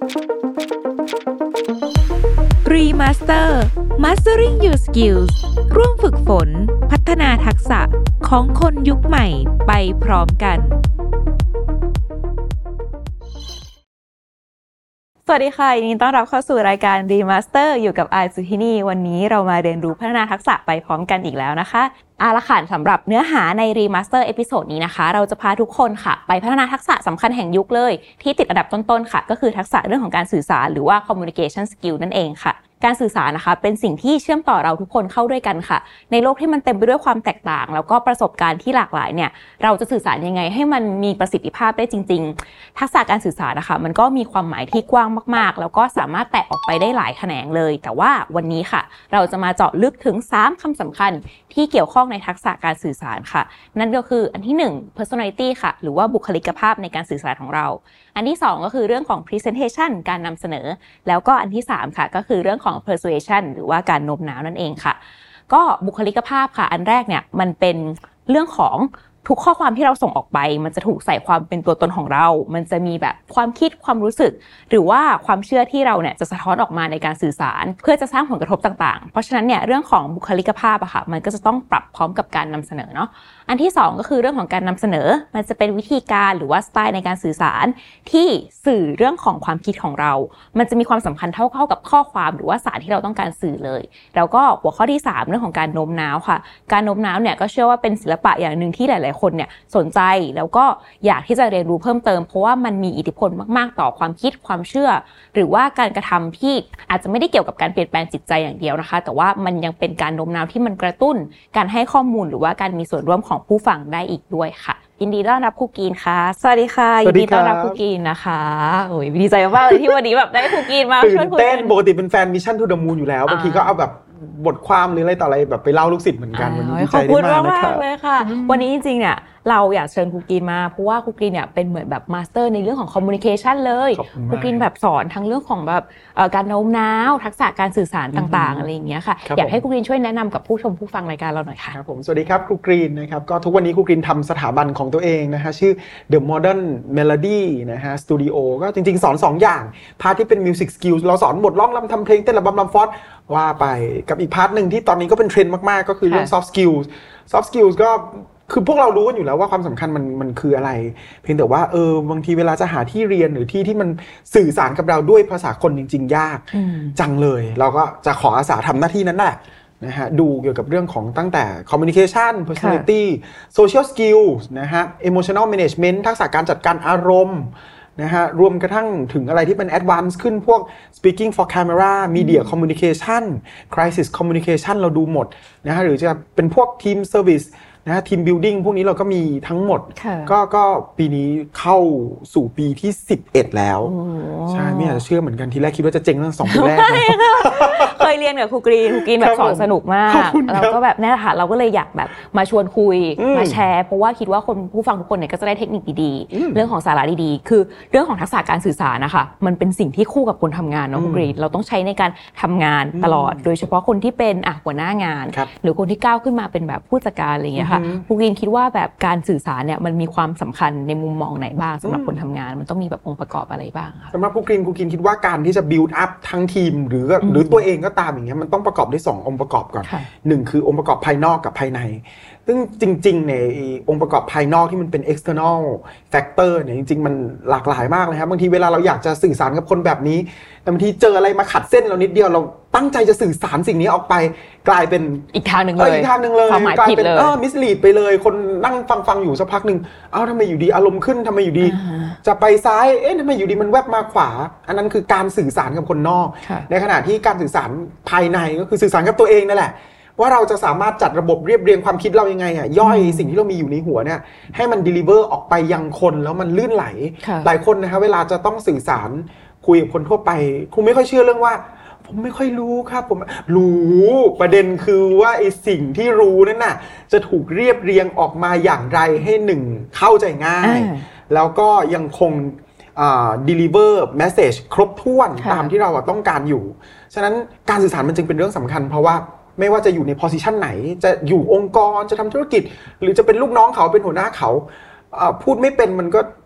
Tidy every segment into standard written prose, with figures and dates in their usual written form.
Remaster Mastering Your Skills ร่วมฝึกฝนพัฒนาทักษะของคนยุคใหม่ไปพร้อมกันสวัสดีค่ะยินดีต้อนรับเข้าสู่รายการ Remaster อยู่กับอายสุธินีวันนี้เรามาเรียนรู้พัฒนาทักษะไปพร้อมกันอีกแล้วนะคะละค่ะสำหรับเนื้อหาใน Remaster เอพิโซดนี้นะคะเราจะพาทุกคนค่ะไปพัฒนาทักษะสำคัญแห่งยุคเลยที่ติดอันดับต้นๆค่ะก็คือทักษะเรื่องของการสื่อสารหรือว่า Communication Skill นั่นเองค่ะการสื่อสารนะคะเป็นสิ่งที่เชื่อมต่อเราทุกคนเข้าด้วยกันค่ะในโลกที่มันเต็มไปด้วยความแตกต่างแล้วก็ประสบการณ์ที่หลากหลายเนี่ยเราจะสื่อสารยังไงให้มันมีประสิทธิภาพได้จริงๆทักษะการสื่อสารนะคะมันก็มีความหมายที่กว้างมากๆแล้วก็สามารถแตกออกไปได้หลายแขนงเลยแต่ว่าวันนี้ค่ะเราจะมาเจาะลึกถึง3คำสำคัญที่เกี่ยวข้องในทักษะการสื่อสารค่ะนั่นก็คืออันที่1 personality ค่ะหรือว่าบุคลิกภาพในการสื่อสารของเราอันที่2ก็คือเรื่องของ presentation การนำเสนอแล้วก็อันที่3ค่ะก็คือเรื่องของ persuasion หรือว่าการโน้มน้าวนั่นเองค่ะก็บุคลิกภาพค่ะอันแรกเนี่ยมันเป็นเรื่องของทุกข้อความที่เราส่งออกไปมันจะถูกใส่ความเป็นตัวตนของเรามันจะมีแบบความคิดความรู้สึกหรือว่าความเชื่อที่เราเนี่ยจะสะท้อนออกมาในการสื่อสารเพื่อจะสร้างผลกระทบต่างๆเพราะฉะนั้นเนี่ยเรื่องของบุคลิกภาพอะค่ะมันก็จะต้องปรับพร้อมกับการนำเสนอเนาะอันที่2ก็คือเรื่องของการนำเสนอมันจะเป็นวิธีการหรือว่าสไตล์ในการสื่อสารที่สื่อเรื่องของความคิดของเรามันจะมีความสำคัญเท่ากับข้อความหรือว่าสารที่เราต้องการสื่อเลยแล้วก็หัวข้อที่3เรื่องของการโน้มน้าวค่ะการโน้มน้าวเนี่ยก็เชื่อว่าเป็นศิลปะอย่างนึงที่หลายๆคนเนี่ยสนใจแล้วก็อยากที่จะเรียนรู้เพิ่มเติมเพราะว่ามันมีอิทธิพลมากๆต่อความคิดความเชื่อหรือว่าการกระทำที่อาจจะไม่ได้เกี่ยวกับการเปลี่ยนแปลงจิตใจอย่างเดียวนะคะแต่ว่ามันยังเป็นการโน้มน้าวที่มันกระตุ้นการให้ข้อมูลหรือว่าการมีส่วนร่วมของผู้ฟังได้อีกด้วยค่ะยินดีต้อนรับครูกรีนค่ะสวัสดีค่ะยินดีต้อนรับครูกรีนนะคะโอ้ยดีใจมากเลยที่วันนี้แบบได้ครูกรีนมาช่วยคุยกันปกติเป็นแฟนมิชชั่นทูเดอะมูนอยู่แล้วบางทีก็เอาแบบบทความหรืออะไรต่ออะไรแบบไปเล่าลูกศิษย์เหมือนกันวันนี้ดีใจได้มากเลยค่ะวันนี้จริงๆเนี่ยเราอยากเชิญครูกรีนมาเพราะว่าครูกรีนเนี่ยเป็นเหมือนแบบมาสเตอร์ในเรื่องของคอมมูนิเคชันเลยครูกรีนแบบสอนทั้งเรื่องของแบบการโน้มน้าวทักษะการสื่อสารต่างๆอะไรอย่างเงี้ยค่ะอยากให้ครูกรีนช่วยแนะนำกับผู้ชมผู้ฟังรายการเราหน่อยค่ะครับผมสวัสดีครับครูกรีนนะครับก็ทุกวันนี้ครูกรีนทำสถาบันของตัวเองนะฮะชื่อ The Modern Melody นะฮะสตูดิโอก็จริงๆสอน2อย่างพาร์ทที่เป็น Music Skills เราสอนบทร้องรำทำเพลงเต้นระบำรำฟ้อนว่าไปกับอีกพาร์ทนึงที่ตอนนี้ก็เป็นเทรนด์มากๆก็คือเรื่อง Soft Skills ก็คือพวกเรารู้กันอยู่แล้วว่าความสำคัญมันคืออะไรเพียงแต่ว่าบางทีเวลาจะหาที่เรียนหรือที่มันสื่อสารกับเราด้วยภาษาคนจริงๆยากจังเลยเราก็จะขออาสาทำหน้าที่นั้นแหละนะฮะดูเกี่ยวกับเรื่องของตั้งแต่ communication personality social skills นะฮะ emotional management ทักษะการจัดการอารมณ์นะฮะรวมกระทั่งถึงอะไรที่เป็น advance ขึ้นพวก speaking for camera media communication crisis communication เราดูหมดนะฮะหรือจะเป็นพวก team serviceนะทีมบิลดิ้งพวกนี้เราก็มีทั้งหมดก็ปีนี้เข้าสู่ปีที่11แล้วใช่ไม่อยากจะเชื่อเหมือนกันทีแรกคิดว่าจะเจ๊งตั้ง2ปีแรกเคยเรียนกับครูกรีนแบบสอนสนุกมากเราก็แบบนี่แหละค่ะเราก็เลยอยากแบบมาชวนคุยมาแชร์เพราะว่าคิดว่าคนผู้ฟังทุกคนเนี่ยก็จะได้เทคนิคดีๆเรื่องของสาระดีๆคือเรื่องของทักษะการสื่อสารนะคะมันเป็นสิ่งที่คู่กับคนทำงานเนาะครูกรีนเราต้องใช้ในการทำงานตลอดโดยเฉพาะคนที่เป็นหัวหน้างานหรือคนที่ก้าวขึ้นมาเป็นแบบผู้จัดการอะไรอย่างเงี้ยครูกรีนคิดว่าแบบการสื่อสารเนี่ยมันมีความสำคัญในมุมมองไหนบ้างสำหรับคนทำงานมันต้องมีแบบองค์ประกอบอะไรบ้างคะสำหรับครูกรีนคิดว่าการที่จะ build up ทั้งทีมหรือตัวเองก็ตามอย่างเงี้ยมันต้องประกอบด้วย2องค์ประกอบก่อน1คือองค์ประกอบภายนอกกับภายในซึ่งจริงๆในองค์ประกอบภายนอกที่มันเป็น external factor เนี่ยจริงๆมันหลากหลายมากเลยครับบางทีเวลาเราอยากจะสื่อสารกับคนแบบนี้แต่บางทีเจออะไรมาขัดเส้นเรานิดเดียวเราตั้งใจจะสื่อสารสิ่งนี้ออกไปกลายเป็นอีกทางนึงเลยกลายเป็นmislead ไปเลยคนนั่งฟังอยู่สักพักนึงทำไมอยู่ดีอารมณ์ขึ้นทำไมอยู่ดีจะไปซ้ายทำไมอยู่ดีมันแวบมาขวาอันนั้นคือการสื่อสารกับคนนอกในขณะที่การสื่อสารภายในก็คือสื่อสารกับตัวเองนั่นแหละว่าเราจะสามารถจัดระบบเรียบเรียงความคิดเรายังไงย่อยสิ่งที่เรามีอยู่ในหัวเนี่ยให้มัน deliver ออกไปยังคนแล้วมันลื่นไหลหลายคนนะคะเวลาจะต้องสื่อสารคุยกับคนทั่วไปคงไม่ค่อยเชื่อเรื่องว่าผมไม่ค่อยรู้ครับผมรู้ประเด็นคือว่าไอ้สิ่งที่รู้นั่นน่ะจะถูกเรียบเรียงออกมาอย่างไรให้เข้าใจง่ายแล้วก็ยังคงdeliver message ครบถ้วนตามที่เราต้องการอยู่ฉะนั้นการสื่อสารมันจึงเป็นเรื่องสำคัญเพราะว่าไม่ว่าจะอยู่ใน position ไหนจะอยู่องค์กรจะทำธุรกิจหรือจะเป็นลูกน้องเขาเป็นหัวหน้าเขาพูดไม่เป็นมันก็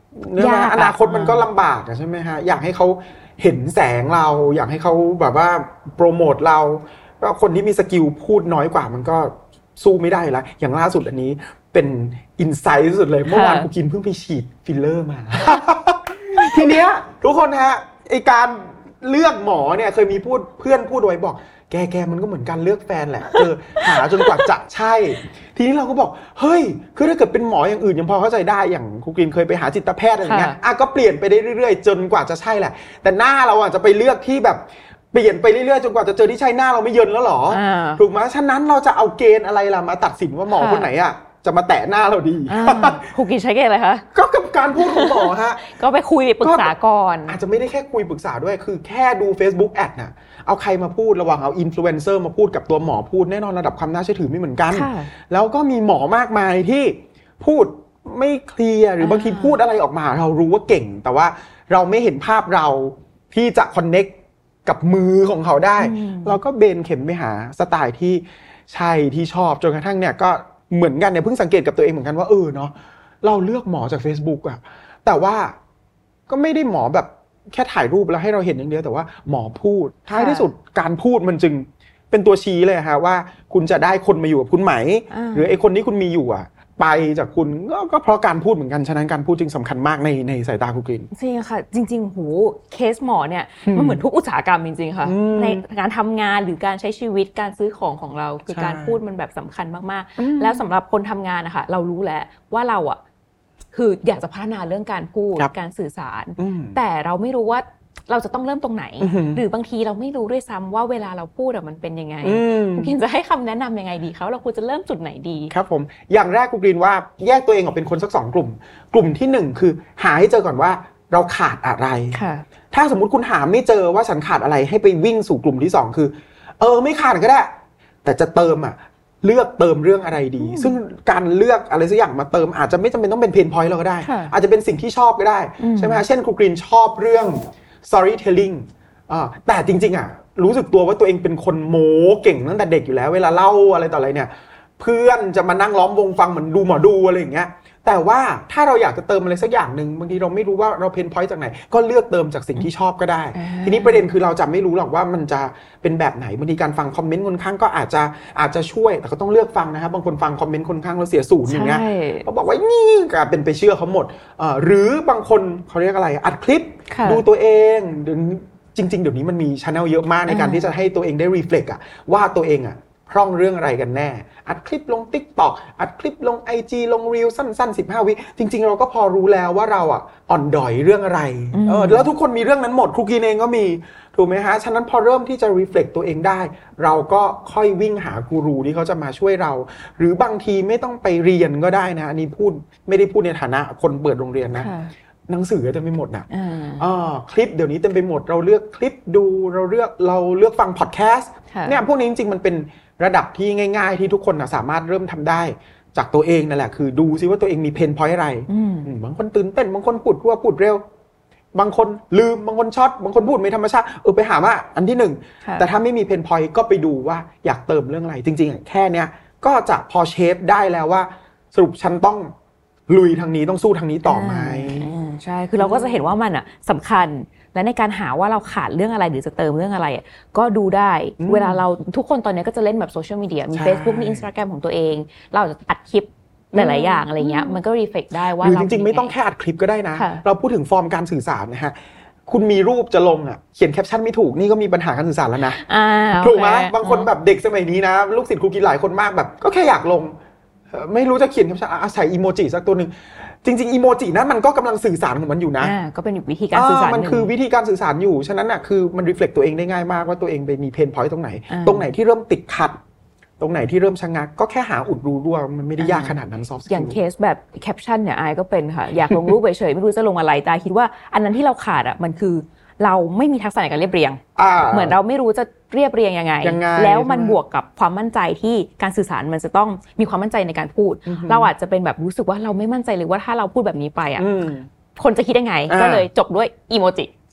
ยากอนาคตมันก็ลำบากใช่ไหมฮะอยากให้เขาเห็นแสงเราอยากให้เขาแบบว่าโปรโมทเราก็คนที่มีสกิลพูดน้อยกว่ามันก็สู้ไม่ได้แล้วอย่างล่าสุดอันนี้เป็นอินไซต์สุดเลยเมื่อวานกูกินเพิ่งไปฉีดฟิลเลอร์มา ทีเนี้ยทุกคนฮะไอการเลือกหมอเนี่ยเคยมีเพื่อนพูดไว้บอกแกมันก็เหมือนการเลือกแฟนแหละหาจนกว่าจะใช่ทีนี้เราก็บอกเฮ้ยคือถ้าเกิดเป็นหมออย่างอื่นยังพอเข้าใจได้อย่างครูกรีนเคยไปหาจิตแพทย์อะไรอย่างเงี้ยก็เปลี่ยนไปได้เรื่อยๆจนกว่าจะใช่แหละแต่หน้าเราจะไปเลือกที่แบบเปลี่ยนไปเรื่อยๆจนกว่าจะเจอที่ใช่หน้าเราไม่เยินแล้วหรอถูกไหมฉะนั้นเราจะเอาเกณฑ์อะไรล่ะมาตัดสินว่าหมอคนไหนจะมาแตะหน้าเราดีครูกรีนใช้เกณฑ์อะไรคะก็กับการพูดของหมอฮะก็ไปคุยปรึกษาก่อนอาจจะไม่ได้แค่คุยปรึกษาด้วยคือแค่ดู Facebook แอดน่ะเอาใครมาพูดระหว่างเอาอินฟลูเอนเซอร์มาพูดกับตัวหมอพูดแน่นอนระดับความน่าเชื่อถือไม่เหมือนกันแล้วก็มีหมอมากมายที่พูดไม่เคลียร์หรือบางทีพูดอะไรออกมาเรารู้ว่าเก่งแต่ว่าเราไม่เห็นภาพเราที่จะคอนเน็กกับมือของเขาได้เราก็เบนเข็มไปหาสไตล์ที่ใช่ที่ชอบจนกระทั่งเนี่ยก็เหมือนกันเนี่ยเพิ่งสังเกตกับตัวเองเหมือนกันว่าเนาะเราเลือกหมอจาก Facebook แต่ว่าก็ไม่ได้หมอแบบแค่ถ่ายรูปแล้วให้เราเห็นอย่างเดียวแต่ว่าหมอพูดท้ายที่สุดการพูดมันจึงเป็นตัวชี้เลยฮะว่าคุณจะได้คนมาอยู่กับคุณไหมหรือไอ้คนที่คุณมีอยู่ไปจากคุณก็เพราะการพูดเหมือนกันฉะนั้นการพูดจึงสำคัญมากในสายตาครูกรีนจริงค่ะจริงๆโหเคสหมอเนี่ยมันเหมือนทุกอุตสาหกรรมจริงๆค่ะในการทำงานหรือการใช้ชีวิตการซื้อของเราคือการพูดมันแบบสำคัญมากๆแล้วสำหรับคนทำงานนะคะเรารู้แล้วว่าเราคืออยากจะพัฒนาเรื่องการพูดการสื่อสารแต่เราไม่รู้ว่าเราจะต้องเริ่มตรงไหนหรือบางทีเราไม่รู้ด้วยซ้ำว่าเวลาเราพูดมันเป็นยังไงคุณกรีนจะให้คำแนะนำยังไงดีคะเราควรจะเริ่มจุดไหนดีครับผมอย่างแรกคุณกรีนว่าแยกตัวเองออกเป็นคนสัก2 กลุ่มที่1คือหาให้เจอก่อนว่าเราขาดอะไรถ้าสมมุติคุณหาไม่เจอว่าฉันขาดอะไรให้ไปวิ่งสู่กลุ่มที่2คือไม่ขาดก็ได้แต่จะเติมเลือกเติมเรื่องอะไรดีซึ่งการเลือกอะไรสักอย่างมาเติมอาจจะไม่จำเป็นต้องเป็นเพนพอยต์เราก็ได้อาจจะเป็นสิ่งที่ชอบก็ได้ใช่ไหมเช่นครูกรีนชอบเรื่อง storytelling แต่จริงๆรู้สึกตัวว่าตัวเองเป็นคนโม้เก่งตั้งแต่เด็กอยู่แล้วเวลาเล่าอะไรต่ออะไรเนี่ยเพื่อนจะมานั่งล้อมวงฟังเหมือนดูหมอดูอะไรอย่างเงี้ยแต่ว่าถ้าเราอยากจะเติมอะไรสักอย่างนึงบางทีเราไม่รู้ว่าเราเพนพอยต์จากไหนก็เลือกเติมจากสิ่งที่ชอบก็ได้ทีนี้ประเด็นคือเราจะไม่รู้หรอกว่ามันจะเป็นแบบไหนบางทีการฟังคอมเมนต์คนข้างก็อาจจะช่วยแต่ก็ต้องเลือกฟังนะครับบางคนฟังคอมเมนต์คนข้างแล้วเสียศูนย์อย่างเงี้ยเขาบอกว่านี่ก็เป็นไปเชื่อเขาหมดหรือบางคนเขาเรียกอะไรอัดคลิปดูตัวเองจริงๆเดี๋ยวนี้มันมี channel เยอะมากในการที่จะให้ตัวเองได้ reflect ว่าตัวเองพร่องเรื่องอะไรกันแน่อัดคลิปลง TikTok อัดคลิปลง IG ลง Reel สั้นๆ15 วิจริงๆเราก็พอรู้แล้วว่าเราอ่อนดอยเรื่องอะไรแล้วทุกคนมีเรื่องนั้นหมดครูกรีนเองก็มีถูกไหมฮะฉะนั้นพอเริ่มที่จะ reflect ตัวเองได้เราก็ค่อยวิ่งหากูรูที่เขาจะมาช่วยเราหรือบางทีไม่ต้องไปเรียนก็ได้นะอันนี้ไม่ได้พูดในฐานะคนเปิดโรงเรียนนะหนังสือเต็มไปหมดคลิปเดี๋ยวนี้เต็มไปหมดเราเลือกคลิปดูเราเลือกฟังพอดแคสต์เนี่ยพวกนี้จริงๆมันเป็นระดับที่ง่ายๆที่ทุกคนสามารถเริ่มทำได้จากตัวเองนั่นแหละคือดูซิว่าตัวเองมีเพนพอยต์อะไรบางคนตื่นเต้นบางคนพูดรัวพูดเร็วบางคนลืมบางคนช็อตบางคนพูดไม่ธรรมชาติไปหาว่าอันที่1แต่ถ้าไม่มีเพนพอยต์ก็ไปดูว่าอยากเติมเรื่องอะไรจริงๆแค่เนี้ยก็จะพอเชฟได้แล้วว่าสรุปฉันต้องลุยทางนี้ต้องสู้ทางนี้ต่อไหมใช่คือเราก็จะเห็นว่ามันสำคัญและในการหาว่าเราขาดเรื่องอะไรหรือจะเติมเรื่องอะไรก็ดูได้เวลาเราทุกคนตอนนี้ก็จะเล่นแบบโซเชียลมีเดียมี Facebook มี Instagram ของตัวเองเราจะอัดคลิปหลายๆอย่างอะไรเงี้ยมันก็รีเฟล็กได้ว่าเราจริงๆไม่ต้องแค่อัดคลิปก็ได้นะเราพูดถึงฟอร์มการสื่อสารนะฮะคุณมีรูปจะลงเขียนแคปชั่นไม่ถูกนี่ก็มีปัญหาการสื่อสารแล้วนะถูกไหมบางคนแบบเด็กสมัยนี้นะลูกศิษย์ครูกินหลายคนมากแบบก็แค่อยากลงไม่รู้จะเขียนแคปชั่นใส่อีโมจิสักตัวนึงจริงๆอีโมจินั้นมันก็กำลังสื่อสารของมันอยู่นะก็เป็นวิธีการสื่อสารมันคือวิธีการสื่อสารอยู่ฉะนั้นคือมันรีเฟล็กตัวเองได้ง่ายมากว่าตัวเองไปมีเพนพอยต์ตรงไหนที่เริ่มติดขัดตรงไหนที่เริ่มชะงักก็แค่หาอุดรูรั่วมันไม่ได้ยากขนาดนั้นซอฟต์สกิลอย่างเคสแบบแคปชั่นเนี่ยก็เป็นค่ะอยากลงรูปเฉยๆไม่รู้จะลงอะไรแต่คิดว่าอันนั้นที่เราขาดมันคือเราไม่มีทักษะในการเรียบเรียงเหมือนเราไม่รู้จะเรียบเรียงยังไงแล้วมันบวกกับความมั่นใจที่การสื่อสารมันจะต้องมีความมั่นใจในการพูดเราอาจจะเป็นแบบรู้สึกว่าเราไม่มั่นใจเลยว่าถ้าเราพูดแบบนี้ไปคนจะคิดยังไงก็เลยจบด้วยอีโมจิ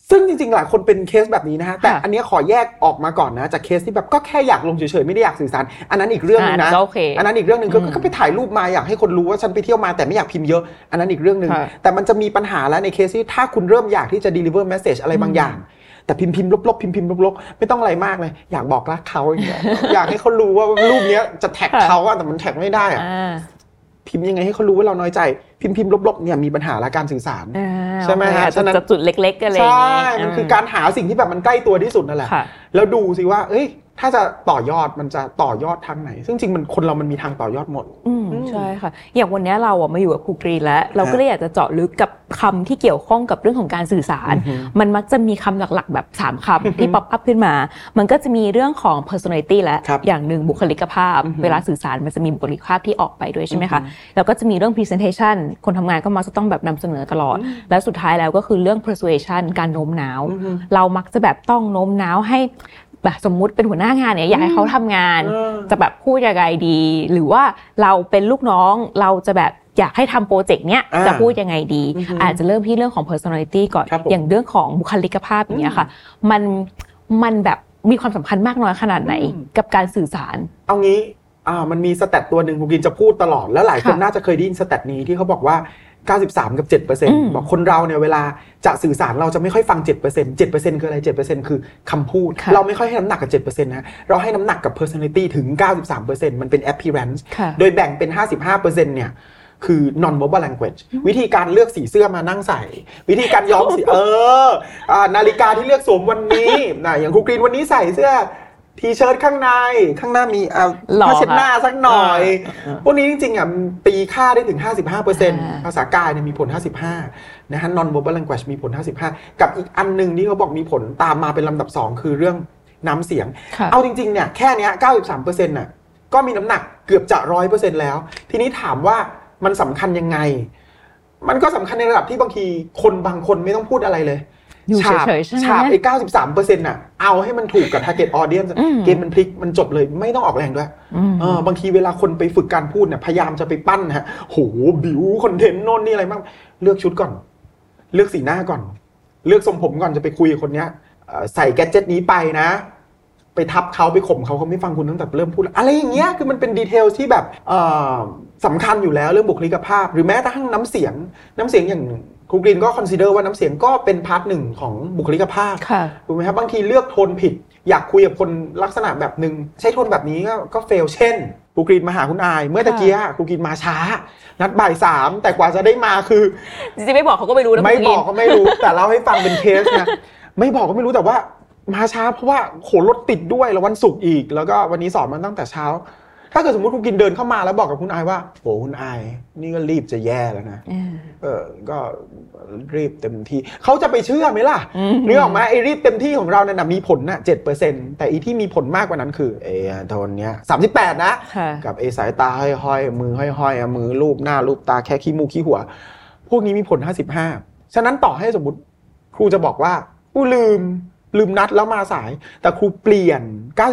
ซึ่งจริงๆหลายคนเป็นเคสแบบนี้นะฮะแต่อันนี้ขอแยกออกมาก่อนนะจากเคสที่แบบก็แค่อยากลงเฉยๆไม่ได้อยากสื่อสารอันนั้นอีกเรื่องนึงนะอันนั้นอีกเรื่องนึงก็ไปถ่ายรูปมาอยากให้คนรู้ว่าฉันไปเที่ยวมาแต่ไม่อยากพิมพ์เยอะอันนั้นอีกเรื่องนึงแต่มันจะมีปัญหาแล้วในเคสที่ถ้าคุณเริ่มอยากที่จะ deliver message อะไรบางอย่างแต่พิมพ์ลบๆพิมพ์ลบๆไม่ต้องอะไรมากเลยอยากบอกรักเขาอย่างเงี้ยอยากให้เขารู้ว่ารูปนี้จะแท็กเขาแต่มันแท็กไม่ได้อะพิมพ์ยังไงให้เขารู้ว่าเราน้อยใจพิมพ์ลบๆเนี่ยมีปัญหาและการสื่อสารใช่ไหมฮะฉะนั้นจุดเล็กๆกันเลยใช่มันคือการหาสิ่งที่แบบมันใกล้ตัวที่สุดนั่นแหละแล้วดูสิว่าถ้าจะต่อยอดมันจะต่อยอดทางไหนซึ่งจริงมันคนเรามันมีทางต่อยอดหมดใช่ค่ะอย่างวันนี้เรามาอยู่กับครูกรีนแล้วเราก็เลยอยากจะเจาะลึกกับคำที่เกี่ยวข้องกับเรื่องของการสื่อสารมันมักจะมีคำหลักๆแบบ3คำที่ป๊อปอัพขึ้นมามันก็จะมีเรื่องของ personality และอย่างหนึ่งบุคลิกภาพเวลาสื่อสารมันจะมีบุคลิกภาพที่ออกไปด้วยใช่ไหมคะแล้วก็จะมีเรื่อง presentation คนทำงานก็มักจะต้องแบบนำเสนอตลอดแล้วสุดท้ายแล้วก็คือเรื่อง persuasion การโน้มน้าวเรามักจะแบบต้องโน้มน้าวให้แบบสมมุติเป็นหัวหน้างานเนี่ยอยากให้เขาทำงานจะแบบพูดยังไงดีหรือว่าเราเป็นลูกน้องเราจะแบบอยากให้ทำโปรเจกต์เนี้ยจะพูดยังไงดีอาจจะเริ่มที่เรื่องของ personality ก่อนอย่างเรื่องของบุคลิกภาพอย่างเงี้ยค่ะมันแบบมีความสำคัญมากน้อยขนาดไหนกับการสื่อสารเอางี้มันมีสแตทตัวหนึ่งคุณกินจะพูดตลอดแล้วหลายคนน่าจะเคยได้ยินสแตทนี้ที่เขาบอกว่า93 กับ 7% บอกคนเราเนี่ยเวลาจะสื่อสารเราจะไม่ค่อยฟัง 7% 7% คืออะไร 7% คือคำพูดเราไม่ค่อยให้น้ำหนักกับ 7% นะเราให้น้ำหนักกับ personality ถึง 93% มันเป็น appearance โดยแบ่งเป็น 55% เนี่ยคือ non verbal language วิธีการเลือกสีเสื้อมานั่งใส่วิธีการย้อมสีนาฬิกาที่เลือกสวมวันนี้อย่างครูกรีนวันนี้ใส่เสื้อทีเชิ้ตข้างหน้ามีผ้าเช็ดหน้าสักหน่อยพวกนี้จริงๆตีค่าได้ถึง 55% ภาษากายเนี่ยมีผล 55% นะฮะ non verbal language มีผล 55% กับอีกอันนึงที่เขาบอกมีผลตามมาเป็นลำดับ2คือเรื่องน้ำเสียงเอาจริงๆเนี่ยแค่นี้ 93% น่ะก็มีน้ำหนักเกือบจะ 100% แล้วทีนี้ถามว่ามันสำคัญยังไงมันก็สำคัญในระดับที่บางทีคนบางคนไม่ต้องพูดอะไรเลยฉาบไอ้ 93% น่ะเอาให้มันถูกกับ target audience เกมมันพลิกมันจบเลยไม่ต้องออกแรงด้วยบางทีเวลาคนไปฝึกการพูดเนี่ยพยายามจะไปปั้นฮะโหบิวคอนเทนต์โน่นนี่อะไรบ้างเลือกชุดก่อนเลือกสีหน้าก่อนเลือกทรงผมก่อนจะไปคุยกับคนเนี้ยใส่แกดเจ็ตนี้ไปนะไปทับเขาไปข่มเขาไม่ฟังคุณตั้งแต่เริ่มพูดอะไรอย่างเงี้ยคือมันเป็นดีเทลที่แบบสำคัญอยู่แล้วเรื่องบุคลิกภาพหรือแม้กระทั่งน้ำเสียงอย่างครูกรีนก็คอนซิเดอร์ว่าน้ำเสียงก็เป็นพาร์ทหนึ่งของบุคลิกภาพถูกไหมครับบางทีเลือกโทนผิดอยากคุยกับคนลักษณะแบบนึงใช้โทนแบบนี้ก็เฟลเช่นครูกรีนมาหาคุณอายเมื่อตะกี้ครูกรีนมาช้านัดบ่าย 3แต่กว่าจะได้มาคือจริงๆไม่บอกเขาก็ไม่รู้นะไม่บอกก็ไม่รู้แต่เล่าให้ฟังเป็นเคสนะไม่บอกก็ไม่รู้แต่ว่ามาช้าเพราะว่าโหรถติดด้วยแล้ววันศุกร์อีกแล้วก็วันนี้สอนมันตั้งแต่เช้าถ้าเกิดสมมติคุณกินเดินเข้ามาแล้วบอกกับคุณอายว่าโหคุณอายนี่ก็รีบจะแย่แล้วนะก็รีบเต็มที่เขาจะไปเชื่อไหมล่ะนึกออกไหมไอ้รีบเต็มที่ของเราเนี่ยมีผลนะ 7% แต่อีที่มีผลมากกว่านั้นคือโทนเนี้ย38นะกับสายตาห้อยๆมือห้อยๆมือลูบหน้าลูบตาแค่ขี้มูกขี้หัวพวกนี้มีผล55ฉะนั้นต่อให้สมมติครูจะบอกว่ากูลืมนัดแล้วมาสายแต่ครูเปลี่ยน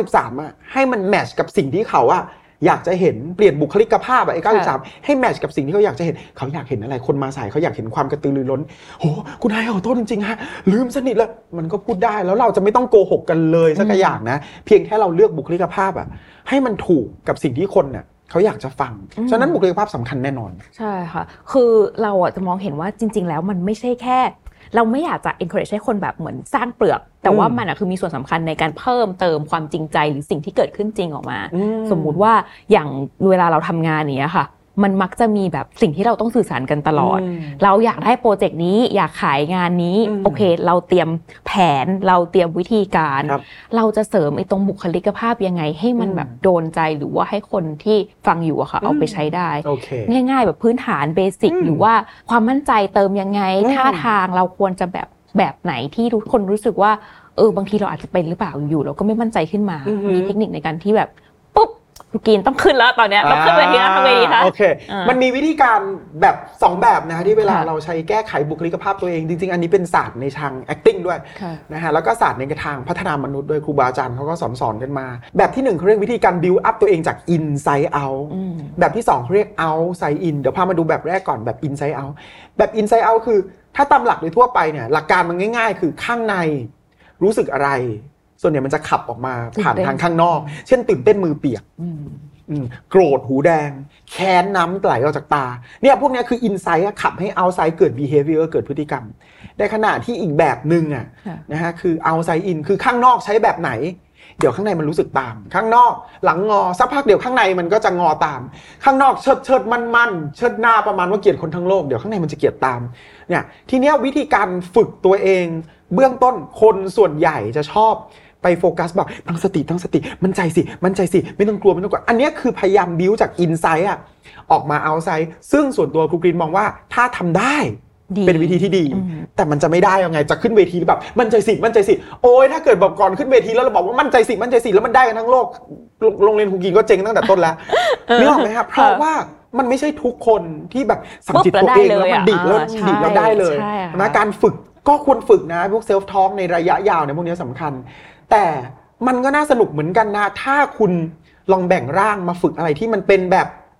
93ให้มันแมทช์กับสิ่งที่เขาอยากจะเห็นเปลี่ยนบุคลิกภาพไอ้93ให้แมทช์กับสิ่งที่เขาอยากจะเห็นเขาอยากเห็นอะไรคนมาสายเขาอยากเห็นความกระตือรือร้นโหคุณนายขอโทษจริงๆฮะลืมสนิทแล้วมันก็พูดได้แล้วเราจะไม่ต้องโกหกกันเลยสักอย่างนะเพียงแค่เราเลือกบุคลิกภาพให้มันถูกกับสิ่งที่คนเขาอยากจะฟังฉะนั้นบุคลิกภาพสำคัญแน่นอนใช่ค่ะคือเราจะมองเห็นว่าจริงๆแล้วมันไม่ใช่แค่เราไม่อยากจะ encourage ให้คนแบบเหมือนสร้างเปลือกแต่ว่ามันคือมีส่วนสำคัญในการเพิ่มเติมความจริงใจหรือสิ่งที่เกิดขึ้นจริงออกมาสมมุติว่าอย่างเวลาเราทำงานอย่างเงี้ยค่ะมันมักจะมีแบบสิ่งที่เราต้องสื่อสารกันตลอดเราอยากได้โปรเจกต์นี้อยากขายงานนี้โอเคเราเตรียมแผนเราเตรียมวิธีการเราจะเสริมไอ้ตรงบุคลิกภาพยังไงให้มันแบบโดนใจหรือว่าให้คนที่ฟังอยู่อะค่ะเอาไปใช้ได้ง่ายๆแบบพื้นฐานเบสิกหรือว่าความมั่นใจเติมยังไงท่าทางเราควรจะแบบไหนที่ทุกคนรู้สึกว่าบางทีเราอาจจะเป็นหรือเปล่าอยู่เราก็ไม่มั่นใจขึ้นมามีเทคนิคในการที่แบบปุ๊บครูกรีนต้องขึ้นแล้วตอนเนี้ยต้องขึ้นเวทีแล้วทำไงดีคะโอเคมันมีวิธีการแบบ2แบบนะที่เวลาเราใช้แก้ไขบุคลิกภาพตัวเองจริงๆอันนี้เป็นศาสตร์ในทาง acting ด้วยนะฮะแล้วก็ศาสตร์ในทางพัฒนามนุษย์ด้วยครูบาอาจารย์เขาก็สอนกันมาแบบที่1เขาเรียกวิธีการ build up ตัวเองจาก inside out แบบที่2เขาเรียก outside in เดี๋ยวพามาดูแบบแรกก่อนแบบ inside out แบบ inside out คือถ้าตามหลักโดยทั่วไปเนี่ยหลักการมันง่ายๆคือข้างในรู้สึกอะไรส่วนใหญ่มันจะขับออกมาผ่านทางข้างนอกเช่นตื่นเต้นมือเปียกโกรธหูแดงแค้นน้ำไหลออกจากตาเนี่ยพวกนี้คือ insight ขับให้ outside เกิด behavior เกิดพฤติกรรมในขณะที่อีกแบบนึงนะฮะคือ outside in คือข้างนอกใช้แบบไหนเดี๋ยวข้างในมันรู้สึกตามข้างนอกหลังงอสักพักเดี๋ยวข้างในมันก็จะงอตามข้างนอกเชิดมันเชิดหน้าประมาณว่าเกลียดคนทั้งโลกเดี๋ยวข้างในมันจะเกลียดตามเนี่ยทีเนี้ยวิธีการฝึกตัวเองเบื้องต้นคนส่วนใหญ่จะชอบไปโฟกัสแบบตั้งสติมั่นใจสิไม่ต้องกลัวอันนี้คือพยายามบิ้วจากอินไซด์ออกมาเอาไซด์ซึ่งส่วนตัวครูกรีนมองว่าถ้าทำได้เป็นวิธีที่ดีแต่มันจะไม่ได้ยังไงจะขึ้นเวทีแบบมั่นใจสิโอ้ยถ้าเกิดแบบก่อนขึ้นเวทีแล้วเราบอกว่ามั่นใจสิแล้วมันได้กันทั้งโลกโรงเรียนครูกรีนก็เจ๊งตั้งแต่ต้นแล้วนึกออกไหมครับเพราะว่ามันไม่ใช่ทุกคนที่แบบสัมจิตตัวเองแล้วมันดีแล้วได้เลยนะการฝึกก็ควรฝึกนะพวกเซลฟ์ทอล์กในระยะยาวเนี่ยพวกนี้สำคัญแต่มันก็น่าสนุกเหมือนกันนะถ้าคุณลองแบ่งร่างมาฝึกอะไรที่มันเป็นแบบ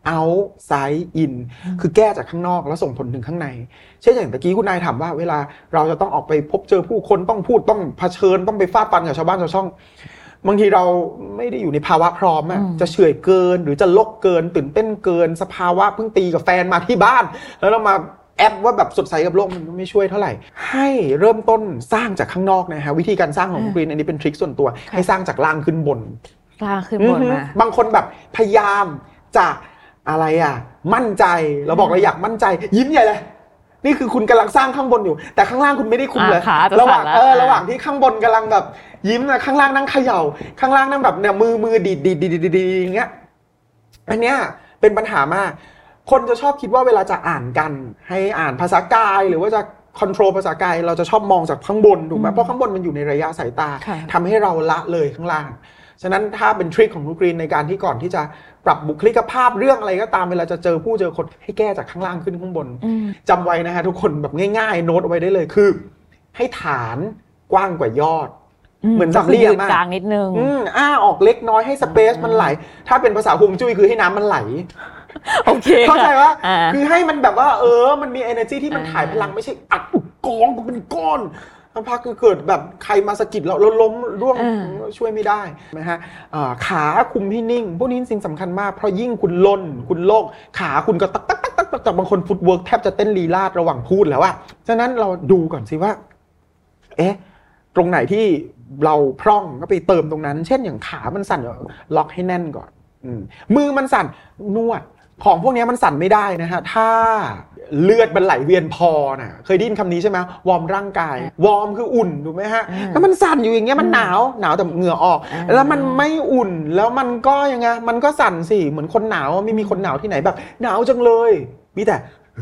outside in คือแก้จากข้างนอกแล้วส่งผลถึงข้างในเช่นอย่างตะกี้คุณนายถามว่าเวลาเราจะต้องออกไปพบเจอผู้คนต้องพูดต้องเผชิญต้องไปฟาดฟันกับชาวบ้านชาวช่องบางทีเราไม่ได้อยู่ในภาวะพร้อมจะเฉื่อยเกินหรือจะลกเกินตื่นเต้นเกินสภาวะเพิ่งตีกับแฟนมาที่บ้านแล้วเรามาแอปว่าแบบสดใสกับโลกมันไม่ช่วยเท่าไหร่ให้เริ่มต้นสร้างจากข้างนอกนะฮะวิธีการสร้างของกรีนอันนี้เป็นทริคส่วนตัวให้สร้างจากล่างขึ้นบนมาบางคนแบบพยายามจะอะไรมั่นใจเราบอกเราอยากมั่นใจยิ้มใหญ่เลยนี่คือคุณกำลังสร้างข้างบนอยู่แต่ข้างล่างคุณไม่ได้คุมเลยระหว่างที่ข้างบนกำลังแบบยิ้มนะข้างล่างนั่งเขย่าข้างล่างนั่งแบบเนี่ยมือดีดอย่างเงี้ยอันเนี้ยเป็นปัญหามากคนจะชอบคิดว่าเวลาจะอ่านกันให้อ่านภาษากายหรือว่าจะคอนโทรลภาษากายเราจะชอบมองจากข้างบนถูกไหมเพราะข้างบนมันอยู่ในระยะสายตาทำให้เราละเลยข้างล่างฉะนั้นถ้าเป็นทริคของครูกรีนในการที่ก่อนที่จะปรับบุคลิกภาพเรื่องอะไรก็ตามเวลาจะเจอคนให้แก้จากข้างล่างขึ้นข้างบนจำไว้นะฮะทุกคนแบบง่ายๆโน้ตเอาไว้ได้เลยคือให้ฐานกว้างกว่ายอดเหมือนสามเหลี่ยมกลางนิดนึงออกเล็กน้อยให้สเปซมันไหลถ้าเป็นภาษาฮวงจุ้ยคือให้น้ำมันไหลโอเคเข้าใจว่าคือให้มันแบบว่ามันมี energy ที่มันถ่ายพลังไม่ใช่อัดกองเป็นก้อนพักเกิดแบบใครมาสะกิดเราล้มร่วงช่วยไม่ได้นะฮะขาคุมที่นิ่งพวกนี้สิ่งสำคัญมากเพราะยิ่งคุณล่นคุณโลกขาคุณก็ตักจากบางคนฟุตเวิร์กแทบจะเต้นลีลาดระหว่างพูดแล้วอะฉะนั้นเราดูก่อนสิว่าตรงไหนที่เราพร่องก็ไปเติมตรงนั้นเช่นอย่างขามันสั่นล็อกให้แน่นก่อนมือมันสั่นนวดของพวกนี้มันสั่นไม่ได้นะฮะถ้าเลือดมันไหลเวียนพอนะเคยได้ยินคำนี้ใช่ไหมวอร์มร่างกายวอร์มคืออุ่นถูกไหมฮะแล้วมันสั่นอยู่อย่างเงี้ยมันหนาวแต่เหงื่อออกแล้วมันไม่อุ่นแล้วมันก็ยังไงมันก็สั่นสิเหมือนคนหนาวไม่มีคนหนาวที่ไหนแบบหนาวจังเลยมีแต่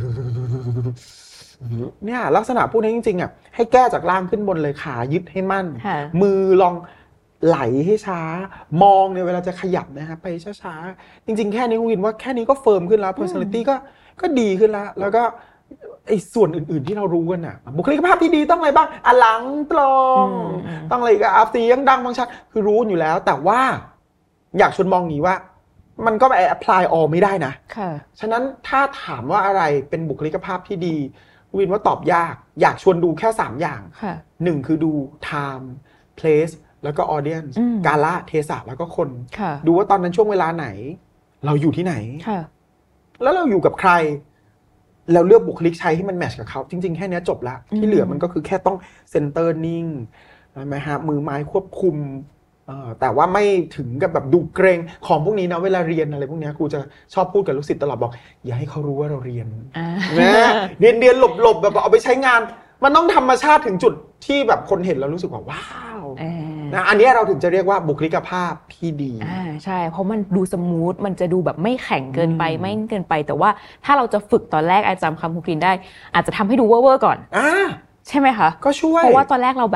เนี่ยลักษณะพวกนี้จริงๆให้แก้จากล่างขึ้นบนเลยขายึดให้มั่นมือลองไหลให้ช้ามองเนี่ยเวลาจะขยับนะฮะไปช้าๆจริงๆแค่นี้คุณวินว่าแค่นี้ก็เฟิร์มขึ้นแล้ว personality ก็ดีขึ้นแล้วก็ไอ้ส่วนอื่นๆที่เรารู้กันน่ะบุคลิกภาพที่ดีต้องอะไรบ้างหลังตรงต้องอะไรก็เสียงดังบางชัดคือรู้อยู่แล้วแต่ว่าอยากชวนมองอย่างนี้ว่ามันก็ไป apply all ไม่ได้นะฉะนั้นถ้าถามว่าอะไรเป็นบุคลิกภาพที่ดีวินว่าตอบยากอยากชวนดูแค่3อย่าง1คือดู time place แล้วก็ audience กาลเทศะแล้วก็คนดูว่าตอนนั้นช่วงเวลาไหนเราอยู่ที่ไหนแล้วเราอยู่กับใครแล้วเลือกบุคลิกใช้ให้มันแมทช์กับเขาจริงๆแค่นี้จบละที่เหลือมันก็คือแค่ต้องเซนเตอร์นิ่งใช่ไหมฮะมือไม้ควบคุมแต่ว่าไม่ถึงกับแบบดูเกรงของพวกนี้นะเวลาเรียนอะไรพวกนี้ครูจะชอบพูดกับลูกศิษย์ตลอดบอกอย่าให้เขารู้ว่าเราเรียนนะเรียนหลบแบบเอาไปใช้งานมันต้องธรรมชาติถึงจุดที่แบบคนเห็นแล้วรู้สึกว่าว้าวนะอันนี้เราถึงจะเรียกว่าบุคลิกภาพที่ดีใช่เพราะมันดูสมูทมันจะดูแบบไม่แข็งเกินไปไม่เกินไปแต่ว่าถ้าเราจะฝึกตอนแรกจำคำครูกรีนได้อาจจะทำให้ดูเวอร์ก่อนใช่ไหมคะก็ช่วยเพราะว่าตอนแรกเราแบบ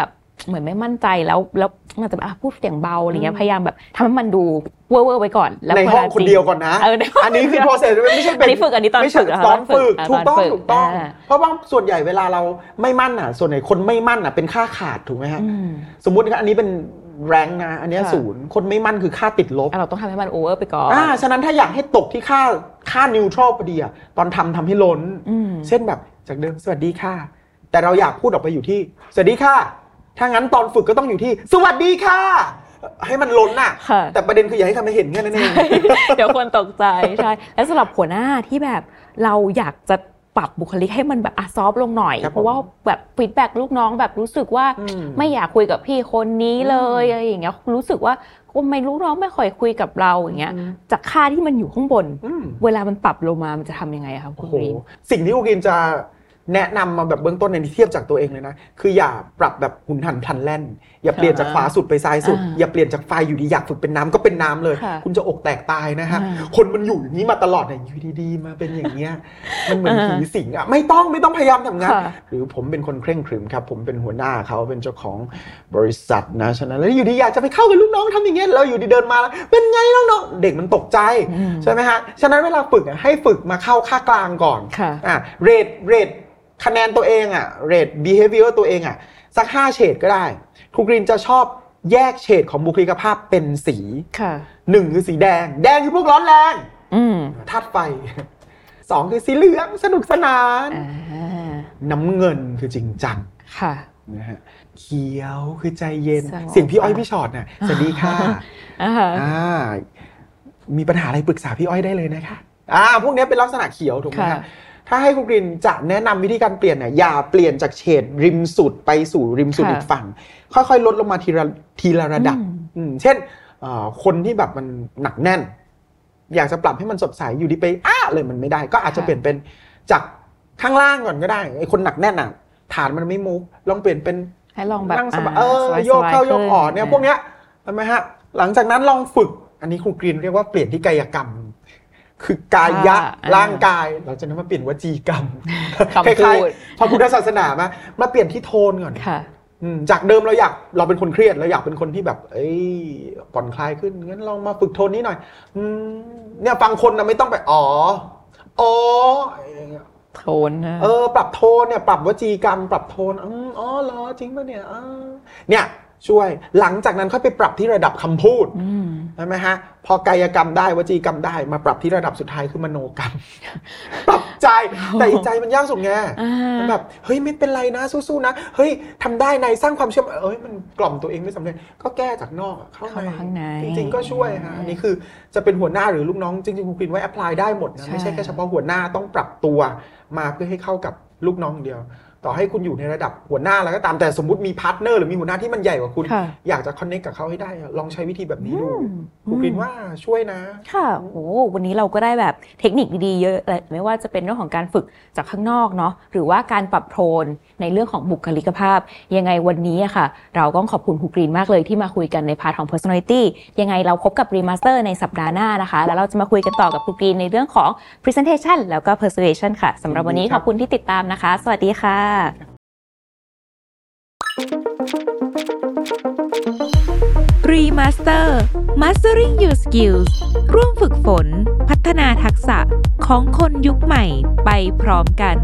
เหมือนไม่มั่นใจแล้วมันจะพูดเสียงเบาอะไรเงี้ยพยายามแบบทำให้มันดูเว่อร์ไว้ก่อนแล้วในห้องคนเดียวก่อนนะอันนี้คือ process ไม่ใช่เป็นอันนี้ตอนฝึกตอนฝึกถูกต้องเพราะว่าส่วนใหญ่เวลาเราไม่มั่นอ่ะส่วนใหญ่คนไม่มั่นอ่ะเป็นค่าขาดถูกไหมฮะสมมุติอันนี้เป็นแรงนะอันนี้0คนไม่มั่นคือค่าติดลบเราต้องทำให้มันโอเวอร์ไปก่อนฉะนั้นถ้าอยากให้ตกที่ค่านิวทรัลพอดีอ่ะตอนทำให้ล้นเช่นแบบจากเดิมสวัสดีค่ะแต่เราอยากพูดออกไปอยู่ที่สวัสดีค่ะถ้างั้นตอนฝึกก็ต้องอยู่ที่สวัสดีค่ะให้มันล้นน่ะแต่ประเด็นคืออย่าให้ทำให้เห็นแค่นั้นเองเดี๋ยวคนตกใจใช่แล้วสำหรับหัวหน้าที่แบบเราอยากจะปรับบุคลิกให้มันแบบซอฟต์ลงหน่อยเพราะว่าแบบฟีดแบ็กลูกน้องแบบรู้สึกว่าไม่อยากคุยกับพี่คนนี้เลยอะไรอย่างเงี้ยรู้สึกว่าทำไมลูกน้องไม่ค่อยคุยกับเราอย่างเงี้ยจากค่าที่มันอยู่ข้างบนเวลามันปรับลงมามันจะทำยังไงครับคุณกรีนสิ่งที่คุณกรีนจะแนะนำมาแบบเบื้องต้นในเทียบจากตัวเองเลยนะคืออย่าปรับแบบหุนหันพลันแล่นอย่าเปลี่ยนจากขวาสุดไปซ้ายสุดอย่าเปลี่ยนจากไฟอยู่ดีอยากฝึกเป็นน้ำก็เป็นน้ำเลยคุณจะอกแตกตายนะฮะคนมันอยู่อย่างนี้มาตลอดเนี่ยอยู่ดีๆมาเป็นอย่างเงี้ยมันเหมือนผีสิงอ่ะไม่ต้องพยายามทำงานหรือผมเป็นคนเคร่งขรึมครับผมเป็นหัวหน้าเขาเป็นเจ้าของบริษัทนะฉะนั้นแล้วอยู่ดีอยากจะไปเข้ากับลูกน้องทำอย่างเงี้ยเราอยู่ดีเดินมาแล้วเป็นไงน้องๆเด็กมันตกใจใช่ไหมฮะฉะนั้นเวลาฝึกให้ฝึกมาเข้าค่ากลางก่อนเรทคะแนนตัวเองอ่ะเรท behavior ตัวเองอ่ะสัก5เฉดก็ได้ครูกรีนจะชอบแยกเฉดของบุคลิกภาพเป็นสี1คือสีแดงคือพวกร้อนแรงธาตุไฟ2คือสีเหลืองสนุกสนานน้ำเงินคือจริงจังนะฮะเขียวคือใจเย็นเสียงพี่อ้อยพี่ชอตน่ะสวัสดีค่ะมีปัญหาอะไรปรึกษาพี่อ้อยได้เลยนะคะพวกนี้เป็นลักษณะเขียวถูกไหมครับถ้าให้คุณกรีนจะแนะนำวิธีการเปลี่ยนเนี่ยอย่าเปลี่ยนจากเฉดริมสุดไปสู่ริมสุดอีกฝั่งค่อยๆลดลงมาทีละระดับเช่นคนที่แบบมันหนักแน่นอยากจะปรับให้มันสดใสอยู่ดีไปเลยมันไม่ได้ก็อาจจะเปลี่ยนเป็นจากข้างล่างก่อนก็ได้ไอ้คนหนักแน่นอ่ะฐานมันไม่มุกลองเปลี่ยนเป็นให้ลองแบบนั่งสบายโยกเข้าโยกออกเนี่ยพวกเนี้ยใช่ไหมฮะหลังจากนั้นลองฝึกอันนี้ครูกรีนเรียกว่าเปลี่ยนที่กายกรรมคือกายะร่างกายเราจะนำมาเปลี่ยนวจีกรรมคล้ายๆพระพุทธศาสนามาเปลี่ยนที่โทนก่อนจากเดิมเราเป็นคนเครียดเราอยากเป็นคนที่แบบผ่อนคลายขึ้นงั้นลองมาฝึกโทนนี้หน่อยเนี่ยฟังคนนะไม่ต้องไปโทนปรับโทนเนี่ยปรับวจีกรรมปรับโทนเหรอจริงป่ะเนี่ยช่วยหลังจากนั้นค่อยไปปรับที่ระดับคำพูดใช่ไหมฮะพอกายกรรมได้วจีกรรมได้มาปรับที่ระดับสุดท้ายคือมโนกรรมปรับใจแต่อีกใจมันยากสุดไงมันแบบเฮ้ยไม่เป็นไรนะสู้ๆนะเฮ้ยทำได้ในสร้างความเชื่อมันกล่อมตัวเองไม่สำเร็จก็แก้จากนอกเข้าในจริงๆก็ช่วยฮะอันนี้คือจะเป็นหัวหน้าหรือลูกน้องจริงๆครูกรีนไว้แอพพลายได้หมดนะไม่ใช่แค่เฉพาะหัวหน้าต้องปรับตัวมาเพื่อให้เข้ากับลูกน้องเดียวต่อให้คุณอยู่ในระดับหัวหน้าแล้วก็ตามแต่สมมุติมีพาร์ทเนอร์หรือมีหัวหน้าที่มันใหญ่กว่าคุณอยากจะคอนเนคกับเขาให้ได้ลองใช้วิธีแบบนี้ดูครูกรีนว่าช่วยนะค่ะโอ้วันนี้เราก็ได้แบบเทคนิคดีๆเยอะเลยไม่ว่าจะเป็นเรื่องของการฝึกจากข้างนอกเนาะหรือว่าการปรับโทนในเรื่องของบุคลิกภาพยังไงวันนี้อะค่ะเราก็ขอบคุณครูกรีนมากเลยที่มาคุยกันในพาร์ทของ personality ยังไงเราพบกับ Remaster ในสัปดาห์หน้านะคะแล้วเราจะมาคุยกันต่อกับครูกรีนในเรื่องของ presentation แล้วก็ persuasion ค่ะสำหรับวันนี้ขอบคุณที่ติดตามนะคะสวัสดีค่ะ Remaster Mastering Your Skills ร่วมฝึกฝนพัฒนาทักษะของคนยุคใหม่ไปพร้อมกัน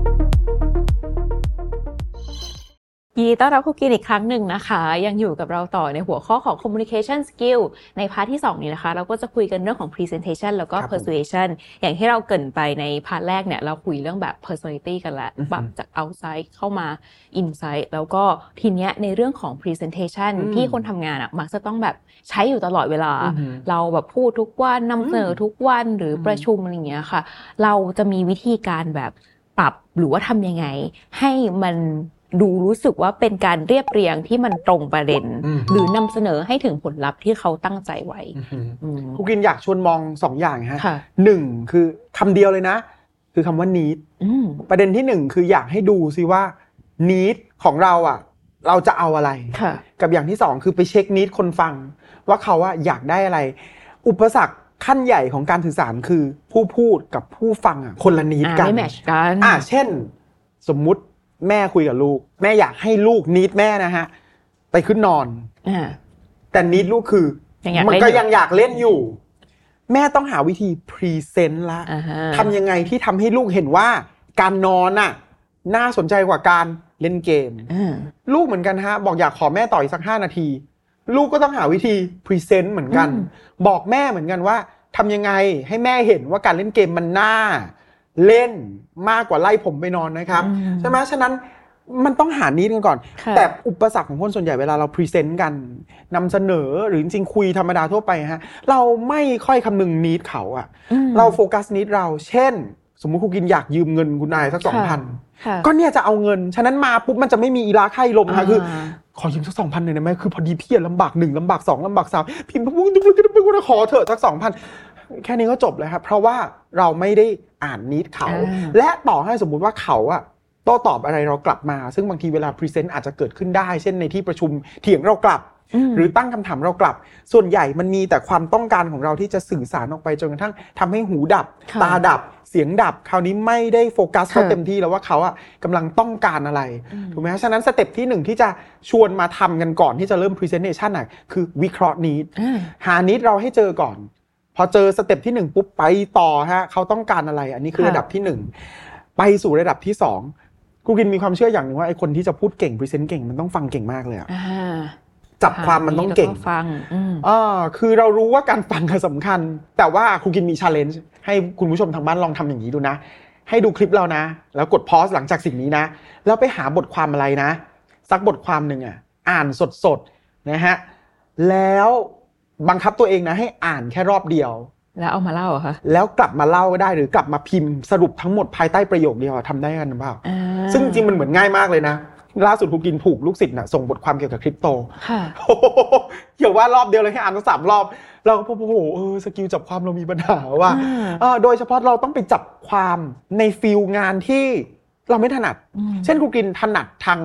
ยินดีต้อนรับครูกรีนอีกครั้งหนึ่งนะคะยังอยู่กับเราต่อในหัวข้อของ communication skill ในพาร์ทที่2นี้นะคะเราก็จะคุยกันเรื่องของ presentation แล้วก็ persuasion อย่างที่เราเกริ่นไปในพาร์ทแรกเนี่ยเราคุยเรื่องแบบ personality กันแล้วปรับจาก outside เข้ามา inside แล้วก็ทีเนี้ยในเรื่องของ presentation ที่คนทำงานมักจะต้องแบบใช้อยู่ตลอดเวลาเราแบบพูดทุกวันนำเสนอทุกวันหรือประชุมอะไรอย่างเงี้ยค่ะเราจะมีวิธีการแบบปรับหรือว่าทำยังไงให้มันดูรู้สึกว่าเป็นการเรียบเรียงที่มันตรงประเด็นหรือนำเสนอให้ถึงผลลัพธ์ที่เขาตั้งใจไว้ครูกรีนอยากชวนมอง2อย่างฮะ1คือคำเดียวเลยนะคือคำว่า need ประเด็นที่1คืออยากให้ดูซิว่า need ของเราเราจะเอาอะไรกับอย่างที่2คือไปเช็ค need คนฟังว่าเขาอยากได้อะไรอุปสรรคขั้นใหญ่ของการสื่อสารคือผู้พูดกับผู้ฟังคนละ need กันไม่แมทช์กันเช่นสมมุติแม่คุยกับลูกแม่อยากให้ลูกนิดแม่นะฮะไปขึ้นนอน แต่นิดลูกคือมันก็ยังอยากเล่นอยู่แม่ต้องหาวิธีพรีเซนต์ละทำยังไงที่ทำให้ลูกเห็นว่าการนอนน่ะน่าสนใจกว่าการเล่นเกมลูกเหมือนกันฮะบอกอยากขอแม่ต่ออีกสัก5 นาทีลูกก็ต้องหาวิธีพรีเซนต์เหมือนกันบอกแม่เหมือนกันว่าทำยังไงให้แม่เห็นว่าการเล่นเกมมันน่าเล่นมากกว่าไล่ผมไปนอนนะครับใช่ไหมฉะนั้นมันต้องหานิดกันก่อนแต่อุปสรรคของคนส่วนใหญ่เวลาเราพรีเซนต์กันนำเสนอหรือจริงๆคุยธรรมดาทั่วไปฮะเราไม่ค่อยคำนึงนิดเขาอะเราโฟกัสนิดเราเช่นสมมุติครูกินอยากยืมเงินคุณนายสัก 2,000 ก็เนี่ยจะเอาเงินฉะนั้นมาปุ๊บมันจะไม่มีอีลาไข่ลมนะคือขอยืมสัก 2,000 หน่อยได้ไหมคือพอดีพี่ลำบาก1ลำบาก2ลำบาก3พี่ขอเถอะสัก 2,000 แค่นี้ก็จบเลยครับเพราะว่าเราไม่ได้อ่านนิดเขาและต่อให้สมมุติว่าเขาอะโต้ตอบอะไรเรากลับมาซึ่งบางทีเวลาพรีเซนต์อาจจะเกิดขึ้นได้เช่นในที่ประชุมเถียงเรากลับหรือตั้งคำถามเรากลับส่วนใหญ่มันมีแต่ความต้องการของเราที่จะสื่อสารออกไปจนกระทั่งทำให้หูดับตาดับเสียงดับคราวนี้ไม่ได้โฟกัสเขาเต็มที่แล้วว่าเขาอะกำลังต้องการอะไรถูกไหมฉะนั้นสเต็ปที่1ที่จะชวนมาทำกันก่อนที่จะเริ่ม presentation น่ะคือวิเคราะห์ need หา need เราให้เจอก่อนพอเจอสเต็ปที่1ปุ๊บไปต่อฮะเขาต้องการอะไรอันนี้คือระดับที่1ไปสู่ระดับที่2ครูกินมีความเชื่ออย่างหนึ่งว่าไอ้คนที่จะพูดเก่งพรีเซนต์เก่งมันต้องฟังเก่งมากเลยอะจับความมันต้องเก่งฟังคือเรารู้ว่าการฟังสำคัญแต่ว่าครูกินมี challenge ให้คุณผู้ชมทางบ้านลองทำอย่างนี้ดูนะให้ดูคลิปเรานะแล้วกด pause หลังจากสิ่งนี้นะแล้วไปหาบทความอะไรนะสักบทความหนึ่งอ่านสดๆนะฮะแล้วบังคับตัวเองนะให้อ่านแค่รอบเดียวแล้วเอามาเล่าเหรอคะแล้วกลับมาเล่าก็ได้หรือกลับมาพิมพ์สรุปทั้งหมดภายใต้ประโยคเดียวทำได้กันหรือเปล่าซึ่งจริงมันเหมือนง่ายมากเลยนะล่าสุดครูกินผูกลูกศิษย์น่ะส่งบทความเกี่ยวกับคริปโตเกี่ยวว่ารอบเดียวเลยให้อ่านทั้ง3 รอบเราก็โอ้โหสกิลจับความเรามีปัญหาว่าโดยเฉพาะเราต้องไปจับความในฟิลงานที่เราไม่ถนัดเช่นครูกินถนัดทาง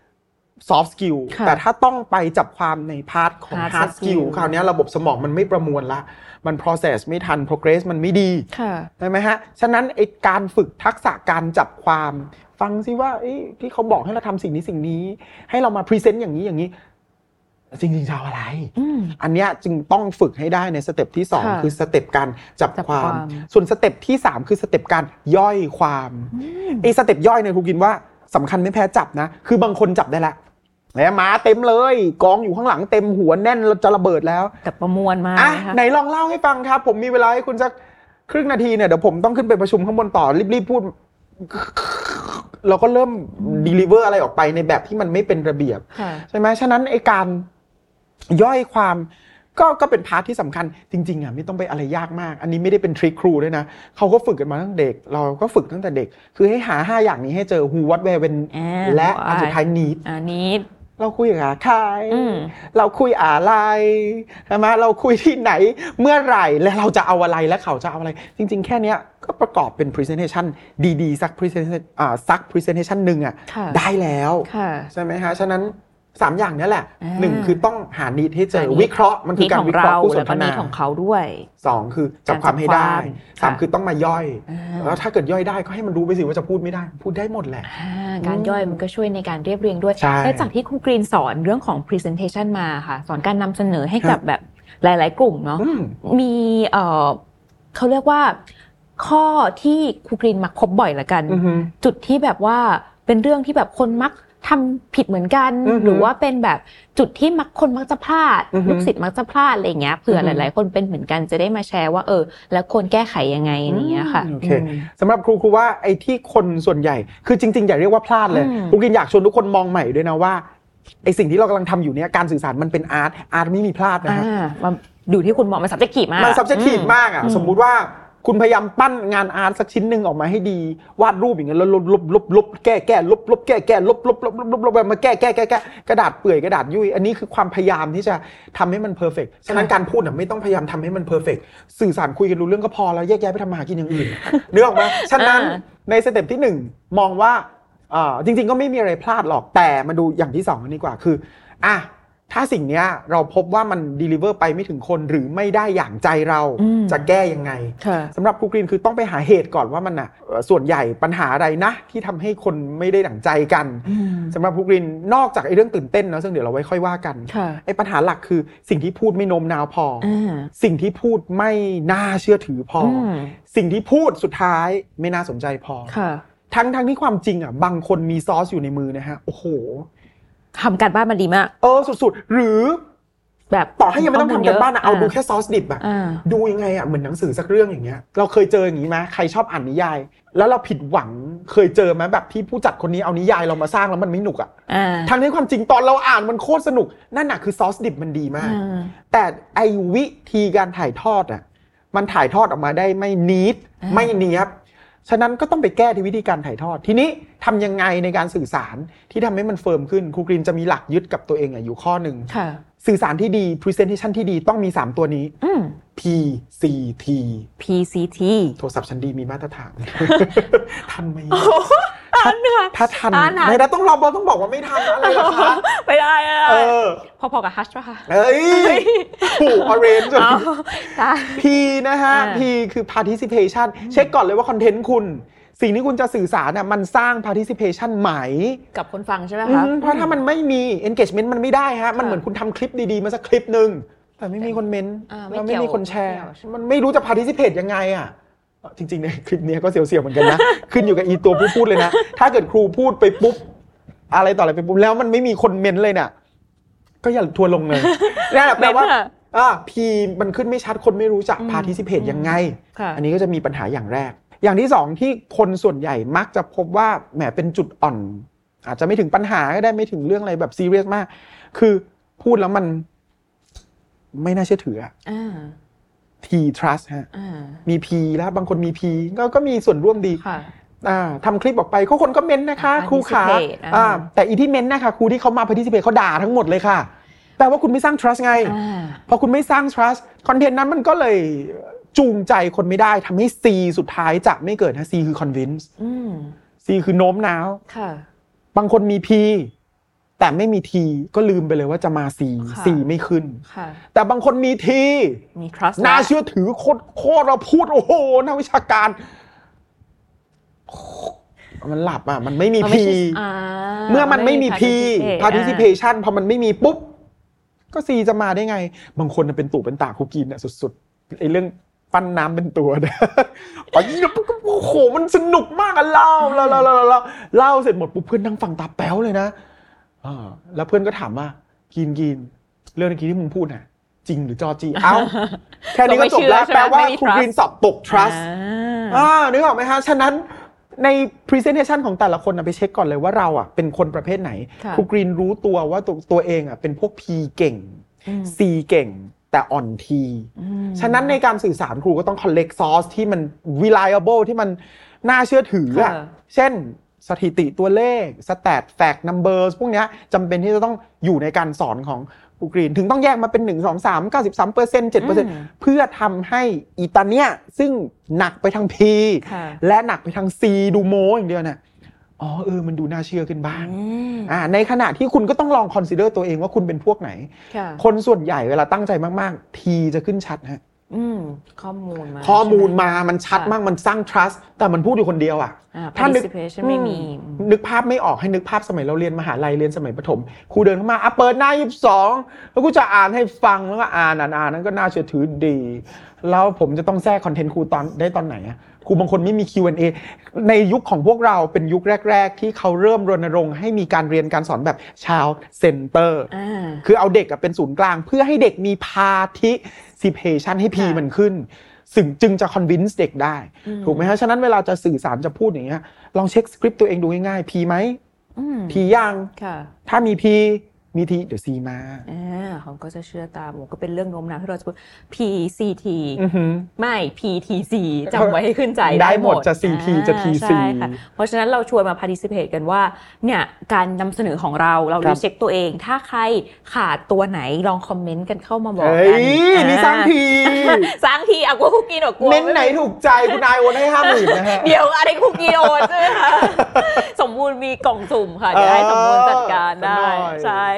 soft skill แต่ถ้าต้องไปจับความในพาร์ทของ hard skill คราวนี้ระบบสมองมันไม่ประมวลละมัน process ไม่ทัน progress มันไม่ดีใช่ไหมฮะฉะนั้นไอ้การฝึกทักษะการจับความฟังซิว่าที่เขาบอกให้เราทำสิ่งนี้ให้เรามา present อย่างนี้จริงๆจะเอาอะไรอันเนี้ยจึงต้องฝึกให้ได้ในสเต็ปที่2คือสเต็ปการจับความส่วนสเต็ปที่3คือสเต็ปการย่อยความไอ้สเต็ปย่อยเนี่ยครูกินว่าสำคัญไม่แพ้จับนะคือบางคนจับได้ละมาเต็มเลยกองอยู่ข้างหลังเต็มหัวแน่นจะระเบิดแล้วแต่ประมวลมาไหนลองเล่าให้ฟังครับผมมีเวลาให้คุณสักครึ่งนาทีเนี่ยเดี๋ยวผมต้องขึ้นไปประชุมข้างบนต่อรีบพูดเราก็เริ่ม deliver อะไรออกไปในแบบที่มันไม่เป็นระเบียบใช่ไหมฉะนั้นไอ้การย่อยความก็เป็นพาร์ทที่สำคัญจริงๆไม่ต้องไปอะไรยากมากอันนี้ไม่ได้เป็นทริคครูด้วยนะเขาก็ฝึกกันมาตั้งเด็กเราก็ฝึกตั้งแต่เด็กคือให้หา5อย่างนี้ให้เจอ who what where when และอันสุดท้าย need เราคุยกับใครเราคุยอะไรใช่ไหมเราคุยที่ไหนเมื่อไหร่และเราจะเอาอะไรและเขาจะเอาอะไรจริงๆแค่นี้ก็ประกอบเป็น presentation ดีๆสัก presentation นึงได้แล้วใช่ไหมฮะฉะนั้น3อย่างนี้แหละ1คือต้องหา need ให้เจอวิเคราะห์มันคือการวิเคราะห์ผู้สนทนาของเขาด้วย 2คือจับความให้ได้3คือต้องมาย่อยแล้วถ้าเกิดย่อยได้ก็ให้มันรู้ไปสิว่าจะพูดไม่ได้พูดได้หมดแหละการย่อยมันก็ช่วยในการเรียบเรียงด้วยและจากที่ครูกรีนสอนเรื่องของ presentation มาค่ะสอนการนำเสนอให้กับแบบหลายๆกลุ่มเนาะมีเขาเรียกว่าข้อที่ครูกรีนมักพบบ่อยละกันจุดที่แบบว่าเป็นเรื่องที่แบบคนมักทำผิดเหมือนกันหรือว่าเป็นแบบจุดที่คนมักจะพลาดลูกศิษย์มักจะพลาดอะไรอย่างเงี้ยเผื่อหลายๆคนเป็นเหมือนกันจะได้มาแชร์ว่าแล้วควรแก้ไขยังไงอย่างเงี้ยค่ะโอเคสำหรับครูว่าไอ้ที่คนส่วนใหญ่คือจริงๆอย่าเรียกว่าพลาดเลยครูกินอยากชวนทุกคนมองใหม่ด้วยนะว่าไอ้สิ่งที่เรากำลังทำอยู่เนี้ยการสื่อสารมันเป็นอาร์ตไม่มีพลาดนะฮะดูที่คุณมองมัน subjective มากมัน subjective มากสมมุติว่าคุณพยายามปั้นงานอาร์ตสักชิ้นหนึ่งออกมาให้ดีวาดรูปอย่างเงี้ยแล้วลบแก้ลบแก้ลบมาแก้กระดาษเปื่อยกระดาษยุ่ยอันนี้คือความพยายามที่จะทำให้มันเพอร์เฟกต์ฉะนั้นการพูดไม่ต้องพยายามทำให้มันเพอร์เฟกต์สื่อสารคุยกันรู้เรื่องก็พอแล้วแยกย้ายไปทำมาหากินอย่างอื่นนึกออกไหมฉะนั้นในสเต็ปที่1มองว่าจริงๆก็ไม่มีอะไรพลาดหรอกแต่มาดูอย่างที่2กันดีกว่าคือถ้าสิ่งเนี้ยเราพบว่ามัน deliver ไปไม่ถึงคนหรือไม่ได้อย่างใจเราจะแก้ยังไงสำหรับครูกรีนคือต้องไปหาเหตุก่อนว่ามันส่วนใหญ่ปัญหาอะไรนะที่ทำให้คนไม่ได้ดั่งใจกันสำหรับครูกรีนนอกจากไอ้เรื่องตื่นเต้นนะซึ่งเดี๋ยวเราไว้ค่อยว่ากันไอ้ปัญหาหลักคือสิ่งที่พูดไม่โน้มน้าวพอสิ่งที่พูดไม่น่าเชื่อถือพอสิ่งที่พูดสุดท้ายไม่น่าสนใจพอทั้งที่ความจริงบางคนมีซอสอยู่ในมือนะฮะโอ้โหทำการบ้านมันดีมากสุดๆหรือแบบต่อให้ยังไม่ต้องทำการบ้านเอาดูแค่ซอสดิบดูยังไงเหมือนหนังสือสักเรื่องอย่างเงี้ยเราเคยเจออย่างนี้ไหมใครชอบอ่านนิยายแล้วเราผิดหวังเคยเจอไหมแบบที่ผู้จัดคนนี้เอานิยายเรามาสร้างแล้วมันไม่หนุกทั้งที่ความจริงตอนเราอ่านมันโคตรสนุกนั่นคือซอสดิบมันดีมากแต่ไอ้วิธีการถ่ายทอดมันถ่ายทอดออกมาได้ไม่นีทไม่เนียบฉะนั้นก็ต้องไปแก้ที่วิธีการถ่ายทอดทีนี้ทำยังไงในการสื่อสารที่ทำให้มันเฟิร์มขึ้นครูกรีนจะมีหลักยึดกับตัวเองอยู่ข้อหนึ่งสื่อสารที่ดี presentation ที่ดีต้องมี3ตัวนี้ PCT PCT โทรศัพท์ฉันดีมีมาตรฐาน ทันไหมถ้าทันไม่ได้ต้องรอต้องบอกว่าไม่ทันอะไรหรอคะไม่ได้พอๆกับฮัชป่ะคะถูก orange P นะฮะ P คือ participation เช็คก่อนเลยว่าคอนเทนต์คุณสิ่งที่คุณจะสื่อสารมันสร้าง participation ไหมกับคนฟังใช่ไหมคะเพราะถ้ามันไม่มี engagement มันไม่ได้ฮะมันเหมือนคุณทำคลิปดีๆมาสักคลิปนึงแต่ไม่มีคนเม้นต์แล้วไม่มีคนแชร์มันไม่รู้จะ participate ยังไงจริงๆในคลิปนี้ก็เสียวๆเหมือนกันนะขึ้นอยู่กับอีตัวผู้พูดเลยนะถ้าเกิดครูพูดไปปุ๊บอะไรต่ออะไรไปปุ๊บแล้วมันไม่มีคนเม้นเลยเนี่ยก็อย่าทัวร์ลงเลยนั่นแหละแปลว่าพีมันขึ้นไม่ชัดคนไม่รู้จัก participate ยังไงอันนี้ก็จะมีปัญหาอย่างแรกอย่างที่2ที่คนส่วนใหญ่มักจะพบว่าแหมเป็นจุดอ่อนอาจจะไม่ถึงปัญหาก็ได้ไม่ถึงเรื่องอะไรแบบซีเรียสมากคือพูดแล้วมันไม่น่าเชื่อถือT trust ฮะมี P แล้วบางคนมี P ก็มีส่วนร่วมดีทำคลิปออกไปคนก็เม้นนะคะครูขาแต่อีที่เม้นนะคะครูที่เขามา participate เขาด่าทั้งหมดเลยค่ะแปลว่าคุณไม่สร้าง trust ไงพอคุณไม่สร้าง trust คอนเทนต์นั้นมันก็เลยจูงใจคนไม่ได้ทำให้ C สุดท้ายจะไม่เกิดนะ C คือ convince C คือโน้มน้าวบางคนมี P แต่ไม่มี T ก็ลืมไปเลยว่าจะมา C ไม่ขึ้นแต่บางคนมี T มี trust น่าเชื่อถือโคตรเราพูดโอ้โหนักวิชาการมันหลับมันไม่มี P เมื่อมันไม่มี P participation พอมันไม่มีปุ๊บก็ C จะมาได้ไงบางคนเป็นตู่เป็นตาครูกินสุดๆไอ้เรื่องปั้นน้ำเป็นตัวเนี่ยโอ้โหมันสนุกมากเล่าเสร็จหมดปุ๊บเพื่อนนั่งฟังตาแป๊วเลยนะแล้วเพื่อนก็ถามว่ากินเรื่องเมื่อกี้ที่มึงพูดน่ะจริงหรือจอจีแค่นี้ก็จบแล้วแปลว่าครูกรีนสอบตก trust นึกออกไหมฮะฉะนั้นใน presentation ของแต่ละคนไปเช็คก่อนเลยว่าเราเป็นคนประเภทไหนครูกรีนรู้ตัวว่าตัวเองเป็นพวก P เก่ง C เก่งแต่อ่อน T ฉะนั้นในการสื่อสารครูก็ต้อง collect source ที่มัน reliable ที่มันน่าเชื่อถือเช่นสถิติตัวเลข stat fact numbers พวกนี้จำเป็นที่จะต้องอยู่ในการสอนของครูกรีนถึงต้องแยกมาเป็น1 2 3 93% 7% เพื่อทำให้อีตาเนี้ยซึ่งหนักไปทาง P และหนักไปทาง C ดูโมอย่างเดียวเนี่ยมันดูน่าเชื่อขึ้นบ้างในขณะที่คุณก็ต้องลอง consider ตัวเองว่าคุณเป็นพวกไหนคนส่วนใหญ่เวลาตั้งใจมากๆ T จะขึ้นชัดฮะข้อมูลมามันชัดมากมันสร้าง trust แต่มันพูดอยู่คนเดียวถ้าไม่มีนึกภาพไม่ออกให้นึกภาพสมัยเราเรียนมหาลัยเรียนสมัยประถมครูเดินเข้ามาเปิดหน้า22แล้วกูจะอ่านให้ฟังแล้วก็อ่านนั้นก็น่าเชื่อถือดีแล้วผมจะต้องแทรกคอนเทนต์ครูตอนไหนครูบางคนไม่มี Q&A ในยุคของพวกเราเป็นยุคแรกๆที่เขาเริ่มรณรงค์ให้มีการเรียนการสอนแบบ Child Center คือเอาเด็กเป็นศูนย์กลางเพื่อให้เด็กมี participation ให้ P มันขึ้นจึงจะ convince เด็กได้ถูกไหมฮะฉะนั้นเวลาจะสื่อสารจะพูดอย่างเงี้ยลองเช็คสคริปต์ตัวเองดูง่ายๆ P ไหม P ยังถ้ามี P มี T เดี๋ยว C มาเขาก็จะเชื่อตามก็เป็นเรื่องโน้มน้าวที่เราจะพูด PCT ไม่ PTC จำไว้ให้ขึ้นใจได้หมดจะ CT จะ TC เพราะฉะนั้นเราชวนมา participate กันว่าเนี่ยการนำเสนอของเรารีเช็คตัวเองถ้าใครขาดตัวไหนลองคอมเมนต์กันเข้ามาบอกกันนี่สร้างทีกลัวคุกกี้กลัวเม้นไหนถูกใจคุณนายโอนให้ 50,000 นะฮะเดี๋ยวอะไรคุกกี้โอนใช่ไหมคะสมบูรณ์มีกล่องสุ่มค่ะเดี๋ยวให้สมบูรณ์จัดการได้ใช่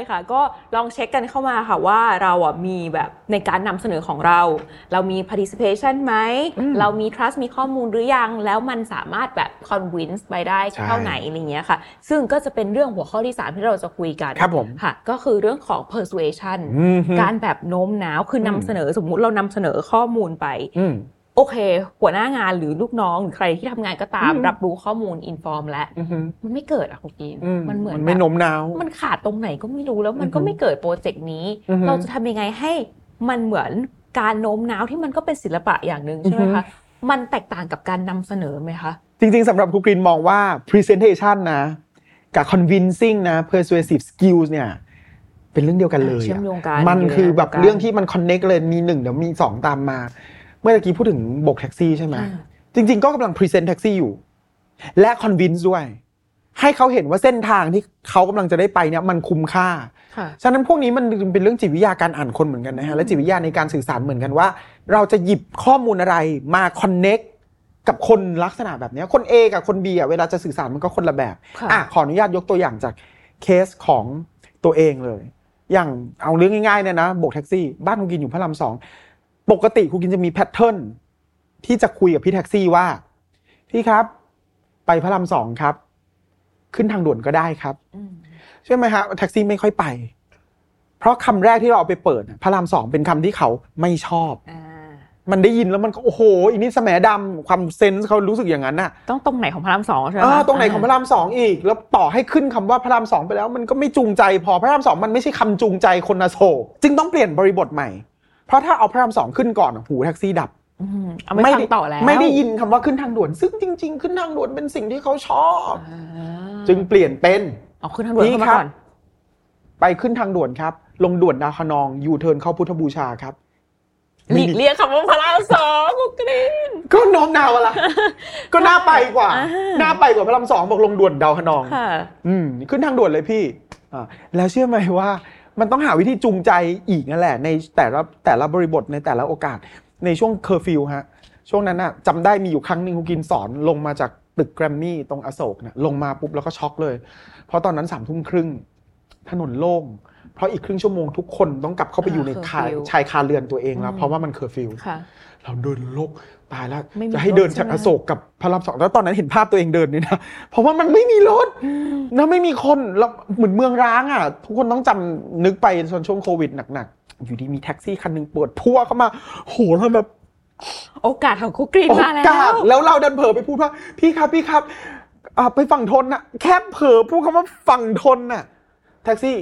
ค่ะก็ลองเช็คกันเข้ามาค่ะว่าเราอ่ะมีแบบในการนำเสนอของเรามี participation ไหมเรามี trust มีข้อมูลหรือยังแล้วมันสามารถแบบ convince ไปได้เท่าไหนอะไรเงี้ยค่ะซึ่งก็จะเป็นเรื่องหัวข้อที่3ที่เราจะคุยกันครับผมค่ะก็คือเรื่องของ persuasion การแบบโน้มน้าวคือนำเสนอสมมุติเรานำเสนอข้อมูลไปโอเคหัวหน้างานหรือลูกน้องหรือใครที่ทำงานก็ตามรับรู้ข้อมูลอินฟอร์มแล้วมันไม่เกิดอะคุณกินมันเหมือนไม่โน้มน้าวมันขาดตรงไหนก็ไม่รู้แล้วมันก็ไม่เกิดโปรเจกต์นี้เราจะทำยังไงให้มันเหมือนการโน้มน้าวที่มันก็เป็นศิลปะอย่างนึงใช่ไหมคะมันแตกต่างกับการนำเสนอไหมคะจริงๆสำหรับครูกรีนมองว่า presentation นะกับ convincing นะ persuasive skills เนี่ยเป็นเรื่องเดียวกันเลยมันคือแบบเรื่องที่มัน connect เลยมี1เดี๋ยวมี2ตามมาเมื่อกี้พูดถึงโบกแท็กซี่ใช่ไหมจริงๆก็กำลังพรีเซนต์แท็กซี่อยู่และคอนวินส์ด้วยให้เขาเห็นว่าเส้นทางที่เขากำลังจะได้ไปเนี่ยมันคุ้มค่าฉะนั้นพวกนี้มันเป็นเรื่องจิตวิทยาการอ่านคนเหมือนกันนะฮะและจิตวิทยาในการสื่อสารเหมือนกันว่าเราจะหยิบข้อมูลอะไรมาคอนเน็กกับคนลักษณะแบบนี้คน A กับคน B อ่ะเวลาจะสื่อสารมันก็คนละแบบขออนุญาตยกตัวอย่างจากเคสของตัวเองเลยอย่างเอาเรื่องง่ายๆเนี่ยนะโบกแท็กซี่บ้านคุณกินอยู่พระราม2ปกติครูกินจะมีแพทเทิร์นที่จะคุยกับพี่แท็กซี่ว่าพี่ครับไปพระราม2ครับขึ้นทางด่วนก็ได้ครับใช่ไหมฮะแท็กซี่ไม่ค่อยไปเพราะคำแรกที่เราเอาไปเปิดพระราม2เป็นคำที่เขาไม่ชอบมันได้ยินแล้วมันโอ้โหอีนี่สแหมดำความเซนส์เขารู้สึกอย่างนั้นน่ะต้องตรงไหนของพระราม2ใช่ไหมตรงไหนของพระราม2อีกแล้วต่อให้ขึ้นคำว่าพระราม2ไปแล้วมันก็ไม่จูงใจพอพระราม2มันไม่ใช่คำจูงใจคนอโศกจึงต้องเปลี่ยนบริบทใหม่เพราะถ้าเอาพระราม2ขึ้นก่อนหูแท็กซี่ดับไม่ได้ต่อแล้วไม่ได้ยินคำว่าขึ้นทางด่วนซึ่งจริงๆขึ้นทางด่วนเป็นสิ่งที่เขาชอบจึงเปลี่ยนเป็นเอาขึ้นทางด่วนเข้ามาก่อนไปขึ้นทางด่วนครับลงด่วนดาวคะนองยูเทิร์นเข้าพุทธบูชาครับหลีกเลี่ยงคำว่าพระราม2กุกรีนก็โน้มน้าวอะไรก็น่าไปกว่าพระราม2บอกลงด่วนดาวคะนองขึ้นทางด่วนเลยพี่แล้วเชื่อไหมว่ามันต้องหาวิธีจูงใจอีกนั่นแหละในแต่ละบริบทในแต่ละโอกาสในช่วงเคอร์ฟิวฮะช่วงนั้นน่ะจำได้มีอยู่ครั้งนึงครูกินสอนลงมาจากตึกแกรมมี่ตรงอโศกเนี่ยลงมาปุ๊บแล้วก็ช็อกเลยเพราะตอนนั้น 3:30 นถนนโล่งเพราะอีกครึ่งชั่วโมงทุกคนต้องกลับเข้าไปอยู่ในชายคาเรือนตัวเองแล้วเพราะว่ามันเคอร์ฟิวเราเดินโลกตายแล้วจะให้เดินจากอโศกกับพระราม2แล้วตอนนั้นเห็นภาพตัวเองเดินนี่นะเพราะว่ามันไม่มีรถแล้วไม่มีคนแล้วเหมือนเมืองร้างอ่ะทุกคนต้องจำนึกไปตอนช่วงโควิดหนักๆอยู่ดีมีแท็กซี่คันนึงเปิดพั่วเข้ามาโหแล้วแบบโอกาสของคุกกรีนมาแล้วเราดันเผลอไปพูดว่าพี่ครับไปฝั่งทนน่ะแค่เผลอพูดคำว่าฝั่งทนน่ะแท็กซี่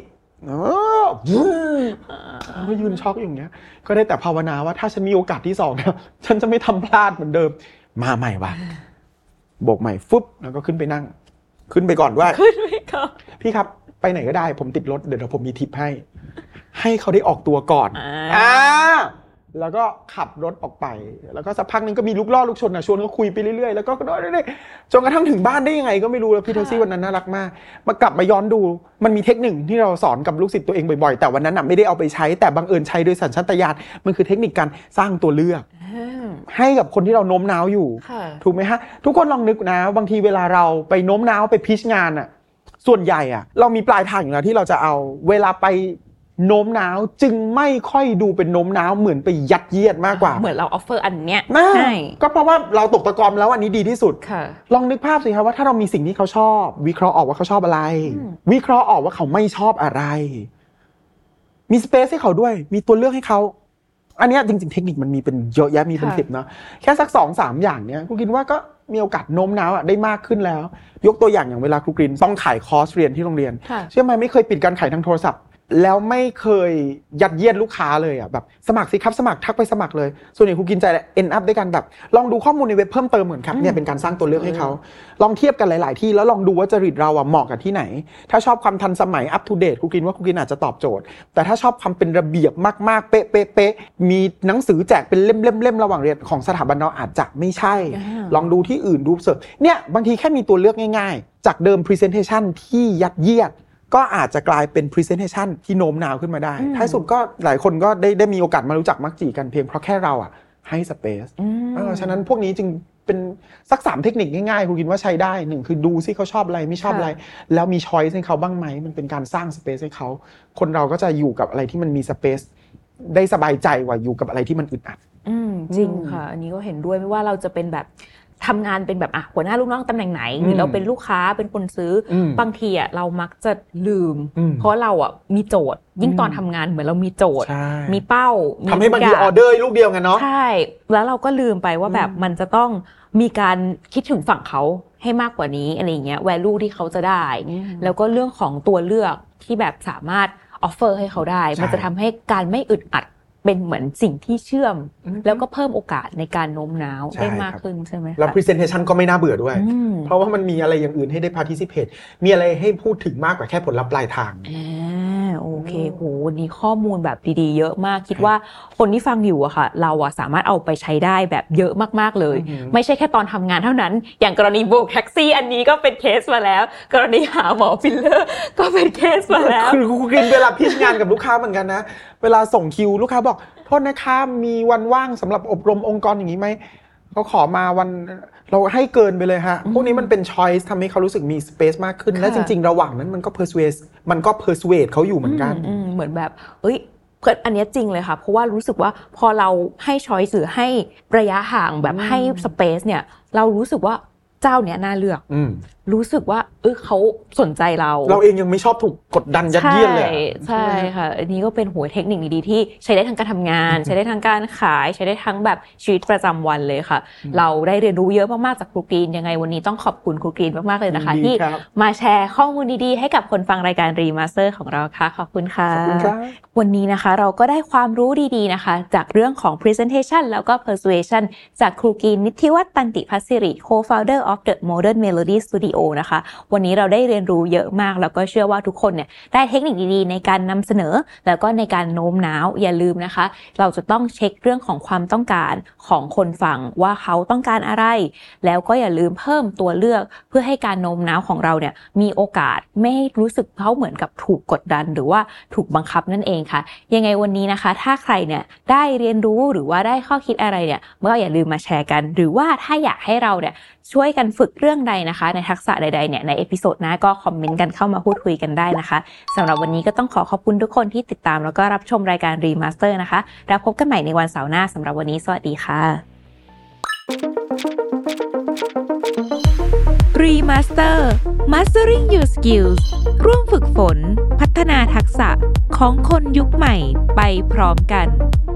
ก็ยืนช็อกอย่างเงี้ยก็ได้แต่ภาวนาว่าถ้าฉันมีโอกาสที่2นะฉันจะไม่ทำพลาดเหมือนเดิมมาใหม่ว่ะโบกใหม่ฟึบแล้วก็ขึ้นไปนั่งขึ้นไปก่อนด้วยขึ้นไปก่อนพี่ครับไปไหนก็ได้ผมติดรถเดี๋ยวผมมีทิปให้เขาได้ออกตัวก่อนแล้วก็ขับรถออกไปแล้วก็สักพักนึงก็มีลูกล่อลูกชนชวนเขาคุยไปเรื่อยๆแล้วก็ได้จนกระทั่งถึงบ้านได้ยังไงก็ไม่รู้แล้วพี่แท็กซี่วันนั้นน่ารักมากมากลับมาย้อนดูมันมีเทคนิคที่เราสอนกับลูกศิษย์ตัวเองบ่อยๆแต่วันนั้นน่ะไม่ได้เอาไปใช้แต่บังเอิญใช้โดยสัญชาตญาณมันคือเทคนิคการสร้างตัวเลือกให้กับคนที่เราโน้มน้าวอยู่ถูกไหมฮะทุกคนลองนึกนะบางทีเวลาเราไปโน้มน้าวไปพิชงานอ่ะส่วนใหญ่อ่ะเรามีปลายทางอยู่แล้วที่เราจะเอาเวลาไปโน้มน้าวจึงไม่ค่อยดูเป็นโน้มน้าวเหมือนไปยัดเยียดมากกว่าเหมือนเราออฟเฟอร์อันเนี้ยใช่ก็เพราะว่าเราตกตะกอนแล้วอันนี้ดีที่สุดลองนึกภาพสิครับว่าถ้าเรามีสิ่งที่เขาชอบวิเคราะห์ออกว่าเขาชอบอะไรวิเคราะห์ออกว่าเขาไม่ชอบอะไรมีสเปซให้เขาด้วยมีตัวเลือกให้เขาอันนี้จริงๆเทคนิคมันมีเป็นเยอะแยะมีเป็น10นะแค่สัก 2-3 อย่างเนี้ยครูกินว่าก็มีโอกาสโน้มน้าวได้มากขึ้นแล้วยกตัวอย่างเวลาครูกินต้องขายคอร์สเรียนที่โรงเรียนเชื่อไหมไม่เคยปิดการขายทางโทรศัพท์แล้วไม่เคยยัดเยียดลูกค้าเลยอ่ะแบบสมัครสิครับสมัครทักไปสมัครเลยส่วนใหญ่ครูกินใจ end up ด้วยกันแบบลองดูข้อมูลในเว็บเพิ่มเติมเหมือนครับเนี่ยเป็นการสร้างตัวเลือกให้เขาลองเทียบกันหลายๆที่แล้วลองดูว่าจริตเราอ่ะเหมาะกับที่ไหนถ้าชอบความทันสมัย up to date ครูกินว่าครูกินอาจจะตอบโจทย์แต่ถ้าชอบความเป็นระเบียบมากๆเป๊ะๆมีหนังสือแจกเป็นเล่มๆระหว่างเรียนของสถาบันเราอาจจะไม่ใช่ลองดูที่อื่นดูเสิร์ชเนี่ยบางทีแค่มีตัวเลือกง่ายๆจากเดิม presentation ที่ยัดเยียดก็อาจจะกลายเป็น presentation ที่โน้มน้าวขึ้นมาได้ท้ายสุดก็หลายคนก็ได้มีโอกาสมารู้จักมักจีกันเพียงเพราะแค่เราอ่ะให้ space ฉะนั้นพวกนี้จึงเป็นสัก3เทคนิคง่ายๆครูคิดว่าใช้ได้1คือดูซิเขาชอบอะไรไม่ชอบอะไรแล้วมีช้อยส์ให้เขาบ้างไหมมันเป็นการสร้างสเปซให้เขาคนเราก็จะอยู่กับอะไรที่มันมีสเปซได้สบายใจกว่าอยู่กับอะไรที่มันอึดอัดจริงค่ะอันนี้ก็เห็นด้วยไม่ว่าเราจะเป็นแบบทำงานเป็นแบบหัวหน้าลูกน้องตำแหน่งไหนหรือเราเป็นลูกค้าเป็นคนซื้อบางทีเรามักจะลืมเพราะเรามีโจทย์ยิ่งตอนทำงานเหมือนเรามีโจทย์มีเป้าทำให้บางทีออเดอร์ลูกเดียวกันเนาะใช่แล้วเราก็ลืมไปว่าแบบมันจะต้องมีการคิดถึงฝั่งเขาให้มากกว่านี้อะไรอย่างเงี้ย value ที่เขาจะได้แล้วก็เรื่องของตัวเลือกที่แบบสามารถออฟเฟอร์ให้เขาได้มันจะทำให้การไม่อึดอัดเป็นเหมือนสิ่งที่เชื่อมแล้วก็เพิ่มโอกาสในการโน้มน้าวได้มากขึ้นใช่ไหมคะแล้ว presentation ก็ไม่น่าเบื่อด้วยเพราะว่ามันมีอะไรอย่างอื่นให้ได้ participate มีอะไรให้พูดถึงมากกว่าแค่ผลลัพธ์ปลายทางโอเคโหวันนี้ข้อมูลแบบดีๆเยอะมากคิดว่าคนที่ฟังอยู่อะค่ะเราสามารถเอาไปใช้ได้แบบเยอะมากๆเลยไม่ใช่แค่ตอนทำงานเท่านั้นอย่างกรณีโบกแท็กซี่อันนี้ก็เป็นเคสมาแล้วกรณีหาหมอฟิลเลอร์ก็เป็นเคสมาแล้วคือครูกินเวลาพิชงานกับลูกค้าเหมือนกันนะเวลาส่งคิวลูกค้าบอกโทษนะคะมีวันว่างสำหรับอบรมองค์กรอย่างนี้ไหมเขาขอมาวันเราให้เกินไปเลยฮะพวกนี้มันเป็น choice ทำให้เขารู้สึกมี space มากขึ้นและจริงๆระหว่างนั้นมันก็ persuade เขาอยู่เหมือนกันเหมือนแบบเอันนี้จริงเลยค่ะเพราะว่ารู้สึกว่าพอเราให้ choice หรือให้ระยะห่างแบบให้ space เนี่ยเรารู้สึกว่าเจ้าเนี้ยน่าเลือกรู้สึกว่าเขาสนใจเราเองยังไม่ชอบถูกกดดันยัดเยียดเลยใช่ค่ะอันนี้ก็เป็นหัวเทคนิคดีๆที่ใช้ได้ทั้งการทำงานใช้ได้ทั้งการขายใช้ได้ทั้งแบบชีวิตประจำวันเลยค่ะเราได้เรียนรู้เยอะมากๆจากครูกรีนยังไงวันนี้ต้องขอบคุณครูกรีนมากๆเลยนะคะที่มาแชร์ข้อมูลดีๆให้กับคนฟังรายการรีมาสเตอร์ของเราค่ะขอบคุณค่ะวันนี้นะคะเราก็ได้ความรู้ดีๆนะคะจากเรื่องของ presentation แล้วก็ persuasion จากครูกรีนนิธิวัฒน์ตันติภัสสิริ co-founder of the Modern Melody Studio นะคะวันนี้เราได้เรียนรู้เยอะมากแล้วก็เชื่อว่าทุกคนเนี่ยได้เทคนิคดีๆในการนำเสนอแล้วก็ในการโน้มน้าวอย่าลืมนะคะเราจะต้องเช็คเรื่องของความต้องการของคนฟังว่าเขาต้องการอะไรแล้วก็อย่าลืมเพิ่มตัวเลือกเพื่อให้การโน้มน้าวของเราเนี่ยมีโอกาสไม่รู้สึกเขาเหมือนกับถูกกดดันหรือว่าถูกบังคับนั่นเองค่ะยังไงวันนี้นะคะถ้าใครเนี่ยได้เรียนรู้หรือว่าได้ข้อคิดอะไรเนี่ยก็อย่าลืมมาแชร์กันหรือว่าถ้าอยากให้เราเนี่ยช่วยกันฝึกเรื่องใดนะคะในทักษะใดๆเนี่ยในเอพิโซดหน้าก็คอมเมนต์กันเข้ามาพูดคุยกันได้นะคะสำหรับวันนี้ก็ต้องขอบคุณทุกคนที่ติดตามแล้วก็รับชมรายการรีมาสเตอร์นะคะแล้วพบกันใหม่ในวันเสาร์หน้าสำหรับวันนี้สวัสดีค่ะรีมาสเตอร์ Mastering Your Skills ร่วมฝึกฝนพัฒนาทักษะของคนยุคใหม่ไปพร้อมกัน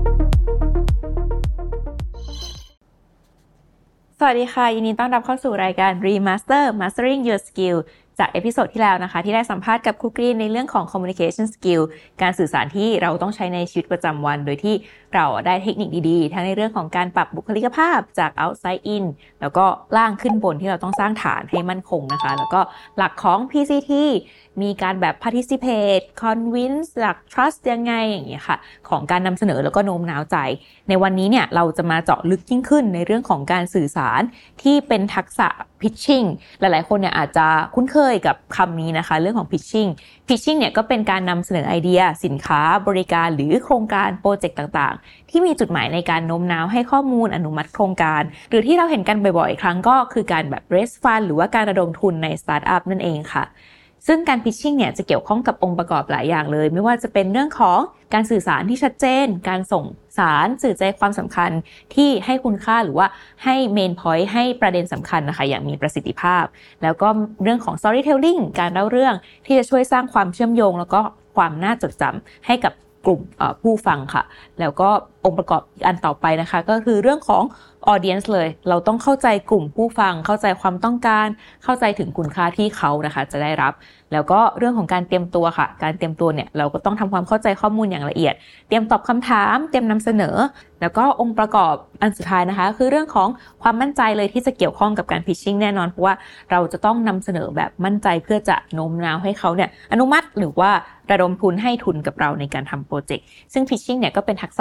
สวัสดีค่ะยินดีต้อนรับเข้าสู่รายการ Remaster Mastering Your Skill จากเอพิโซดที่แล้วนะคะที่ได้สัมภาษณ์กับครูกรีนในเรื่องของ Communication Skill การสื่อสารที่เราต้องใช้ในชีวิตประจำวันโดยที่เราได้เทคนิคดีๆทั้งในเรื่องของการปรับบุคลิกภาพจาก outside in แล้วก็ล่างขึ้นบนที่เราต้องสร้างฐานให้มั่นคงนะคะแล้วก็หลักของ PCT มีการแบบ participate convince หลัก trust ยังไงอย่างเงี้ยค่ะของการนำเสนอแล้วก็โน้มน้าวใจในวันนี้เนี่ยเราจะมาเจาะลึกยิ่งขึ้นในเรื่องของการสื่อสารที่เป็นทักษะ pitching หลายๆคนเนี่ยอาจจะคุ้นเคยกับคำนี้นะคะเรื่องของ pitching เนี่ยก็เป็นการนำเสนอไอเดียสินค้าบริการหรือโครงการโปรเจกต์ต่างๆที่มีจุดหมายในการโน้มน้าวให้ข้อมูลอนุมัติโครงการหรือที่เราเห็นกันบ่อยๆครั้งก็คือการแบบ raise fund หรือว่าการระดมทุนในสตาร์ทอัพนั่นเองค่ะซึ่งการ pitching เนี่ยจะเกี่ยวข้องกับองค์ประกอบหลายอย่างเลยไม่ว่าจะเป็นเรื่องของการสื่อสารที่ชัดเจนการส่งสารสื่อใจความสำคัญที่ให้คุณค่าหรือว่าให้ main point ให้ประเด็นสำคัญนะคะอย่างมีประสิทธิภาพแล้วก็เรื่องของ storytelling การเล่าเรื่องที่จะช่วยสร้างความเชื่อมโยงแล้วก็ความน่าจดจำให้กับกลุ่มผู้ฟังค่ะแล้วก็องค์ประกอบอีกอันต่อไปนะคะก็คือเรื่องของ audience เลยเราต้องเข้าใจกลุ่มผู้ฟังเข้าใจความต้องการเข้าใจถึงคุณค่าที่เขานะคะจะได้รับแล้วก็เรื่องของการเตรียมตัวค่ะการเตรียมตัวเนี่ยเราก็ต้องทำความเข้าใจข้อมูลอย่างละเอียดเตรียมตอบคำถามเตรียมนำเสนอแล้วก็องค์ประกอบอันสุดท้ายนะคะคือเรื่องของความมั่นใจเลยที่จะเกี่ยวข้องกับการ pitching แน่นอนเพราะว่าเราจะต้องนำเสนอแบบมั่นใจเพื่อจะโน้มน้าวให้เขาเนี่ยอนุมัติหรือว่าระดมทุนให้ทุนกับเราในการทำโปรเจกต์ซึ่ง pitching เนี่ยก็เป็นทักษะที่สามารถ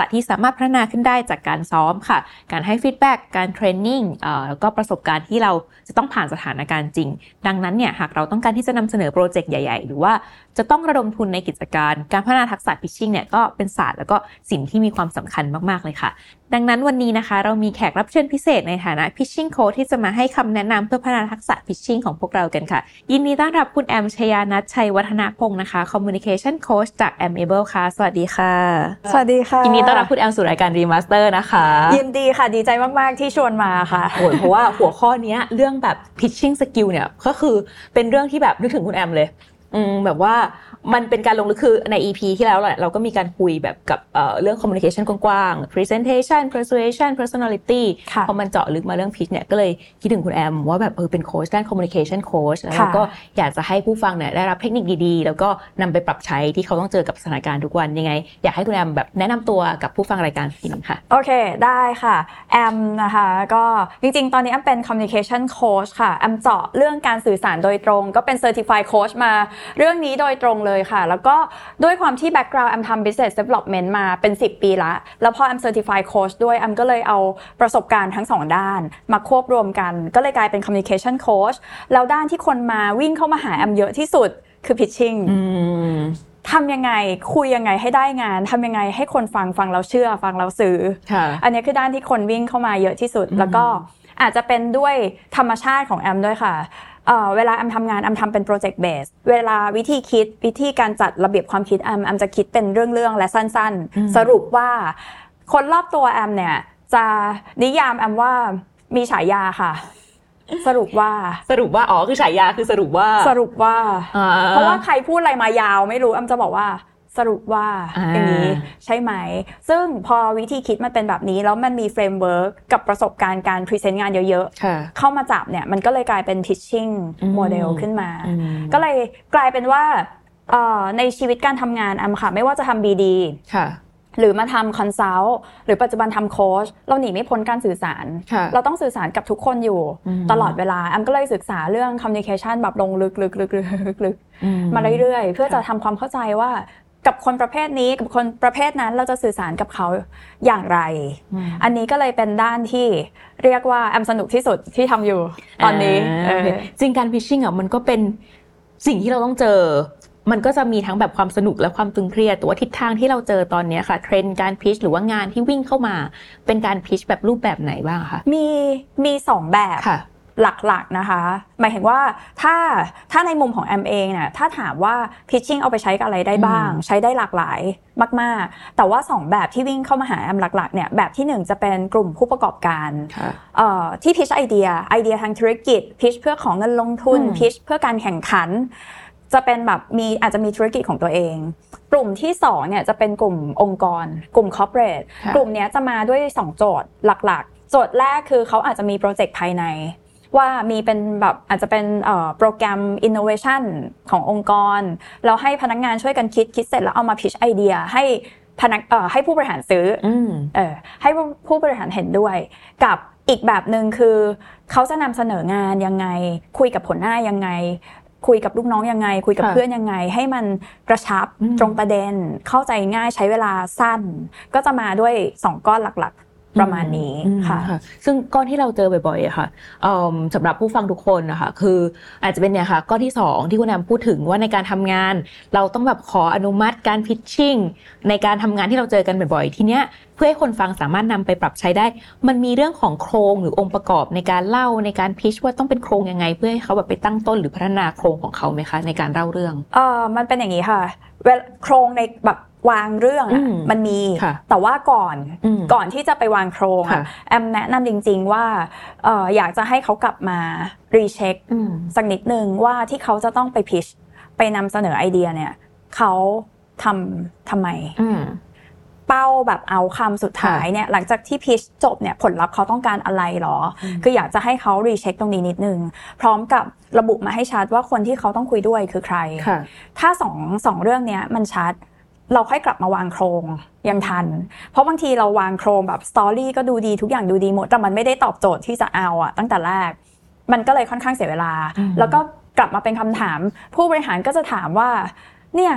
ารถพัฒนาขึ้นได้จากการซ้อมค่ะการให้ฟีดแบ็กการเทรนนิ่งแล้วก็ประสบการณ์ที่เราจะต้องผ่านสถานการณ์จริงดังนั้นเนี่ยหากเราต้องการที่จะนำเสนอโปรเจกต์ใหญ่ๆหรือว่าจะต้องระดมทุนในกิจการพัฒนาทักษะ pitching เนี่ยก็เป็นศาสตร์แล้วก็สิ่งที่มีความสำคัญมากๆเลยค่ะดังนั้นวันนี้นะคะเรามีแขกรับเชิญพิเศษในฐานะ pitching coach ที่จะมาให้คำแนะนำเพื่อพัฒนาทักษะ pitching ของพวกเรากันค่ะยินดีต้อนรับคุณแอมชยานัทชัยวัฒนพงศ์นะคะ communication coach จาก Amable ค่ะสวัสดีค่ะสวัสดีค่ะยินดีต้อนรับคุณแอมสู่รายการ Remaster นะคะยินดีค่ะดีใจมากๆที่ชวนมาค่ะเพราะว่าหัวข้อนี้เรื่องแบบ pitching skill เนี่ยก็คือเป็นเรื่องที่แบบนึกถึงคุณแอมเลยแบบว่ามันเป็นการลงลึกคือใน EP ที่แล้วเราก็มีการคุยแบบกับเรื่อง communication กว้างๆ presentation persuasion personality พอมันเจาะลึกมาเรื่อง pitch เนี่ยก็เลยคิดถึงคุณแอมว่าแบบเป็นโค้ชด้าน communication coach แล้วก็อยากจะให้ผู้ฟังเนี่ยได้รับเทคนิคดีๆแล้วก็นำไปปรับใช้ที่เขาต้องเจอกับสถานการณ์ทุกวันยังไงอยากให้คุณแอมแบบแนะนำตัวกับผู้ฟังรายการทีนึงค่ะโอเคได้ค่ะแอมนะคะก็จริงๆตอนนี้แอมเป็น communication coach ค่ะแอมเจาะเรื่องการสื่อสารโดยตรงก็เป็น certified coach มาเรื่องนี้โดยตรงเลยค่ะแล้วก็ด้วยความที่ background แอมทำ business development มาเป็น10ปีแล้วพอแอม certified coach ด้วยแอมก็เลยเอาประสบการณ์ทั้ง2ด้านมาควบรวมกันก็เลยกลายเป็น communication coach แล้วด้านที่คนมาวิ่งเข้ามาหาแอมเยอะที่สุดคือ pitching ทำยังไงคุยยังไงให้ได้งานทำยังไงให้คนฟังเราเชื่อฟังเราซื้ออันนี้คือด้านที่คนวิ่งเข้ามาเยอะที่สุดแล้วก็อาจจะเป็นด้วยธรรมชาติของแอมด้วยค่ะเวลาแอมทำงานแอมทำเป็นโปรเจกต์เบสเวลาวิธีคิดวิธีการจัดระเบียบความคิดแอมจะคิดเป็นเรื่องๆและสั้นๆสรุปว่าคนรอบตัวแอมเนี่ยจะนิยามแอมว่ามีฉายาค่ะสรุปว่าคือฉายาคือสรุปว่าเพราะว่าใครพูดอะไรมายาวไม่รู้แอมจะบอกว่าสรุปว่าอย่างนี้ใช่ไหมซึ่งพอวิธีคิดมันเป็นแบบนี้แล้วมันมีเฟรมเวิร์กกับประสบการณ์การพรีเซนต์งานเยอะๆเข้ามาจับเนี่ยมันก็เลยกลายเป็น pitching model ขึ้นมาก็เลยกลายเป็นว่าในชีวิตการทำงานค่ะไม่ว่าจะทำ BD หรือมาทำคอนซัลท์หรือปัจจุบันทำโค้ชเราหนีไม่พ้นการสื่อสารเราต้องสื่อสารกับทุกคนอยู่ตลอดเวลาก็เลยศึกษาเรื่อง communication แบบลงลึกมาเรื่อยๆเพื่อจะทำความเข้าใจว่ากับคนประเภทนี้กับคนประเภทนั้นเราจะสื่อสารกับเขาอย่างไรอันนี้ก็เลยเป็นด้านที่เรียกว่าแอมสนุกที่สุดที่ทำอยู่ตอนนี้จริงการ pitching มันก็เป็นสิ่งที่เราต้องเจอมันก็จะมีทั้งแบบความสนุกและความตึงเครียดแต่ว่าทิศทางที่เราเจอตอนนี้ค่ะเทรนด์การพิชหรือว่างานที่วิ่งเข้ามาเป็นการพิชแบบรูปแบบไหนบ้างคะมี2แบบหลักๆนะคะหมายถึงว่าถ้าในมุมของแอมเองเนี่ยถ้าถามว่า pitching เอาไปใช้กับอะไรได้บ้างใช้ได้หลากหลายมากๆแต่ว่า2แบบที่วิ่งเข้ามาหาแอมหลักๆเนี่ยแบบที่1จะเป็นกลุ่มผู้ประกอบการที่ pitch ไอเดียทางธุรกิจ pitch เพื่อของเงินลงทุน pitch เพื่อการแข่งขันจะเป็นแบบอาจจะมีธุรกิจของตัวเองกลุ่มที่2เนี่ยจะเป็นกลุ่มองค์กรกลุ่ม corporate กลุ่มนี้จะมาด้วย2โจทย์หลักๆโจทย์แรกคือเขาอาจจะมีโปรเจกต์ภายในว่ามีเป็นแบบอาจจะเป็นโปรแกรม innovation ขององค์กรแล้วให้พนักงานช่วยกันคิดเสร็จแล้วเอามา pitch ไอเดียให้ผู้บริหารซื้อให้ผู้บริหารเห็นด้วยกับอีกแบบนึงคือเขาจะนำเสนองานยังไงคุยกับหัวหน้ายังไงคุยกับลูกน้องยังไงคุยกับเพื่อนยังไงให้มันกระชับตรงประเด็นเข้าใจง่ายใช้เวลาสั้นก็จะมาด้วย2ก้อนหลักๆประมาณนี้ค่ะซึ่งก้อนที่เราเจอบ่อยๆค่ะสำหรับผู้ฟังทุกคนนะคะคืออาจจะเป็นเนี่ยค่ะก้อนที่2ที่คุณแอมพูดถึงว่าในการทำงานเราต้องแบบขออนุมัติการพิชชิ่งในการทำงานที่เราเจอกันบ่อยๆทีเนี้ยเพื่อให้คนฟังสามารถนำไปปรับใช้ได้มันมีเรื่องของโครงหรือองค์ประกอบในการเล่าในการพิชว่าต้องเป็นโครงยังไงเพื่อให้เขาแบบไปตั้งต้นหรือพัฒนาโครงของเขาไหมคะในการเล่าเรื่องมันเป็นอย่างนี้ค่ะโครงในแบบวางเรื่องมันมีแต่ว่าก่อนที่จะไปวางโครงแอมแนะนำจริงๆว่าอยากจะให้เขากลับมารีเช็คสักนิดนึงว่าที่เขาจะต้องไปพิชไปนำเสนอไอเดียเนี่ยเขาทำไมเป้าแบบเอาคำสุดท้ายเนี่ยหลังจากที่พิชจบเนี่ยผลลัพธ์เขาต้องการอะไรหรอคืออยากจะให้เขารีเช็คตรงนี้นิดนึงพร้อมกับระบุมาให้ชัดว่าคนที่เขาต้องคุยด้วยคือใครถ้าสองเรื่องเนี้ยมันชัดเราค่อยกลับมาวางโครงยังทันเพราะบางทีเราวางโครงแบบสตอรี่ก็ดูดีทุกอย่างดูดีหมดแต่มันไม่ได้ตอบโจทย์ที่จะเอาตั้งแต่แรกมันก็เลยค่อนข้างเสียเวลาแล้วก็กลับมาเป็นคำถามผู้บริหารก็จะถามว่าเนี่ย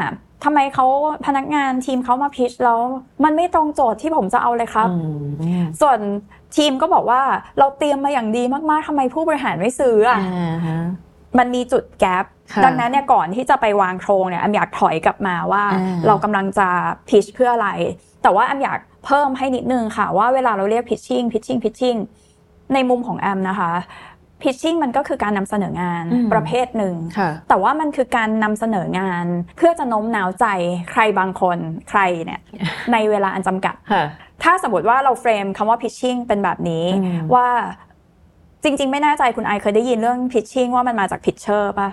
ทำไมเขาพนักงานทีมเขามาพิชแล้วมันไม่ตรงโจทย์ที่ผมจะเอาเลยครับส่วนทีมก็บอกว่าเราเตรียมมาอย่างดีมากๆทำไมผู้บริหารไม่ซื้ออ่ะมันมีจุดแกปดังนั้นเนี่ยก่อนที่จะไปวางโครงเนี่ยอยากถอยกลับมาว่าเรากำลังจะพิชเพื่ออะไรแต่ว่าอยากเพิ่มให้นิดนึงค่ะว่าเวลาเราเรียก pitching ในมุมของนะคะ pitching มันก็คือการนำเสนองานประเภทหนึ่งแต่ว่ามันคือการนำเสนองานเพื่อจะโน้มน้าวใจใครบางคนใครเนี่ยในเวลาอันจำกัดถ้าสมมติว่าเราเฟรมคำว่า pitching เป็นแบบนี้ว่าจริงๆไม่แน่ใจคุณไอเคยได้ยินเรื่อง pitching ว่ามันมาจาก pitcher ป่ะ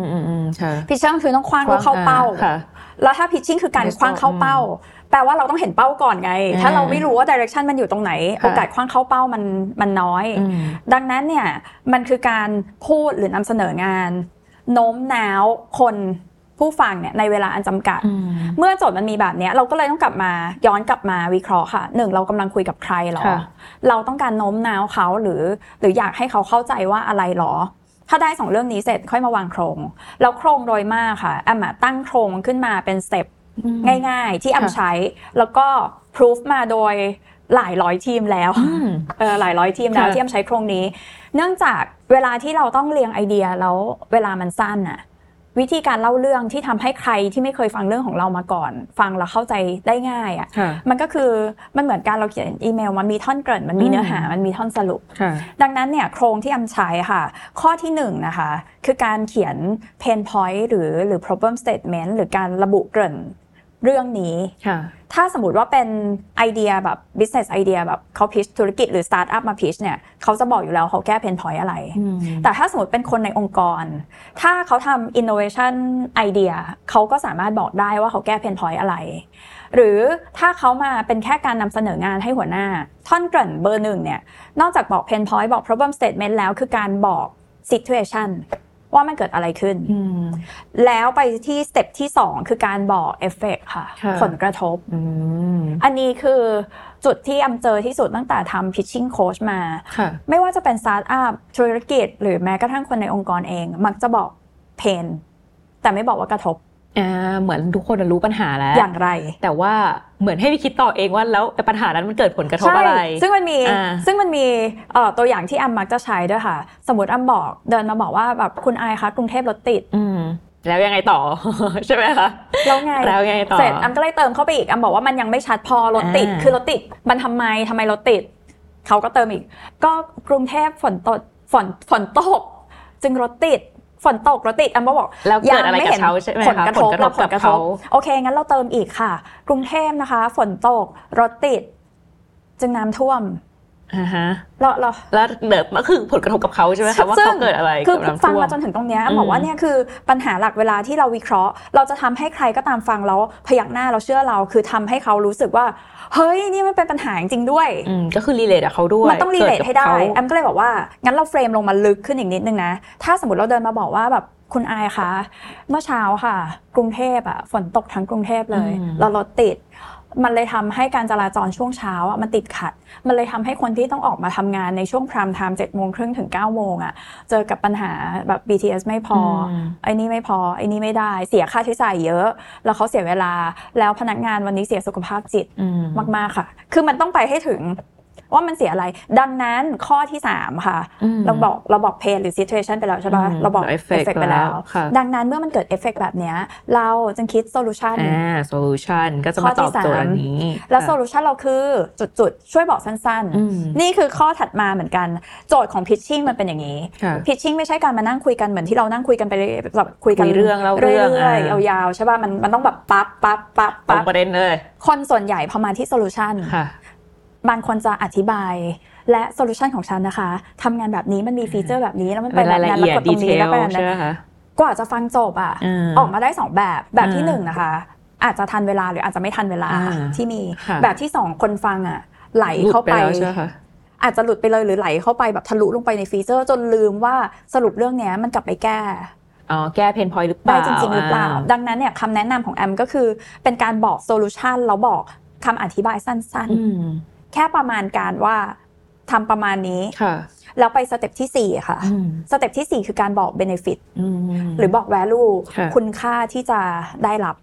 pitcher คือต้องคว้างลูกเข้าเป้าแล้วถ้า pitching คือการคว้างเข้าเป้าแปลว่าเราต้องเห็นเป้าก่อนไงถ้าเราไม่รู้ว่า direction มันอยู่ตรงไหนโอกาสคว้างเข้าเป้ามันน้อยดังนั้นเนี่ยมันคือการพูดหรือนำเสนองานโน้มน้าวคนผู้ฟังเนี่ยในเวลาอันจำกัดเมื่อโจทย์มันมีแบบนี้เราก็เลยต้องย้อนกลับมาวิเคราะห์ค่ะ1เรากำลังคุยกับใครหรอเราต้องการโน้มน้าวเขาหรืออยากให้เขาเข้าใจว่าอะไรหรอถ้าได้2เรื่องนี้เสร็จค่อยมาวางโครงแล้วโครงโดยมากค่ะตั้งโครงขึ้นมาเป็นสเต็ปง่ายๆที่ใช้แล้วก็พิสูจมาโดยหลายร้อยทีมแล้วหลายร้อยทีมแล้วที่ใช้โครงนี้เนื่องจากเวลาที่เราต้องเรียงไอเดียแล้วเวลามันสั้นน่ะวิธีการเล่าเรื่องที่ทำให้ใครที่ไม่เคยฟังเรื่องของเรามาก่อนฟังแล้วเข้าใจได้ง่ายอ่ะมันก็คือมันเหมือนการเราเขียนอีเมลมันมีท่อนเกริ่นมันมีเนื้อหามันมีท่อนสรุปดังนั้นเนี่ยโครงที่ใช้ค่ะข้อที่1นะคะคือการเขียน pain point หรือ problem statement หรือการระบุเกริ่นเรื่องนี้ถ้าสมมติว่าเป็นไอเดียแบบ business idea แบบเขาพิชธุรกิจหรือ startup มาพิชเนี่ยเขาจะบอกอยู่แล้วเขาแก้ pain point อะไรแต่ถ้าสมมติเป็นคนในองค์กรถ้าเขาทำ innovation idea เขาก็สามารถบอกได้ว่าเขาแก้ pain point อะไรหรือถ้าเขามาเป็นแค่การนำเสนองานให้หัวหน้าท่อนเกริ่นเบอร์1เนี่ยนอกจากบอก pain point บอก problem statement แล้วคือการบอก situationว่ามันเกิดอะไรขึ้นแล้วไปที่สเต็ปที่2คือการบอกเอฟเฟกต์ค่ะผลกระทบอันนี้คือจุดที่เจอที่สุดตั้งแต่ทำ pitching coach มาไม่ว่าจะเป็นสตาร์ทอัพธุรกิจหรือแม้กระทั่งคนในองค์กรเองมักจะบอกเพนแต่ไม่บอกว่ากระทบเหมือนทุกคนรู้ปัญหาแล้วอย่างไรแต่ว่าเหมือนให้ไปคิดต่อเองว่าแล้วปัญหานั้นมันเกิดผลกระทบอะไรซึ่งมันมีตัวอย่างที่มักจะใช้ด้วยค่ะสมมติบอกเดินมาบอกว่าแบบคุณไอคะกรุงเทพรถติดแล้วยังไงต่อ ใช่ไหมคะแล้วไงต่อเสร็จก็เลยเติมเข้าไปอีกบอกว่ามันยังไม่ชัดพอรถติดคือรถติดมันทำไมรถติดเขาก็เติมอีกก็กรุงเทพฝนตกจึงรถติดฝนตกรถติดบอกแล้วเกิดอะไรกับเขาใช่ไหมคะผลกระทบกับเขาโอเคงั้นเราเติมอีกค่ะกรุงเทพนะคะฝนตกรถติดจึงน้ำท่วมแล้วเดิมก็คือผลกระทบกับเขาใช่ไหมคะว่าเขาเกิดอะไรคือฟังมาจนถึงตรงนี้บอกว่าเนี่ยคือปัญหาหลักเวลาที่เราวิเคราะห์เราจะทำให้ใครก็ตามฟังแล้วพยักหน้าเราเชื่อเราคือทำให้เขารู้สึกว่าเฮ้ยนี่มันเป็นปัญหาจริงๆด้วยก็คือรีเลทกับเขาด้วยมันต้องรีเลทให้ได้ก็เลยบอกว่างั้นเราเฟรมลงมาลึกขึ้นอีกนิดนึงนะถ้าสมมติเราเดินมาบอกว่าแบบคุณอายคะเมื่อเช้าค่ะกรุงเทพฝนตกทั้งกรุงเทพเลยแล้วรถติดมันเลยทำให้การจราจรช่วงเช้ามันติดขัดมันเลยทำให้คนที่ต้องออกมาทำงานในช่วงพรามไทม์ 7:30 ถึง 9:00 เจอกับปัญหาแบบ BTS ไม่พอไอ้นี่ไม่พอไอ้นี่ไม่ได้เสียค่าใช้จ่ายเยอะแล้วเขาเสียเวลาแล้วพนักงานวันนี้เสียสุขภาพจิตมากๆค่ะคือมันต้องไปให้ถึงว่ามันเสียอะไรดังนั้นข้อที่3ค่ะเราบอก pain หรือ situation ไปแล้วใช่ป่ะเราบอก effect ไปแล้วดังนั้นเมื่อมันเกิด effect แบบนี้เราจึงคิด solution solution ก็จะมาตอบโจทย์อันนี้แล้ว solution เราคือจุดๆช่วยบอกสั้นๆนี่คือข้อถัดมาเหมือนกันโจทย์ของ pitching มันเป็นอย่างนี้ pitching ไม่ใช่การมานั่งคุยกันเหมือนที่เรานั่งคุยกันไปแบบคุยกันเรื่องเรื่อยๆยาวๆใช่ป่ะมันต้องแบบปั๊บประเด็นเลยคนส่วนใหญ่พอมาที่ solutionบางคนจะอธิบายและโซลูชันของฉันนะคะทำงานแบบนี้มันมีฟีเจอร์แบบนี้แล้วมันเป็นแบบนั้นแล้วกดตรงนี้แล้วเป็นนั้นกว่าจะฟังจบออกมาได้2แบบที่1นะคะอาจจะทันเวลาหรืออาจจะไม่ทันเวลาที่มีแบบที่2คนฟังไหลเข้าไปอาจจะหลุดไปเลยหรือไหลเข้าไปแบบทะลุลงไปในฟีเจอร์จนลืมว่าสรุปเรื่องนี้มันกลับไปแก้แก้เพนพอยต์หรือเปล่าได้จริงๆหรือเปล่าดังนั้นเนี่ยคำแนะนำของแอมก็คือเป็นการบอกโซลูชันแล้วบอกคำอธิบายสั้นๆแค่ประมาณการว่าทำประมาณนี้แล้วไปสเต็ปที่4ค่ะสเต็ปที่4คือการบอก benefit หรือบอก value คุณค่าที่จะได้รับ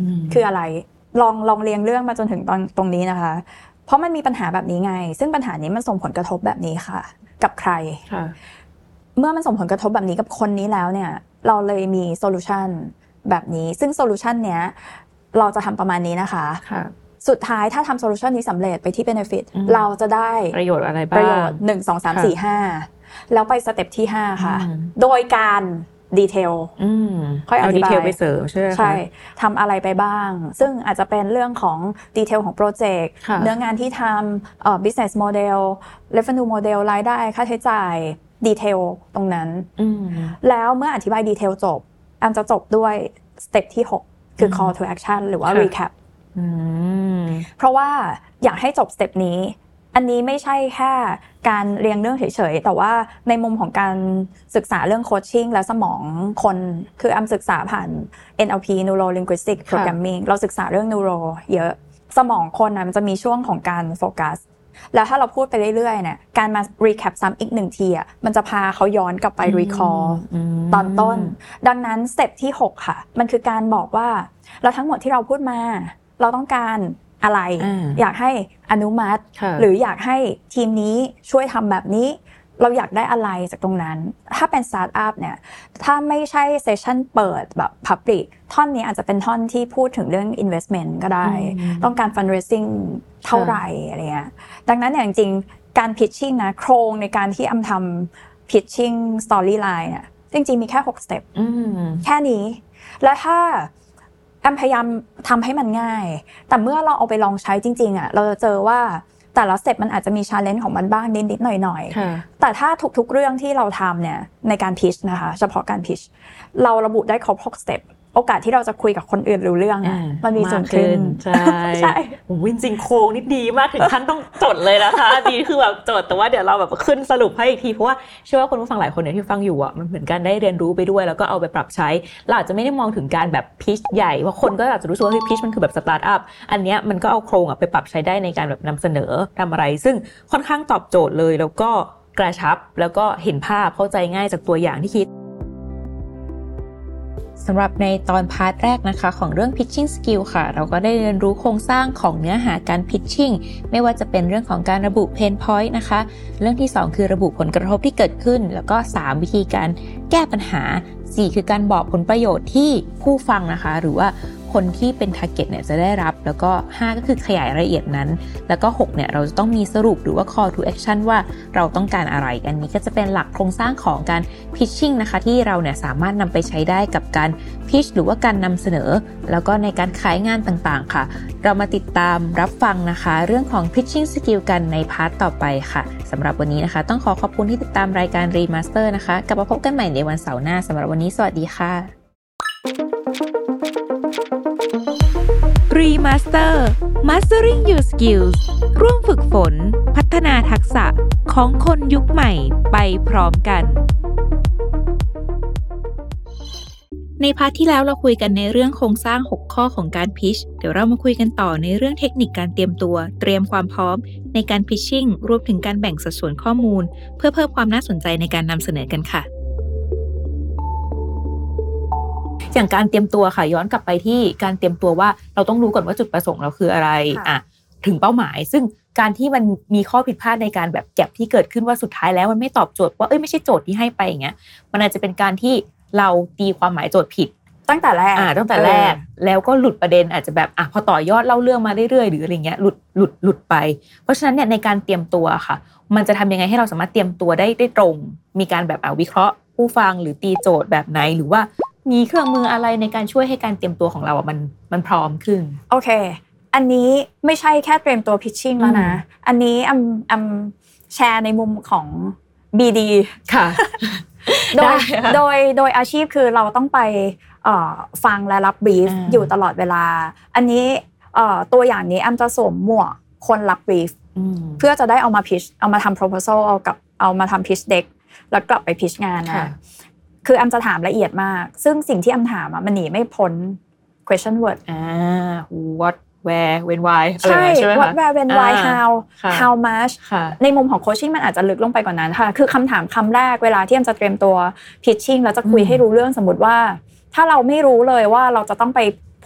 คืออะไรลองเรียงเรื่องมาจนถึงตรงนี้นะคะเพราะมันมีปัญหาแบบนี้ไงซึ่งปัญหานี้มันส่งผลกระทบแบบนี้ค่ะกับใครเมื่อมันส่งผลกระทบแบบนี้กับคนนี้แล้วเนี่ยเราเลยมีโซลูชันแบบนี้ซึ่งโซลูชันเนี้ยเราจะทำประมาณนี้นะคะสุดท้ายถ้าทำโซลูชันนี้สำเร็จไปที่ benefit เราจะได้ประโยชน์อะไรบ้างประโยชน์1 2 3 4 5แล้วไปสเต็ปที่5ค่ะโดยการดีเทลค่อยอธิบายดีเทลไปเสริมใช่ไหมคะใช่ทำอะไรไปบ้างซึ่งอาจจะเป็นเรื่องของดีเทลของโปรเจกต์เนื้องานที่ทำbusiness model revenue model รายได้ค่าใช้จ่ายดีเทลตรงนั้นแล้วเมื่ออธิบายดีเทลจบอันจะจบด้วยสเต็ปที่6คือ call to action หรือว่า recap เพราะว่าอยากให้จบสเต็ปนี้อันนี้ไม่ใช่แค่การเรียงเรื่องเฉยๆแต่ว่าในมุมของการศึกษาเรื่องโคชชิ่งและสมองคนคือศึกษาผ่าน NLP Neuro Linguistic Programming เราศึกษาเรื่อง neuro เยอะสมองคนมันจะมีช่วงของการโฟกัสแล้วถ้าเราพูดไปเรื่อยๆเนี่ยการมา recap ซ้ำอีก1ทีอ่ะมันจะพาเขาย้อนกลับไป recall ตอนต้นดังนั้นสเต็ปที่6ค่ะมันคือการบอกว่าแล้วทั้งหมดที่เราพูดมาเราต้องการอะไรอยากให้อนุมัติหรืออยากให้ทีมนี้ช่วยทำแบบนี้เราอยากได้อะไรจากตรงนั้นถ้าเป็นสตาร์ทอัพเนี่ยถ้าไม่ใช่เซสชั่นเปิดแบบ Public ท่อนนี้อาจจะเป็นท่อนที่พูดถึงเรื่อง investment ก็ได้ต้องการ fundraising เท่าไหร่อะไรเงี้ยดังนั้นเนี่ยจริงๆการ pitching นะโครงในการที่ทำ pitching storyline เนี่ยจริงๆมีแค่6 step แค่นี้แล้วถ้าพยายามทำให้มันง่ายแต่เมื่อเราเอาไปลองใช้จริงๆอ่ะเราจะเจอว่าแต่ละสเต็ปมันอาจจะมี challenge ของมันบ้างนิดๆหน่อยๆแต่ถ้าทุกๆเรื่องที่เราทำเนี่ยในการ pitch นะคะเฉพาะการ pitch เราระบุได้ครบ6 สเต็ปโอกาสที่เราจะคุยกับคนอื่นรู้เรื่องมันมีสูงขึ้นใช่จริงๆโค้งนี่ดีมากถึงขั้นต้องจดเลยนะคะดีคือแบบจดแต่ว่าเดี๋ยวเราแบบขึ้นสรุปให้อีกทีเพราะว่าเชื่อว่าคนผู้ฟังหลายคนเนี่ยที่ฟังอยู่อ่ะมันเหมือนกันได้เรียนรู้ไปด้วยแล้วก็เอาไปปรับใช้เราอาจจะไม่ได้มองถึงการแบบพิชใหญ่เพราะคนก็อาจจะรู้สึกว่าพิชมันคือแบบสตาร์ทอัพอันเนี้ยมันก็เอาโครงอ่ะไปปรับใช้ได้ในการแบบนำเสนอทำอะไรซึ่งค่อนข้างตอบโจทย์เลยแล้วก็กระชับแล้วก็เห็นภาพเข้าใจง่ายจากตัวอย่างที่คิดสำหรับในตอนพาร์ทแรกนะคะของเรื่อง pitching skill ค่ะเราก็ได้เรียนรู้โครงสร้างของเนื้อหาการ pitching ไม่ว่าจะเป็นเรื่องของการระบุ pain point นะคะเรื่องที่2คือระบุผลกระทบที่เกิดขึ้นแล้วก็3วิธีการแก้ปัญหา4คือการบอกผลประโยชน์ที่ผู้ฟังนะคะหรือว่าคนที่เป็น target เนี่ยจะได้รับแล้วก็5ก็คือขยายรายละเอียดนั้นแล้วก็6เนี่ยเราจะต้องมีสรุปหรือว่า call to action ว่าเราต้องการอะไรอันนี้ก็จะเป็นหลักโครงสร้างของการ pitching นะคะที่เราเนี่ยสามารถนำไปใช้ได้กับการ pitch หรือว่าการนำเสนอแล้วก็ในการขายงานต่างๆค่ะเรามาติดตามรับฟังนะคะเรื่องของ pitching skill กันในพาร์ทต่อไปค่ะสำหรับวันนี้นะคะต้องขอบคุณที่ติดตามรายการ Remaster นะคะกลับมาพบกันใหม่ในวันเสาร์หน้าสำหรับวันนี้สวัสดีค่ะ Remaster Mastering Your Skills ร่วมฝึกฝนพัฒนาทักษะของคนยุคใหม่ไปพร้อมกันในพาร์ทที่แล้วเราคุยกันในเรื่องโครงสร้าง6ข้อของการพิชเดี๋ยวเรามาคุยกันต่อในเรื่องเทคนิคการเตรียมตัวเตรียมความพร้อมในการพิชชิ่งรวมถึงการแบ่งสัดส่วนข้อมูลเพื่อเพิ่มความน่าสนใจในการนำเสนอกันค่ะอย่างการเตรียมตัวค่ะย้อนกลับไปที่การเตรียมตัวว่าเราต้องรู้ก่อนว่าจุดประสงค์เราคืออะไรถึงเป้าหมายซึ่งการที่มันมีข้อผิดพลาดในการแบบแก็บที่เกิดขึ้นว่าสุดท้ายแล้วมันไม่ตอบโจทย์ว่าไม่ใช่โจทย์ที่ให้ไปอย่างเงี้ยมันอาจจะเป็นการที่เราตีความหมายโจทย์ผิดตั้งแต่แรกแล้วก็หลุดประเด็นอาจจะแบบพอต่อยอดเล่าเรื่องมาเรื่อยๆหรืออะไรเงี้ยหลุดไปเพราะฉะนั้นเนี่ยในการเตรียมตัวค่ะมันจะทำยังไงให้เราสามารถเตรียมตัวได้ตรงมีการแบบวิเคราะห์ผู้ฟังหรือตีโจทย์แบบไหนหรือว่ามีเครื่องมืออะไรในการช่วยให้การเตรียมตัวของเรามันพร้อมขึ้นโอเคอันนี้ไม่ใช่แค่เตรียมตัว pitching แล้วนะอันนี้แชร์ในมุมของ BD ค่ะโดยอาชีพคือเราต้องไปฟังและรับบรีฟอยู่ตลอดเวลาอันนี้ตัวอย่างนี้จะสวมหมวกคนรับบรีฟเพื่อจะได้เอามา pitch เอามาทำ proposal เอามาทำ pitch deck แล้วกลับไป pitch งานนะคือจะถามละเอียดมากซึ่งสิ่งที่ถามมันหนีไม่พ้น question word what where when why ใช่ what where when why how much ในมุมของ coaching มันอาจจะลึกลงไปกว่านั้นค่ะคือคำถามคำแรกเวลาที่จะเตรียมตัว pitching แล้วจะคุยให้รู้เรื่องสมมติว่าถ้าเราไม่รู้เลยว่าเราจะต้องไปพูด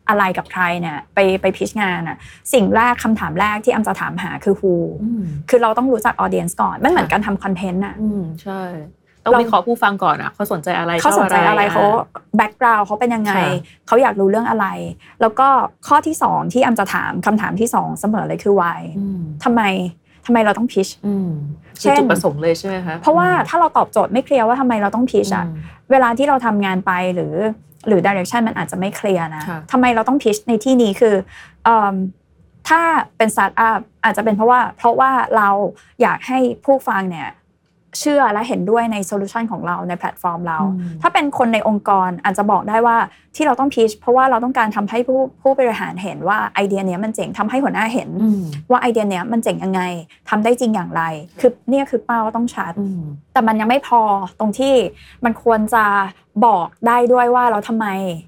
อะไรกับใครเนี่ยไปพิชงานอ่ะสิ่งแรกคำถามแรกที่จะถามหาคือ who คือเราต้องรู้จัก audience ก่อนไม่เหมือนการทำคอนเทนต์อ่ะใช่ต้องวิเคราะห์ผู้ฟังก่อนอ่ะเขาสนใจอะไรเขาแบ็กกราวด์เขาเป็นยังไงเขาอยากรู้เรื่องอะไรแล้วก็ข้อที่2ที่จะถามคำถามที่2เสมอเลยคือ why ทำไมเราต้องพิชจุดประสงค์เลยใช่ไหมคะเพราะว่าถ้าเราตอบโจทย์ไม่เคลียร์ว่าทำไมเราต้องพิชอะเวลาที่เราทำงานไปหรือ direction มันอาจจะไม่เคลียร์นะทำไมเราต้องพิชในที่นี้คือถ้าเป็นสตาร์ทอัพอาจจะเป็นเพราะว่าเราอยากให้ผู้ฟังเนี่ยเชื่อและเห็นด้วยในโซลูชันของเราในแพลตฟอร์มเราถ้าเป็นคนในองค์กรอาจจะบอกได้ว่าที่เราต้องพิชเพราะว่าเราต้องการทำให้ผู้บริหารเห็นว่าไอเดียเนี้ยมันเจ๋งทำให้หัวหน้าเห็นว่าไอเดียเนี้ยมันเจ๋งยังไงทำได้จริงอย่างไรคือเนี่ยคือเป้าต้องชัดแต่มันยังไม่พอตรงที่มันควรจะบอกได้ด้วยว่าเราทำไม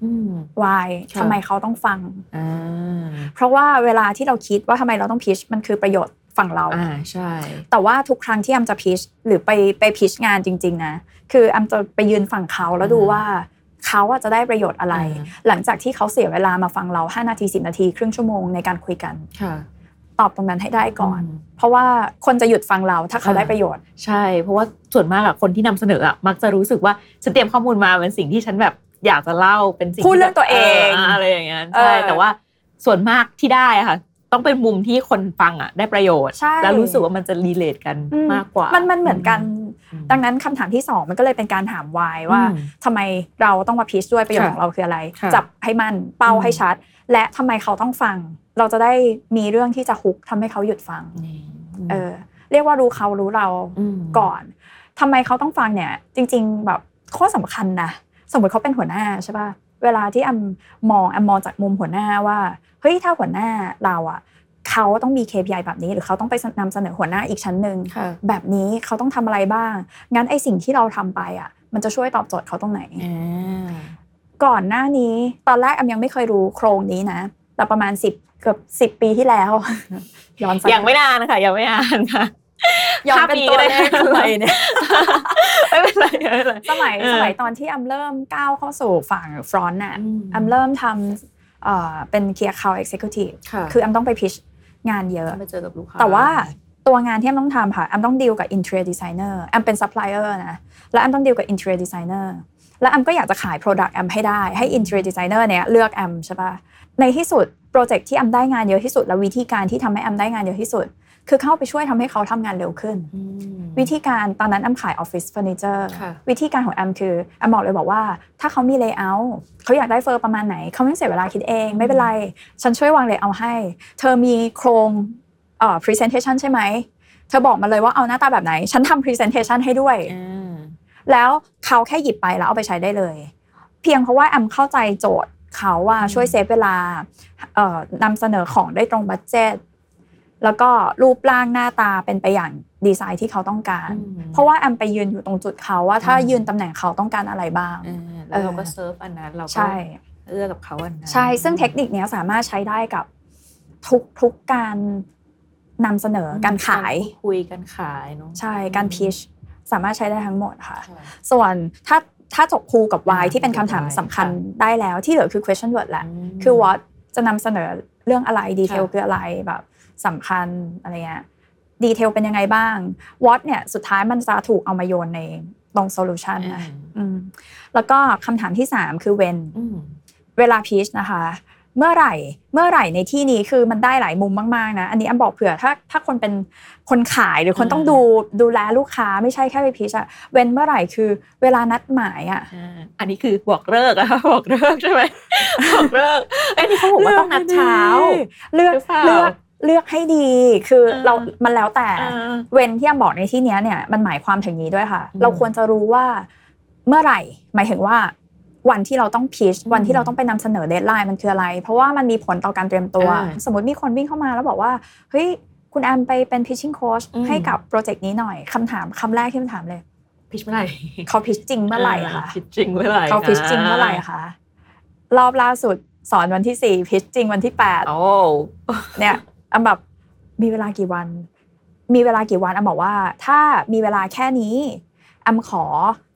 why ทำไมเขาต้องฟังเพราะว่าเวลาที่เราคิดว่าทำไมเราต้องพิชมันคือประโยชน์ฝั่งเราใช่แต่ว่าทุกครั้งที่จะพิชหรือไปพิชงานจริงๆนะคือจะไปยืนฝั่งเขาแล้วดูว่าเขาจะได้ประโยชน์อะไรหลังจากที่เขาเสียเวลามาฟังเรา5นาที10นาทีครึ่งชั่วโมงในการคุยกันตอบตรงนั้นให้ได้ก่อนเพราะว่าคนจะหยุดฟังเราถ้าเขาได้ประโยชน์ใช่เพราะว่าส่วนมากคนที่นำเสนอมักจะรู้สึกว่าฉันเตรียมข้อมูลมาเป็นสิ่งที่ฉันแบบอยากจะเล่าเป็นสิ่งพูดเรื่องตัวเองอะไรอย่างเงี้ยใช่แต่ว่าส่วนมากที่ได้ค่ะต้องเป็นมุมที่คนฟังได้ประโยชน์แล้วรู้สึกว่ามันจะรีเลทกันมากกว่ามันเหมือนกันดังนั้นคำถามที่2มันก็เลยเป็นการถาม why ว่าทำไมเราต้องมาพิชด้วยประโยชน์ของเราคืออะไรจับให้มันเป้าให้ชัดและทำไมเขาต้องฟังเราจะได้มีเรื่องที่จะฮุกทำให้เขาหยุดฟังเรียกว่ารู้เขารู้เราก่อนทำไมเขาต้องฟังเนี่ยจริงๆแบบข้อสำคัญนะสมมติเขาเป็นหัวหน้าใช่ป่ะเวลาที่มองจากมุมหัวหน้าว่าเฮ้ยถ้าหัวหน้าเราเขาต้องมี KPI แบบนี้หรือเขาต้องไปนำเสนอหัวหน้าอีกชั้นนึงแบบนี้เขาต้องทำอะไรบ้างงั้นไอ้สิ่งที่เราทำไปมันจะช่วยตอบโจทย์เขาตรงไหนก่อนหน้านี้ตอนแรกยังไม่เคยรู้โครงนี้นะแต่ประมาณเกือบ10 ปีที่แล้วย้อนยังไม่นานค่ะยังไม่นานค่ะย้อนเป็นตัวเลขทำไมเนี่ยไม่เป็นไรสมัยตอนที่เริ่มก้าวเข้าสู่ฝั่งฟรอนต์เริ่มทำเป็น Key Account Executive คือต้องไปพิชงานเยอะไปเจอกับลูกค้าแต่ว่าตัวงานที่ต้องทำค่ะต้องดีลกับ Interior Designer เป็น Supplier นะแล้วต้องดีลกับ Interior Designer แล้วก็อยากจะขาย Product ให้ได้ให้ Interior Designer เนี่ยเลือกใช่ป่ะในที่สุดโปรเจกต์ที่ได้งานเยอะที่สุดและวิธีการที่ทำให้ได้งานเยอะที่สุดคือเข้าไปช่วยทำให้เขาทำงานเร็วขึ้นวิธีการตอนนั้นขายออฟฟิศเฟอร์นิเจอร์วิธีการของคือบอกว่าถ้าเขามีเลเยอร์เขาอยากได้เฟอร์ประมาณไหนเขาไม่เสียเวลาคิดเองไม่เป็นไรฉันช่วยวางเลเยอร์ให้เธอมีโครงpresentation ใช่ไหมเธอบอกมาเลยว่าเอาหน้าตาแบบไหนฉันทำ presentation ให้ด้วยแล้วเขาแค่หยิบไปแล้วเอาไปใช้ได้เลยเพียงเพราะว่าเข้าใจโจทย์เขาว่าช่วยเซฟเวลานำเสนอของได้ตรงบัดเจ็ตแล้วก็รูปร่างหน้าตาเป็นไปอย่างดีไซน์ที่เขาต้องการเพราะว่าไปยืนอยู่ตรงจุดเขาว่าถ้ายืนตำแหน่งเขาต้องการอะไรบ้างแล้วเราก็เซิร์ฟอันนั้นเราก็เอื้อกับเขาอันนั้นใช่ซึ่งเทคนิคนี้สามารถใช้ได้กับทุกการนำเสนอการขายคุยกันขายเนาะใช่การพิชสามารถใช้ได้ทั้งหมดค่ะส่วนถ้าจบคูกับ why ที่เป็นคำถามสำคัญได้แล้วที่เหลือคือ question word แหละคือ what จะนำเสนอเรื่องอะไรดีเทลคืออะไรแบบสำคัญอะไรเงี้ยดีเทลเป็นยังไงบ้าง what เนี่ยสุดท้ายมันจะถูกเอามาโยนในตรง solution นะแล้วก็คำถามที่3คือ when เวลา pitch นะคะเมื่อไหร่ในที่นี้คือมันได้หลายมุมมากๆนะอันนี้บอกเผื่อถ้าคนเป็นคนขายหรือคนต้องดูแลลูกค้าไม่ใช่แค่ไปพิชเว้นเมื่อไหร่คือเวลานัดหมายอันนี้คือบอกเลิกอะบอกเลิกใช่ไหมบอกเลิกอันนี้เขาบอกว่าต้องนัดเช้าเลือกให้ดีคือมันแล้วแต่เว้นที่บอกในที่นี้เนี่ยมันหมายความถึงนี้ด้วยค่ะเราควรจะรู้ว่าเมื่อไหร่หมายถึงว่าวันที่เราต้องพิชวันที่เราต้องไปนำเสนอเดดไลน์มันคืออะไรเพราะว่ามันมีผลต่อการเตรียมตัวสมมติมีคนวิ่งเข้ามาแล้วบอกว่าเฮ้ยคุณแอมไปเป็น pitching coach ให้กับโปรเจกต์นี้หน่อยคำแรกที่มันถามเลยพิชเมื่อไหร่เขาพิชจริงเมื่อไหร่คะพิชจริงเมื่อไหร่เขาพิชจริงเมื่อไหร่คะรอบล่าสุดสอนวันที่4พิชจริงวันที่8 โอ้เนี่ยแบบมีเวลากี่วันบอกว่าถ้ามีเวลาแค่นี้ขอ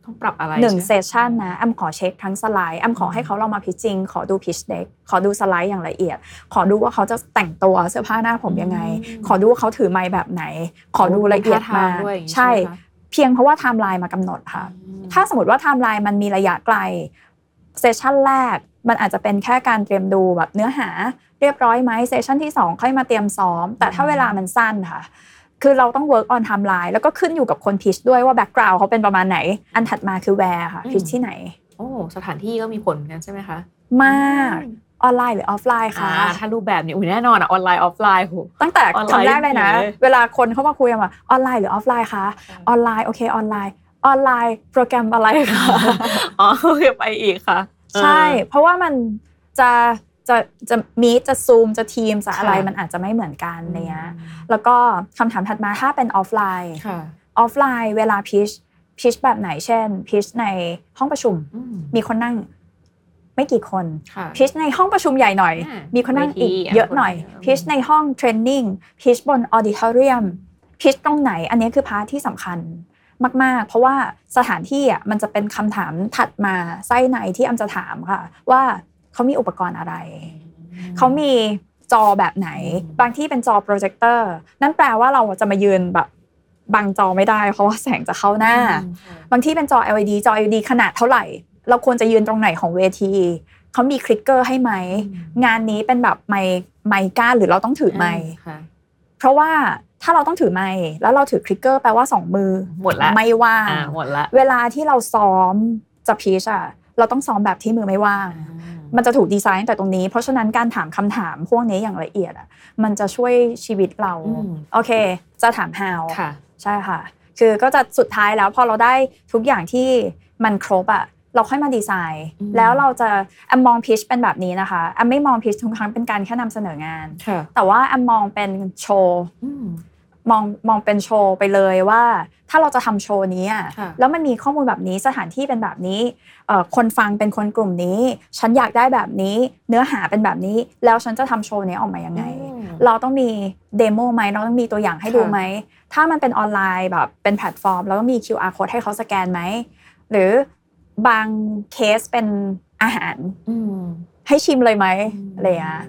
ต้องปรับอะไร 1เซสชันนะขอเช็คทั้งสไลด์ขอให้เขาลองมาพิชชิ่งขอดูพิชเด็กขอดูสไลด์อย่างละเอียดขอดูว่าเขาจะแต่งตัวเสื้อผ้าหน้าผมยังไงขอดูว่าเขาถือไมค์แบบไหนขอดูละเอียดมาใช่เพียงเพราะว่าไทม์ไลน์มากำหนดค่ะถ้าสมมติว่าไทม์ไลน์มันมีระยะไกลเซสชันแรกมันอาจจะเป็นแค่การเตรียมดูแบบเนื้อหาเรียบร้อยไหมเซสชันที่2ค่อยมาเตรียมซ้อมแต่ถ้าเวลามันสั้นค่ะคือเราต้อง work on timeline แล้วก็ขึ้นอยู่กับคน pitch ด้วยว่า background เขาเป็นประมาณไหนอันถัดมาคือ where ค่ะ pitch ที่ไหนโอ้สถานที่ก็มีผลกันใช่ไหมคะมากออนไลน์หรือออฟไลน์คะถ้ารูปแบบนี้แน่นอนออนไลน์ออฟไลน์โหตั้งแต่คำแรกเลยนะเวลาคนเข้ามาคุยกันว่าออนไลน์หรือออฟไลน์คะออนไลน์โอเคออนไลน์โปรแกรมอะไรคะอ๋อไปอีกค่ะใช่เพราะว่ามันจะมีจะซูมจะทีมจะอะไรมันอาจจะไม่เหมือนกันเนี้ยแล้วก็คำถามถัดมาถ้าเป็นออฟไลน์เวลาพิชแบบไหนเช่นพิชในห้องประชุมมีคนนั่งไม่กี่คนพิชในห้องประชุมใหญ่หน่อยมีคนนั่งอีกเยอะหน่อยพิชในห้องเทรนนิ่งพิชบนออดิทอเรียมพิชตรงไหนอันนี้คือพาร์ทที่สำคัญมากๆเพราะว่าสถานที่มันจะเป็นคำถามถัดมาไส้ในที่จะถามค่ะว่าเขามีอุปกรณ์อะไรเขามีจอแบบไหนบางที่เป็นจอโปรเจคเตอร์นั่นแปลว่าเราจะมายืนแบบบังจอไม่ได้เพราะว่าแสงจะเข้าหน้าบางที่เป็นจอ LED ขนาดเท่าไหร่เราควรจะยืนตรงไหนของเวทีเขามีคลิกเกอร์ให้ไหมงานนี้เป็นแบบไมค์ก้านหรือเราต้องถือไมค์เพราะว่าถ้าเราต้องถือไมค์แล้วเราถือคลิกเกอร์แปลว่า2มือหมดละไม่ว่างหมดละเวลาที่เราซ้อมจะพีชเราต้องซ้อมแบบที่มือไม่ว่างมันจะถูกดีไซน์แต่ตรงนี้เพราะฉะนั้นการถามคำถามพวกนี้อย่างละเอียดมันจะช่วยชีวิตเราโอเคจะถาม how ใช่ค่ะคือก็จะสุดท้ายแล้วพอเราได้ทุกอย่างที่มันครบเราค่อยมาดีไซน์แล้วเราจะมองพิชเป็นแบบนี้นะคะไม่มองพิชทุกครั้งเป็นการแค่นำเสนองานแต่ว่ามองเป็นโชว์มองเป็นโชว์ไปเลยว่าถ้าเราจะทำโชว์นี้แล้วมันมีข้อมูลแบบนี้สถานที่เป็นแบบนี้คนฟังเป็นคนกลุ่มนี้ฉันอยากได้แบบนี้เนื้อหาเป็นแบบนี้แล้วฉันจะทำโชว์นี้ออกมายังไงเราต้องมีเดโมไหมเราต้องมีตัวอย่างให้ดูไหมถ้ามันเป็นออนไลน์แบบเป็นแพลตฟอร์มเราต้องมี QR code ให้เขาสแกนไหมหรือบางเคสเป็นอาหารให้ชิมเลยไหมอะไรอย่างเงี้ย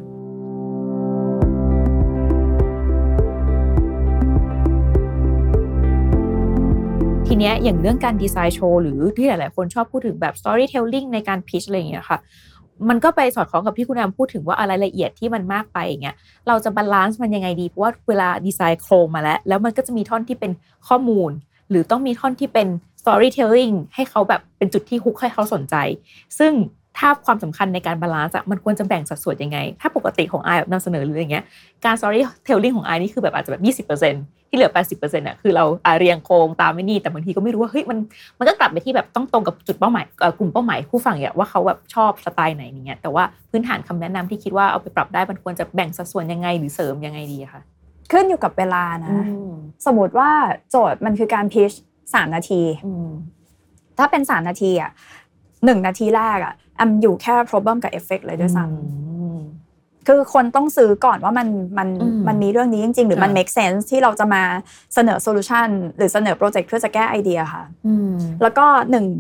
ทีเนี้ยอย่างเรื่องการดีไซน์โชว์หรือที่หลายๆคนชอบพูดถึงแบบ storytelling ในการ pitch อะไรอย่างเงี้ยค่ะมันก็ไปสอดคล้องกับที่คุณแอมพูดถึงว่าอะไรละเอียดที่มันมากไปอย่างเงี้ยเราจะบาลานซ์มันยังไงดีเพราะว่าเวลาดีไซน์โครงมาแล้วมันก็จะมีท่อนที่เป็นข้อมูลหรือต้องมีท่อนที่เป็น storytelling ให้เขาแบบเป็นจุดที่ฮุกให้เขาสนใจซึ่งถ้าความสำคัญในการบาลานซ์มันควรจะแบ่งสัดส่วนยังไงถ้าปกติของไอแบบนำเสนอหรืออย่างเงี้ยการ storytelling ของไอนี่คือแบบอาจจะแบบ 20% ที่เหลือ 80% คือเราเรียงโครงตามไม่นี่แต่บางทีก็ไม่รู้ว่าเฮ้ยมันก็กลับไปที่แบบต้องตรงกับจุดเป้าหมายกลุ่มเป้าหมายผู้ฟังเนี่ยว่าเขาแบบชอบสไตล์ไหนอย่างเงี้ยแต่ว่าพื้นฐานคำแนะนำที่คิดว่าเอาไปปรับได้มันควรจะแบ่งสัดส่วนยังไงหรือเสริมยังไงดีคะขึ้นอยู่กับเวลานะสมมติว่าโจทย์มันคือการพิช3 นาทีถ้าเป็น3 นาที1 นาทีแรกอยู่แค่ problem กับ effect เลยด้วยซ้ำคือคนต้องซื้อก่อนว่ามันมีเรื่องนี้จริงๆหรือมัน make sense ที่เราจะมาเสนอ solution หรือเสนอ project เพื่อจะแก้ไอเดียค่ะแล้วก็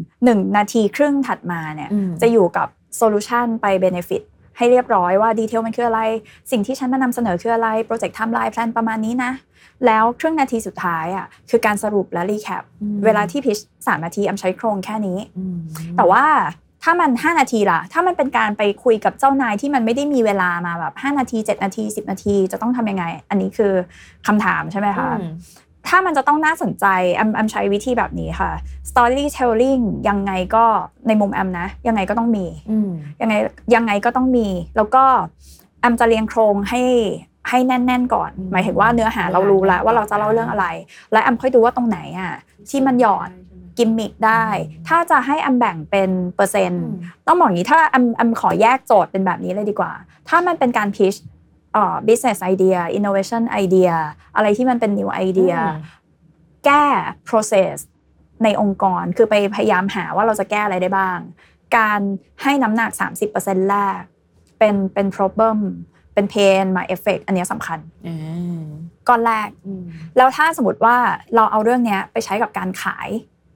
1 นาทีครึ่งถัดมาเนี่ยจะอยู่กับ solution ไป benefit ให้เรียบร้อยว่าดีเทลมันคืออะไรสิ่งที่ฉันมานำเสนอคืออะไร project timeline plan ประมาณนี้นะแล้วครึ่งนาทีสุดท้ายคือการสรุปและ recap เวลาที่ pitch 3 นาทีใช้โครงแค่นี้แต่ว่าถ้ามัน5 นาทีล่ะถ้ามันเป็นการไปคุยกับเจ้านายที่มันไม่ได้มีเวลามาแบบ5 นาที7 นาที10 นาทีจะต้องทำยังไงอันนี้คือคำถามใช่ไหมคะถ้ามันจะต้องน่าสนใจใช้วิธีแบบนี้ค่ะ storytelling ยังไงก็ในมุมนะยังไงก็ต้องมียังไงก็ต้องมีแล้วก็จะเรียงโครงให้แน่นๆก่อนหมายถึงว่าเนื้อหาเรารู้แล้วว่าเราจะเล่าเรื่องอะไรและค่อยดูว่าตรงไหนที่มันหยอดกิมมิคได้ถ้าจะให้แบ่งเป็นเปอร์เซ็นต์ต้องบอกอย่างนี้ถ้าขอแยกโจทย์เป็นแบบนี้เลยดีกว่าถ้ามันเป็นการ pitch business idea innovation idea อะไรที่มันเป็น new idea แก้ process ในองค์กรคือไปพยายามหาว่าเราจะแก้อะไรได้บ้างการให้น้ำหนัก 30% แรกเป็น problem เป็น pain มา effect อันนี้สำคัญก้อนแรกแล้วถ้าสมมติว่าเราเอาเรื่องนี้ไปใช้กับการขาย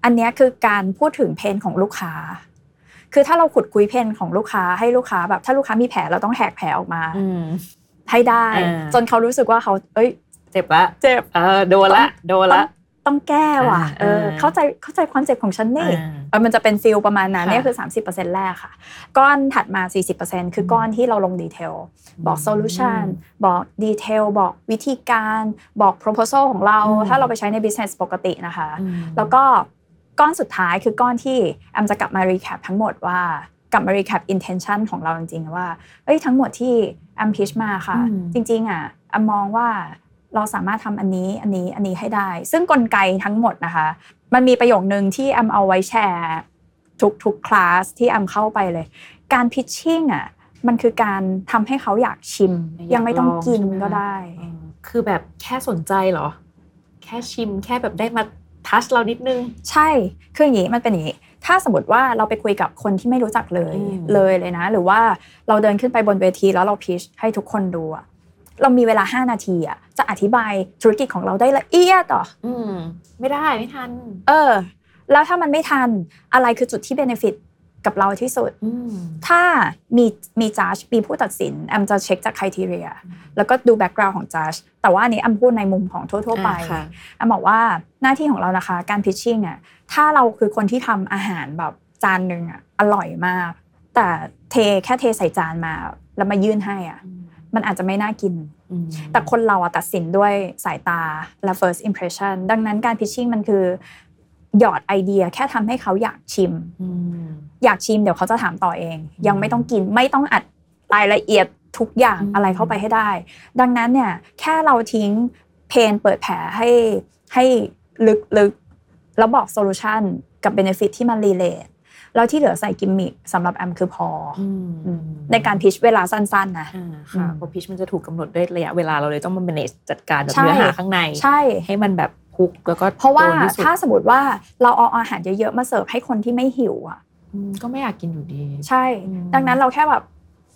อันนี้คือการพูดถึงเพนของลูกค้าคือถ้าเราขุดคุยเพนของลูกค้าให้ลูกค้าแบบถ้าลูกค้ามีแผลเราต้องแหกแผลออกมาให้ได้จนเขารู้สึกว่าเขาเจ็บละเจ็บโดนละต้องแก้ว่ะเข้าใจความเจ็บของฉันนี่มันจะเป็นฟีลประมาณนั้นนี่คือ 30% แรกค่ะก้อนถัดมา 40% คือก้อนที่เราลงดีเทลบอกโซลูชันบอกดีเทลบอกวิธีการบอก proposal ของเราถ้าเราไปใช้ใน business ปกตินะคะแล้วก็ก้อนสุดท้ายคือก้อนที่แอมจะกลับมา recap ทั้งหมดว่ากลับมา recap intention ของเราจริงๆว่าทั้งหมดที่แอม pitch มาค่ะจริงๆแอมมองว่าเราสามารถทำอันนี้ให้ได้ซึ่งกลไกทั้งหมดนะคะมันมีประโยคนึงที่แอมเอาไว้แชร์ทุกคลาสที่แอมเข้าไปเลยการ pitching มันคือการทำให้เขาอยากชิมยังไม่ต้องกินก็ได้คือแบบแค่สนใจเหรอแค่ชิมแค่แบบได้มาทัชเรานิดนึงใช่คืออย่างนี้มันเป็นอย่างนี้ถ้าสมมติว่าเราไปคุยกับคนที่ไม่รู้จักเลยนะหรือว่าเราเดินขึ้นไปบนเวทีแล้วเรา pitch ให้ทุกคนดูเรามีเวลา5นาทีจะอธิบายธุรกิจของเราได้ละเอียดไม่ทันแล้วถ้ามันไม่ทันอะไรคือจุดที่ benefit กับเราที่สุดถ้ามีjudge มีผู้ตัดสินแอมจะเช็คจาก criteria แล้วก็ดู background ของ judge แต่ว่าอันนี้แอมพูดในมุมของทั่วๆไปแอมบอกว่าหน้าที่ของเรานะคะการ pitching ถ้าเราคือคนที่ทำอาหารแบบจานนึงอร่อยมากแต่แค่เทใส่จานมาแล้วมายื่นให้มันอาจจะไม่น่ากินแต่คนเราตัดสินด้วยสายตาและ first impression ดังนั้นการ pitching มันคือหยอดไอเดียแค่ทำให้เขาอยากชิมเดี๋ยวเขาจะถามต่อเองยังไม่ต้องกินไม่ต้องอัดรายละเอียดทุกอย่างอะไรเข้าไปให้ได้ดังนั้นเนี่ยแค่เราทิ้งเพนเปิดแผลให้ลึกๆแล้วบอกโซลูชันกับ benefit ที่มันรีเลทแล้วที่เหลือใส่กิมมิคสำหรับแอมคือพอในการพิชเวลาสั้นๆนะค่ะเพราะพิชมันจะถูกกำหนดด้วยระยะเวลาเราเลยต้องมา manage จัดการกับเนื้อหาข้างในให้มันแบบพุกแล้วก็เพราะว่าถ้าสมมติว่าเราเอาอาหารเยอะๆมาเสิร์ฟให้คนที่ไม่หิวก็ไม่อยากกินอยู่ดีใช่ดังนั้นเราแค่แบบ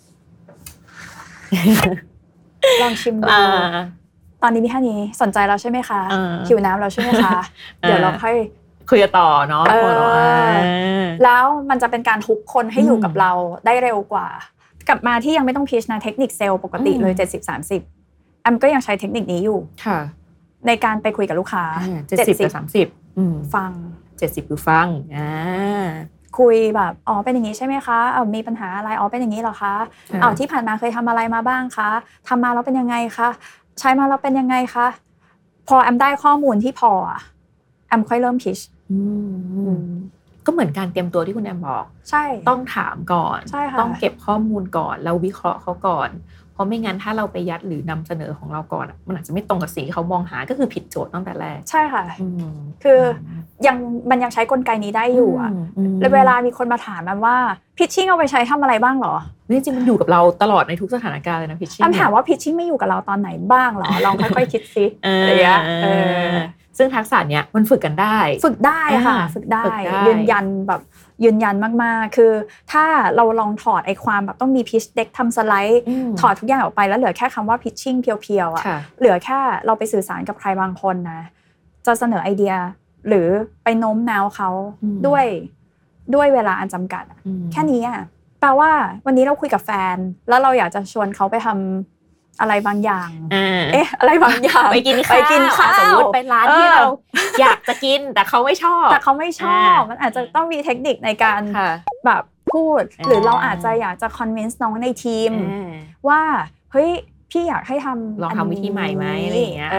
ลองชิมดูตอนนี้มีแค่นี้สนใจเราใช่ไหมคะหิวน้ำเราใช่ไหมคะเดี๋ยวเราค่อยคุยต่อเนาะแล้วมันจะเป็นการฮุกคนให้อยู่กับเราได้เร็วกว่ากลับมาที่ยังไม่ต้องพิชนะเทคนิคเซลล์ปกติเลย70-30แอมก็ยังใช้เทคนิคนี้อยู่ในการไปคุยกับลูกค้า 70-30 ฟัง 70คือฟังคุยแบบเป็นอย่างนี้ใช่ไหมคะมีปัญหาอะไรเป็นอย่างนี้เหรอคะที่ผ่านมาเคยทำอะไรมาบ้างคะทำมาแล้วเป็นยังไงคะใช้มาแล้วเป็นยังไงคะพอแอมได้ข้อมูลที่พอแอมค่อยเริ่มพิชก็เหมือนการเตรียมตัวที่คุณแอมบอกใช่ต้องถามก่อนต้องเก็บข้อมูลก่อนแล้ววิเคราะห์เขาก่อนเพราะไม่งั้นถ้าเราไปยัดหรือนำเสนอของเราก่อนมันอาจจะไม่ตรงกับสิ่งที่เขามองหาก็คือผิดโจทย์ตั้งแต่แรกใช่ค่ะคือมันยังใช้กลไกนี้ได้อยู่แล้วเวลามีคนมาถามมันว่าพิชชิ่งเอาไปใช้ทำอะไรบ้างหรอจริงๆมันอยู่กับเราตลอดในทุกสถานการณ์เลยนะพิชชิ่งถามว่าพิชชิ่งไม่อยู่กับเราตอนไหนบ้างหรอลองค่อยๆคิดซิอะไรอย่างเงี้ยซึ่งทักษะเนี้ยมันฝึกกันได้ค่ะฝึกได้ยืนยันมากๆคือถ้าเราลองถอดไอ้ความแบบต้องมีพิชเด็กทำสไลด์ถอดทุกอย่างออกไปแล้วเหลือแค่คำว่าพิชชิ่งเพียวๆเหลือแค่เราไปสื่อสารกับใครบางคนนะจะเสนอไอเดียหรือไปโน้มน้าวเขาด้วยเวลาอันจำกัดแค่นี้แปลว่าวันนี้เราคุยกับแฟนแล้วเราอยากจะชวนเขาไปทำอะไรบางอย่างอะไรบางอย่างไปกินข้าวสมมติไปร้านที่เราอยากจะกินแต่เขาไม่ชอบมันอาจจะต้องมีเทคนิคในการแบบพูดหรือเราอาจจะอยากจะคอนวินส์น้องในทีมว่าเฮ้ยพี่อยากให้ทำลองทำวิธีใหม่ไหมอะไรอย่างเงี้ย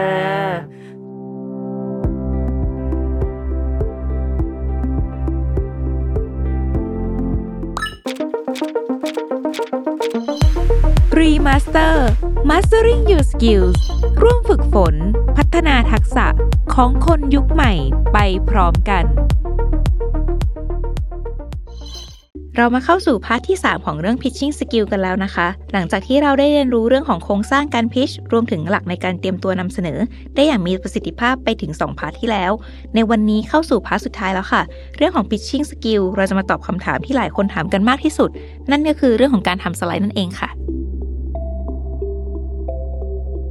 Remaster Mastering Your Skills ร่วมฝึกฝนพัฒนาทักษะของคนยุคใหม่ไปพร้อมกันเรามาเข้าสู่พาร์ทที่3ของเรื่อง Pitching Skill กันแล้วนะคะหลังจากที่เราได้เรียนรู้เรื่องของโครงสร้างการ pitch รวมถึงหลักในการเตรียมตัวนำเสนอได้อย่างมีประสิทธิภาพไปถึง2พาร์ทที่แล้วในวันนี้เข้าสู่พาร์ทสุดท้ายแล้วค่ะเรื่องของ Pitching Skill เราจะมาตอบคำถามที่หลายคนถามกันมากที่สุดนั่นก็คือเรื่องของการทำสไลด์นั่นเองค่ะ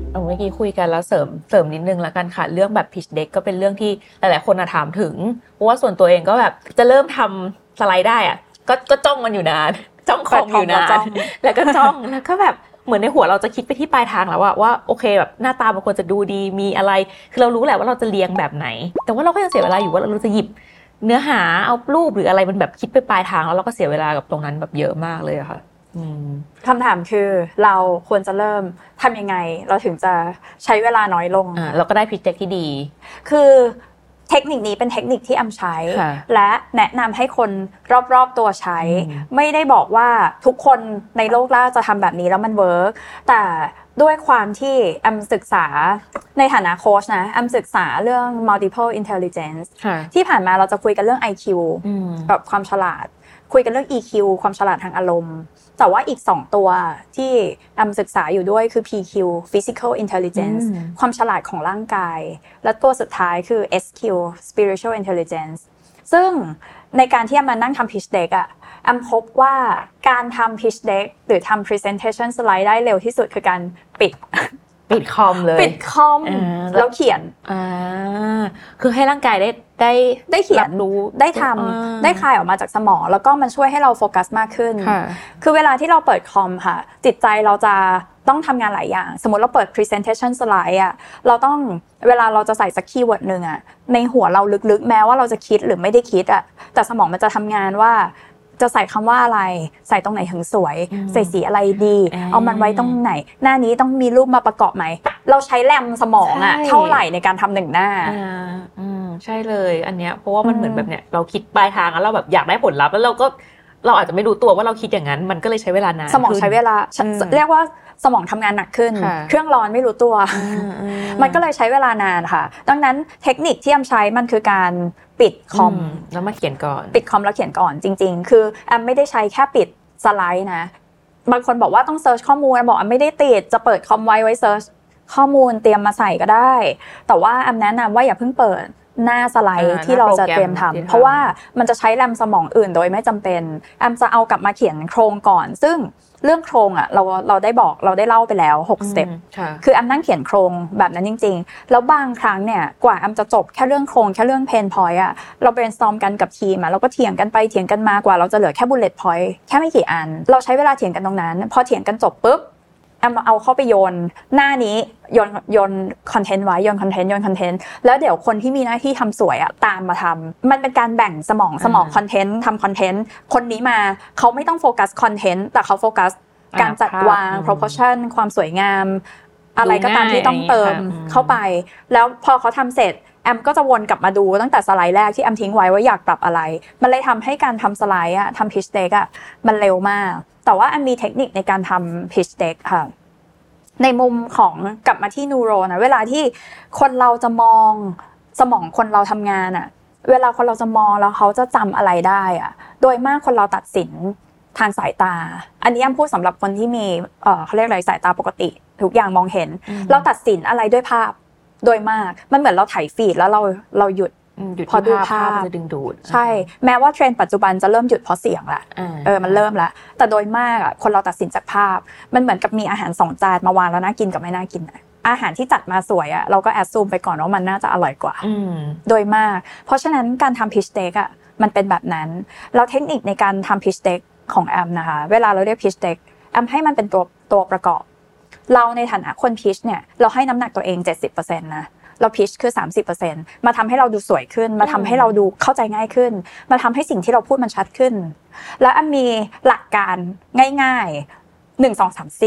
เมื่อกี้คุยกันแล้วเสริมนิดนึงละกันค่ะเรื่องแบบ pitch deck ก็เป็นเรื่องที่หลายๆคนถามถึงเพราะว่าส่วนตัวเองก็แบบจะเริ่มทำสไลด์ได้อ่ะก็จ้องมันอยู่นานจ้องคอมอยู่นานแล้วก็จ้องแล้วก็แบบเหมือนในหัวเราจะคิดไปที่ปลายทางแล้วว่าโอเคแบบหน้าตามันควรจะดูดีมีอะไรคือเรารู้แหละว่าเราจะเรียงแบบไหนแต่ว่าเราก็ยังเสียเวลาอยู่ว่าเราจะหยิบเนื้อหาเอารูปหรืออะไรมันแบบคิดไปปลายทางแล้วเราก็เสียเวลากับตรงนั้นแบบเยอะมากเลยอะค่ะคำถามคือเราควรจะเริ่มทำยังไงเราถึงจะใช้เวลาน้อยลงเราก็ได้pitch deck ที่ดีคือเทคนิคนี้เป็นเทคนิคที่แอมใช้และแนะนำให้คนรอบๆตัวใช้ไม่ได้บอกว่าทุกคนในโลกล่าจะทำแบบนี้แล้วมันเวิร์กแต่ด้วยความที่แอมศึกษาในฐานะโค้ชนะแอมศึกษาเรื่อง multiple intelligence ที่ผ่านมาเราจะคุยกันเรื่อง IQ กับความฉลาดคุยกันเรื่อง EQ ความฉลาดทางอารมณ์แต่ว่าอีก2ตัวที่แอมศึกษาอยู่ด้วยคือ PQ physical intelligence ความฉลาดของร่างกายและตัวสุดท้ายคือ SQ spiritual intelligence ซึ่งในการที่แอมมานั่งทำ pitch deck อะแอมพบว่าการทำ pitch deck หรือทำ presentation slide ได้เร็วที่สุดคือการปิดคอมเลยปิดคอมแล้วเขียนคือให้ร่างกายได้เขียนรู้ได้ทำได้คลายออกมาจากสมองแล้วก็มันช่วยให้เราโฟกัสมากขึ้นคือเวลาที่เราเปิดคอมค่ะจิตใจเราจะต้องทำงานหลายอย่างสมมติเราเปิด presentation slide อ่ะเราต้องเวลาเราจะใส่สักคีย์เวิร์ดนึงอ่ะในหัวเราลึกๆแม้ว่าเราจะคิดหรือไม่ได้คิดอ่ะแต่สมองมันจะทำงานว่าจะใส่คำว่าอะไรใส่ตรงไหนถึงสวยใส่สีอะไรดีเอามันไว้ตรงไหนหน้านี้ต้องมีรูปมาประกอบไหมเราใช้แรมสมองอะเท่าไหร่ในการทำ1หน้าใช่เลยอันเนี้ยเพราะว่ามันเหมือนแบบเนี้ยเราคิดปลายทางแล้วเราแบบอยากได้ผลลัพธ์แล้วเราอาจจะไม่รู้ตัวว่าเราคิดอย่างนั้นมันก็เลยใช้เวลานานสมองใช้เวลาเรียกว่าสมองทำงานหนักขึ้นเครื่องร้อนไม่รู้ตัวมันก็เลยใช้เวลานานค่ะดังนั้นเทคนิคที่แอมใช้มันคือการปิดคอมแล้วมาเขียนก่อนปิดคอมแล้วเขียนก่อนจริงๆคือแอมไม่ได้ใช้แค่ปิดสไลด์นะบางคนบอกว่าต้องเซิร์ชข้อมูลแอมบอกแอมไม่ได้ติดจะเปิดคอมไว้เซิร์ชข้อมูลเตรียมมาใส่ก็ได้แต่ว่าแอมแนะนำว่าอย่าเพิ่งเปิดหน้าสไลด์ที่เราจะเตรียมทำเพราะว่ามันจะใช้แรมสมองอื่นโดยไม่จำเป็นแอมจะเอากลับมาเขียนโครงก่อนซึ่งเรื่องโครงอ่ะเราได้เล่าไปแล้ว6สเต็ปคือแอมนั่งเขียนโครงแบบนั้นจริงๆแล้วบางครั้งเนี่ยกว่าแอมจะจบแค่เรื่องโครงแค่เรื่องเพนพอยต์อ่ะเรา brainstorm กันกับทีมอ่ะเราก็เถียงกันไปเถียงกันมากว่าเราจะเหลือแค่ bullet point แค่ไม่กี่อันเราใช้เวลาเถียงกันตรงนั้นพอเถียงกันจบปุ๊บแอมเอาเข้าไปโยนหน้านี้โยนคอนเทนต์ไว้โยนคอนเทนต์แล้วเดี๋ยวคนที่มีหน้าที่ทำสวยอ่ะตามมาทำมันเป็นการแบ่งสมองคอนเทนต์ทำคอนเทนต์คนนี้มาเขาไม่ต้องโฟกัสคอนเทนต์แต่เขาโฟกัสการจัดวาง proportion ความสวยงามอะไรก็ตามที่ต้องเติมเข้าไปแล้วพอเขาทำเสร็จแอมก็จะวนกลับมาดูตั้งแต่สไลด์แรกที่แอมทิ้งไว้ว่าอยากปรับอะไรมันเลยทำให้การทำสไลด์ทำ pitch deck มันเร็วมากแต่ว่าแอมมีเทคนิคในการทำ pitch deck ค่ะในมุมของกลับมาที่นูโรนะเวลาที่คนเราจะมองสมองคนเราทำงานเวลาคนเราจะมองแล้วเขาจะจำอะไรได้โดยมากคนเราตัดสินทางสายตาอันนี้แอมพูดสำหรับคนที่มีเขาเรียกอะไรสายตาปกติทุกอย่างมองเห็นเราตัดสินอะไรด้วยภาพโดยมากมันเหมือนเราถ่ายฟีดแล้วเราหยุดพอดูภาพจะดึงดูดใช่แม้ว่าเทรนด์ปัจจุบันจะเริ่มหยุดเพราะเสียงละมันเริ่มละแต่โดยมากคนเราตัดสินจากภาพมันเหมือนกับมีอาหาร2จานมาวางแล้วน่ากินกับไม่น่ากินอาหารที่จัดมาสวยเราก็แอดซูมไปก่อนว่ามันน่าจะอร่อยกว่าโดยมากเพราะฉะนั้นการทำ pitch deck มันเป็นแบบนั้นแล้วเทคนิคในการทำ pitch deck ของแอมนะคะเวลาเราเรียก pitch deck แอมให้มันเป็นตัวประกอบเราในฐานะคน pitch เนี่ยเราให้น้ำหนักตัวเอง 70% นะเรา pitch คือ 30% มาทำให้เราดูสวยขึ้นมาทำให้เราดูเข้าใจง่ายขึ้นมาทำให้สิ่งที่เราพูดมันชัดขึ้นแล้วแอมมีหลักการง่ายๆ1 2 3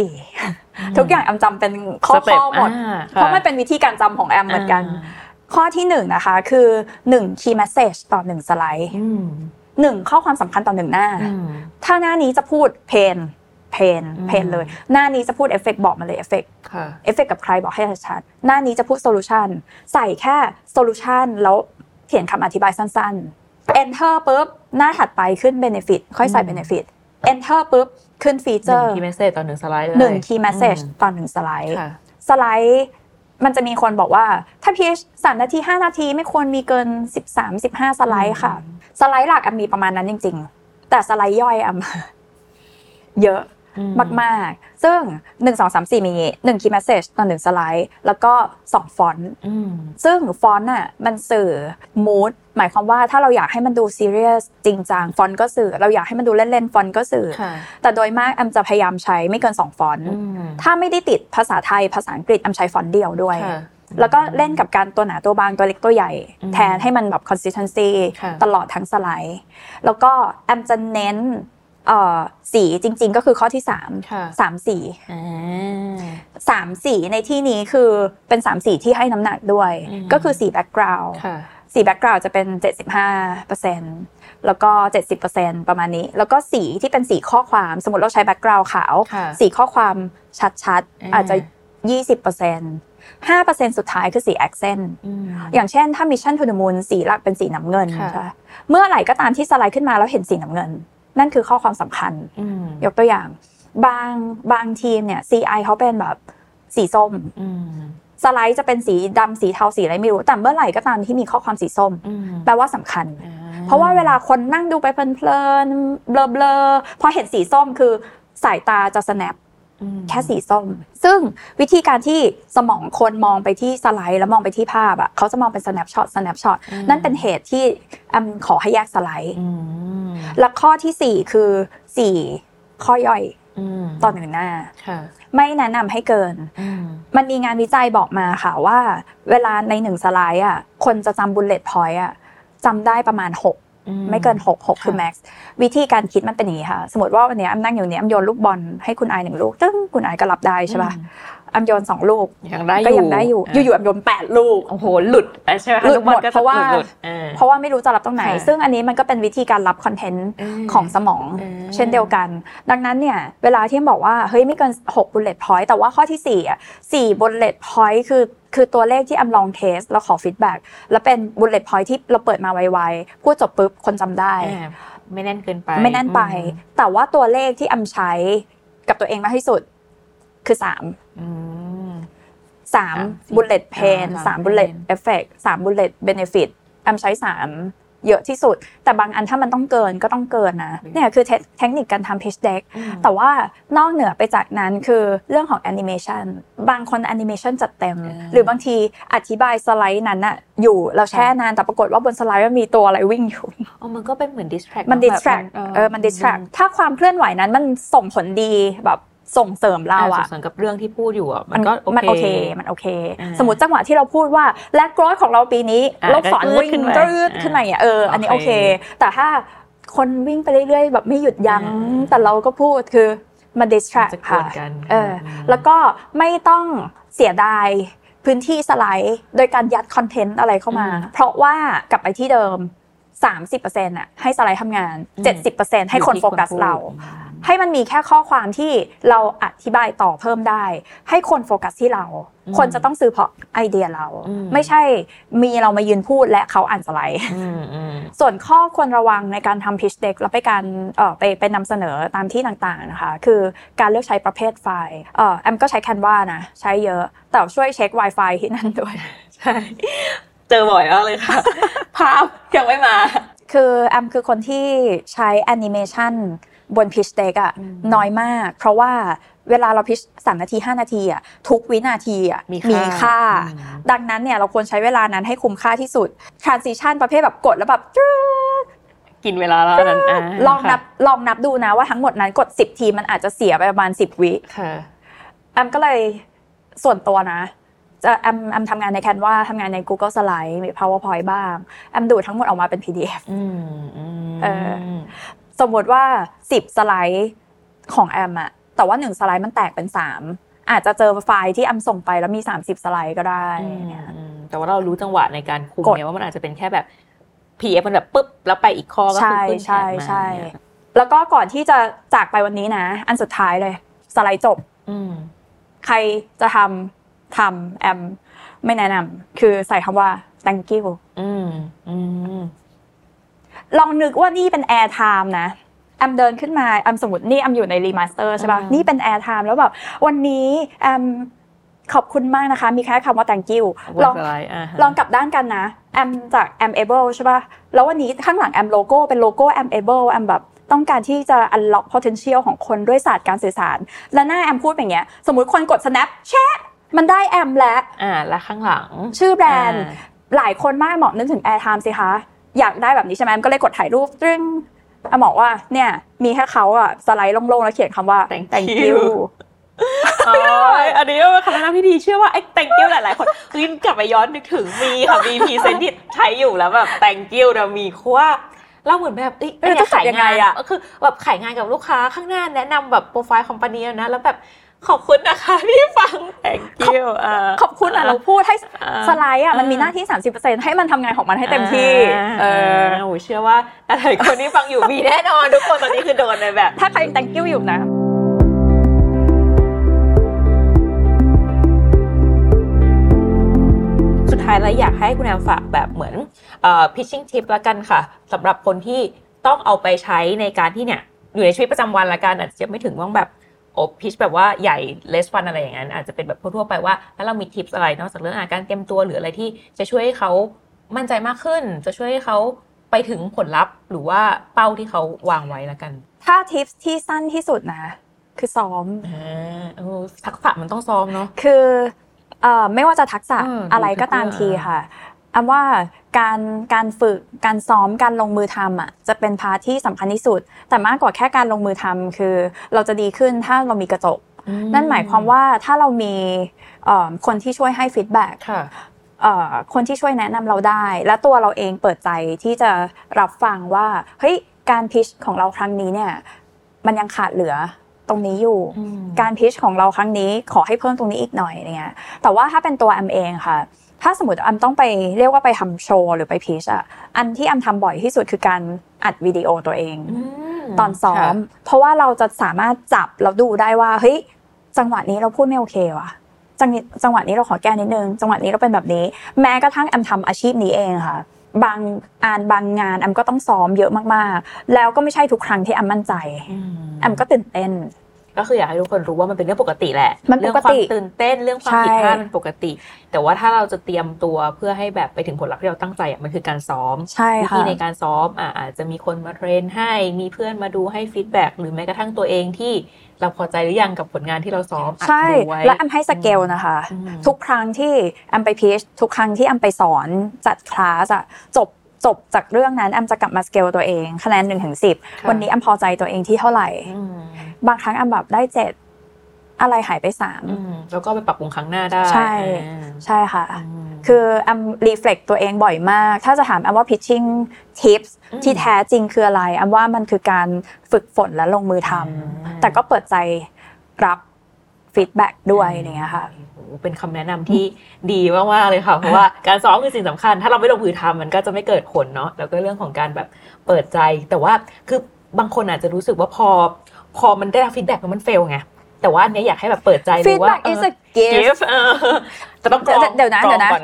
4ทุกอย่างแอมจำเป็นข้อหมดเพราะมันเป็นวิธีการจำของแอมเหมือนกันข้อที่1นะคะคือ1 key message ต่อ1สไลด์1ข้อความสำคัญต่อ1หน้าถ้าหน้านี้จะพูดเพนเลยหน้านี้จะพูดเอฟเฟกต์บอกมาเลยเอฟเฟกต์กับใครบอกให้ชัดหน้านี้จะพูดโซลูชันใส่แค่โซลูชันแล้วเขียนคำอธิบายสั้นๆ enter ปุ๊บหน้าถัดไปขึ้น benefit ค่อยใส่ benefit enter ปุ๊บขึ้นฟีเจอร์ 1 key message ต่อ1สไลด์เลย 1 key message ต่อ1สไลด์สไลด์มันจะมีคนบอกว่าถ้า pitch 3 นาที5 นาทีไม่ควรมีเกิน13-15 สไลด์ค่ะสไลด์หลักมีประมาณนั้นจริงๆแต่สไลด์ย่อยเยอะมากๆซึ่ง1 2 3 4มี1 key message ต่อ1สไลด์แล้วก็2ฟอนต์ซึ่งฟอนต์น่ะมันสื่อ mood หมายความว่าถ้าเราอยากให้มันดู serious จริงจังฟอนต์ก็สื่อเราอยากให้มันดูเล่นๆฟอนต์ก็สื่อแต่โดยมากแอมจะพยายามใช้ไม่เกิน2ฟอนต์ถ้าไม่ได้ติดภาษาไทยภาษาอังกฤษแอมใช้ฟอนต์เดียวด้วยแล้วก็เล่นกับการตัวหนาตัวบางตัวเล็กตัวใหญ่แทนให้มันแบบ consistency ตลอดทั้งสไลด์แล้วก็แอมจะเน้นสีจริงๆก็คือข้อที่3สี3สีในที่นี้คือเป็น3สีที่ให้น้ำหนักด้วยก็คือสีแบ็คกราวด์สีแบ็คกราวด์จะเป็น 75% แล้วก็ 70% ประมาณนี้แล้วก็สีที่เป็นสีข้อความสมมุติเราใช้แบ็คกราวด์ขาวสีข้อความชัดๆอาจจะ 20% 5% สุดท้ายคือสี accent อย่างเช่นถ้า Mission to the Moon สีหลักเป็นสีน้ำเงินใช่เมื่อไหร่ก็ตามที่สไลด์ขึ้นมาแล้วเห็นสีน้ำเงินนั่นคือข้อความสำคัญยกตัวอย่างบางทีมเนี่ย CI เขาเป็นแบบสีส้มสไลด์จะเป็นสีดำสีเทาสีอะไรไม่รู้แต่เมื่อไหร่ก็ตามที่มีข้อความสีส้มแปลว่าสำคัญเพราะว่าเวลาคนนั่งดูไปเพลินๆเบลอๆพอเห็นสีส้มคือสายตาจะ snap แค่สีส้มซึ่งวิธีการที่สมองคนมองไปที่สไลด์แล้วมองไปที่ภาพอ่ะเขาจะมองเป็น snapshot นั่นเป็นเหตุที่ขอให้แยกสไลด์และข้อที่4คือ4ข้อย่อยต่อ1หน้าไม่แนะนำให้เกินมันมีงานวิจัยบอกมาค่ะว่าเวลาใน1สไลด์อ่ะคนจะจำ bullet point อ่ะจำได้ประมาณ6ไม่เกิน6คือ max วิธีการคิดมันเป็นอย่างนี้ค่ะสมมติว่าวันนี้นั่งอยู่เนี่ยโยนลูกบอลให้คุณไอ1ลูกตึ้งคุณไอก็รับได้ใช่ป่ะโยน2ลูกก็ยังได้อยู่อยู่ๆโยน8ลูกโอ้โหหลุดใช่ไหมคะหลุดหมดเพราะว่าไม่รู้จะรับตรงไหนซึ่งอันนี้มันก็เป็นวิธีการรับคอนเทนต์ของสมองเช่นเดียวกันดังนั้นเนี่ยเวลาที่บอกว่าเฮ้ยไม่เกิน6 bullet point แต่ว่าข้อที่4อ่ะ4 bullet point คือตัวเลขที่ลองเทสแล้วขอฟีดแบ็กแล้วเป็น bullet point ที่เราเปิดมาไวๆพูดจบปุ๊บคนจำได้ไม่แน่นเกินไปไม่แน่นไปแต่ว่าตัวเลขที่ใช้กับตัวเองมากที่สุดคือ3 bullet pain 3 bullet effect 3 bullet benefit ใช้3เยอะที่สุดแต่บางอันถ้ามันต้องเกินก็ต้องเกินนะเนี่ยคือเทคนิคการทำ pitch deck แต่ว่านอกเหนือไปจากนั้นคือเรื่องของ animation บางคน animation จัดเต็มหรือบางทีอธิบายสไลด์นั้นน่ะอยู่เราแช่นานแต่ปรากฏว่าบนสไลด์มันมีตัวอะไรวิ่งอยู่มันก็เป็นเหมือน distract มัน distract ถ้าความเคลื่อนไหวนั้นมันส่งผลดีแบบส่งเสริมเราอะส่วนกับเรื่องที่พูดอยู่อะมันก็โอเคสมมุติจังหวะที่เราพูดว่าและโกรธของเราปีนี้โลกสอนวิ่งขึ้นมาอ่ะอันนี้โอเคแต่ถ้าคนวิ่งไปเรื่อยๆแบบไม่หยุดยั้งแต่เราก็พูดคือมัน distract ค่ะแล้วก็ไม่ต้องเสียดายพื้นที่สไลด์โดยการยัดคอนเทนต์อะไรเข้ามาเพราะว่ากลับไปที่เดิม 30% อ่ะให้สไลด์ทำงาน 70% ให้คนโฟกัสเราให้มันมีแค่ข้อความที่เราอธิบายต่อเพิ่มได้ให้คนโฟกัสที่เราคนจะต้องซื้อเพราะไอเดียเราไม่ใช่มีเรามายืนพูดและเขาอ่านสไลด์ส่วนข้อควรระวังในการทำ pitch deck แล้วไปนำเสนอตามที่ต่างๆนะคะคือการเลือกใช้ประเภทไฟล์แอมก็ใช้ Canva นะใช้เยอะแต่ช่วยเช็ค Wi-Fi ที่นั่นด้วยใช่เจอบ่อยมากเลยค่ะภาพยังไม่มาคือแอมคือคนที่ใช้แอนิเมชันบน pitch deck อ่ะน้อยมากเพราะว่าเวลาเรา pitch 3 นาที 5 นาทีอ่ะทุกวินาทีอ่ะมีค่าดังนั้นเนี่ยเราควรใช้เวลานั้นให้คุ้มค่าที่สุด transition ประเภทแบบกดแล้วแบบกินเวลาแล้วนั้นลองนับดูนะว่าทั้งหมดนั้นกด10ทีมันอาจจะเสียไปประมาณ10วิแอมก็เลยส่วนตัวนะแอมทำงานใน Canva ทำงานใน Google Slide มี PowerPoint บ้างแอมดูทั้งหมดออกมาเป็น PDF สมมติว่า10สไลด์ของแอมอะแต่ว่า1สไลด์มันแตกเป็น3อาจจะเจอไฟล์ที่แอมส่งไปแล้วมี30สไลด์ก็ได้แต่ว่าเรารู้จังหวะในการคุมเนี่ยว่ามันอาจจะเป็นแค่แบบ PDF มันแบบปึ๊บแล้วไปอีกข้อก็คือขึ้นแชทมาใช่แล้วก็ก่อนที่จะจากไปวันนี้นะอันสุดท้ายเลยสไลด์จบใครจะทำแอมไม่แนะนำคือใส่คำว่า thank you ลองนึกว่านี่เป็น air time นะแอมเดินขึ้นมาแอมสมมุตินี่แอมอยู่ในรีมาสเตอร์ใช่ป่ะนี่เป็น air time แล้วแบบวันนี้แอมขอบคุณมากนะคะมีแค่คำว่า thank you ลองกลับด้านกันนะแอมจาก am able ใช่ป่ะแล้ววันนี้ข้างหลังแอมโลโก้เป็นโลโก้ am able แอมแบบต้องการที่จะ unlock potential ของคนด้วยศาสตร์การสื่อสารและหน้าแอมพูดอย่างเงี้ยสมมุติคนกด snap แชะมันได้แอมและข้างหลังชื่อแบรนด์หลายคนมากเหมาะนึกถึง Airtime สิคะอยากได้แบบนี้ใช่ไหมก็เลยกดถ่ายรูปตึ้งบอกว่าเนี่ยมีแค่เขาอ่ะสไลด์โล่งๆแล้วเขียนคำว่า thank you อันนี้เป็นคำแนะนำที่ดีเชื่อว่าไอ้ thank you หลายๆคนกลับไปย้อนนึกถึงมีค่ะมีพรีเซนต์ที่ใช้อยู่แล้วแบบ thank you เรามีว่าเราเหมือนแบบจะขายยังไงอ่ะคือแบบขายงานกับลูกค้าข้างหน้าแนะนำแบบโปรไฟล์คอมพานีนะแล้วแบบขอบคุณนะคะที่ฟัง thank you ขอบคุณเราพูดให้สไลด์มันมีหน้าที่ 30% ให้มันทำงานของมันให้เต็มที่เชื่อว่าหลายคนที่ฟังอยู่มีแน่นอนทุกคนตอนนี้คือโดนเลยแบบถ้าใคร thank you อยู่นะสุดท้ายแล้วอยากให้คุณแอมฝากแบบเหมือนpitching tip ละกันค่ะสำหรับคนที่ต้องเอาไปใช้ในการที่เนี่ยอยู่ในชีวิตประจำวันละกันอาจจะไม่ถึงต้องแบบพิชแบบว่าใหญ่ less fun อะไรอย่างนั้นอาจจะเป็นแบบทั่วๆไปว่าแล้วเรามีทิปอะไรนอกจากเรื่องการเตรียมตัวหรืออะไรที่จะช่วยให้เขามั่นใจมากขึ้นจะช่วยให้เขาไปถึงผลลัพธ์หรือว่าเป้าที่เขาวางไว้ละกันถ้าทิปที่สั้นที่สุดนะคือซ้อมทักษะมันต้องซ้อมเนาะคือไม่ว่าจะทักษะอะไรก็ตามทีค่ะว่าการฝึกการซ้อมการลงมือทำจะเป็นพาร์ทที่สำคัญที่สุดแต่มากกว่าแค่การลงมือทำคือเราจะดีขึ้นถ้าเรามีกระจกนั่นหมายความว่าถ้าเรามีคนที่ช่วยให้ฟีดแบ็กคนที่ช่วยแนะนำเราได้และตัวเราเองเปิดใจที่จะรับฟังว่าเฮ้ยการพิชของเราครั้งนี้เนี่ยมันยังขาดเหลือตรงนี้อยู่การพิชของเราครั้งนี้ขอให้เพิ่มตรงนี้อีกหน่อยเนี่ยแต่ว่าถ้าเป็นตัวแอมเองค่ะถ้าสมมติแอมต้องไปเรียกว่าไปทำโชว์หรือไปพิชอันที่แอมทำบ่อยที่สุดคือการอัดวิดีโอตัวเองตอนซ้อมเพราะว่าเราจะสามารถจับแล้วดูได้ว่าเฮ้ยจังหวะนี้เราพูดไม่โอเคว่ะจังหวะนี้เราขอแก้นิดนึงจังหวะนี้เราเป็นแบบนี้แม้กระทั่งแอมทำอาชีพนี้เองค่ะบางงานแอมก็ต้องซ้อมเยอะมากๆแล้วก็ไม่ใช่ทุกครั้งที่แอมมั่นใจแอมก็ตื่นเต้นก็คืออยากให้ทุกคนรู้ว่ามันเป็นเรื่องปกติแหละเรื่องความตื่นเต้นเรื่องความผิดพลาดมันปกติแต่ว่าถ้าเราจะเตรียมตัวเพื่อให้แบบไปถึงผลลัพธ์ที่เราตั้งใจมันคือการซ้อมวิธีในการซ้อมอาจจะมีคนมาเทรนให้มีเพื่อนมาดูให้ฟีดแบ็กหรือแม้กระทั่งตัวเองที่เราพอใจหรือยังกับผลงานที่เราซ้อมใช่และแอมให้สเกลนะคะทุกครั้งที่แอมไปพิชทุกครั้งที่แอมไปสอนจัดคลาสจบจากเรื่องนั้นแอมจะกลับมาสเกลตัวเองคะแนน 1-10 วันนี้แอมพอใจตัวเองที่เท่าไหร่บางครั้งแอมแบบได้7อะไรหายไป3 แล้วก็ไปปรับปรุงครั้งหน้าได้ใช่ค่ะคือแอมรีเฟล็กตัวเองบ่อยมากถ้าจะถามแอมว่า pitching tips ที่แท้จริงคืออะไรแอมว่ามันคือการฝึกฝนและลงมือทำแต่ก็เปิดใจรับฟีดแบ็กด้วยอย่างเงี้ยค่ะเป็นคำแนะนำที่ดีมากๆเลยค่ะเพราะว่าการซ้อมคือสิ่งสำคัญถ้าเราไม่ลงมือทำมันก็จะไม่เกิดผลเนาะแล้วก็เรื่องของการแบบเปิดใจแต่ว่าคือบางคนอาจจะรู้สึกว่าพอมันได้รับฟีดแบ็กแล้วมันเฟลไงแต่ว่าอันนี้อยากให้แบบเปิดใจดูว่า feedback is a gift จะต้องเดี๋ยวนะ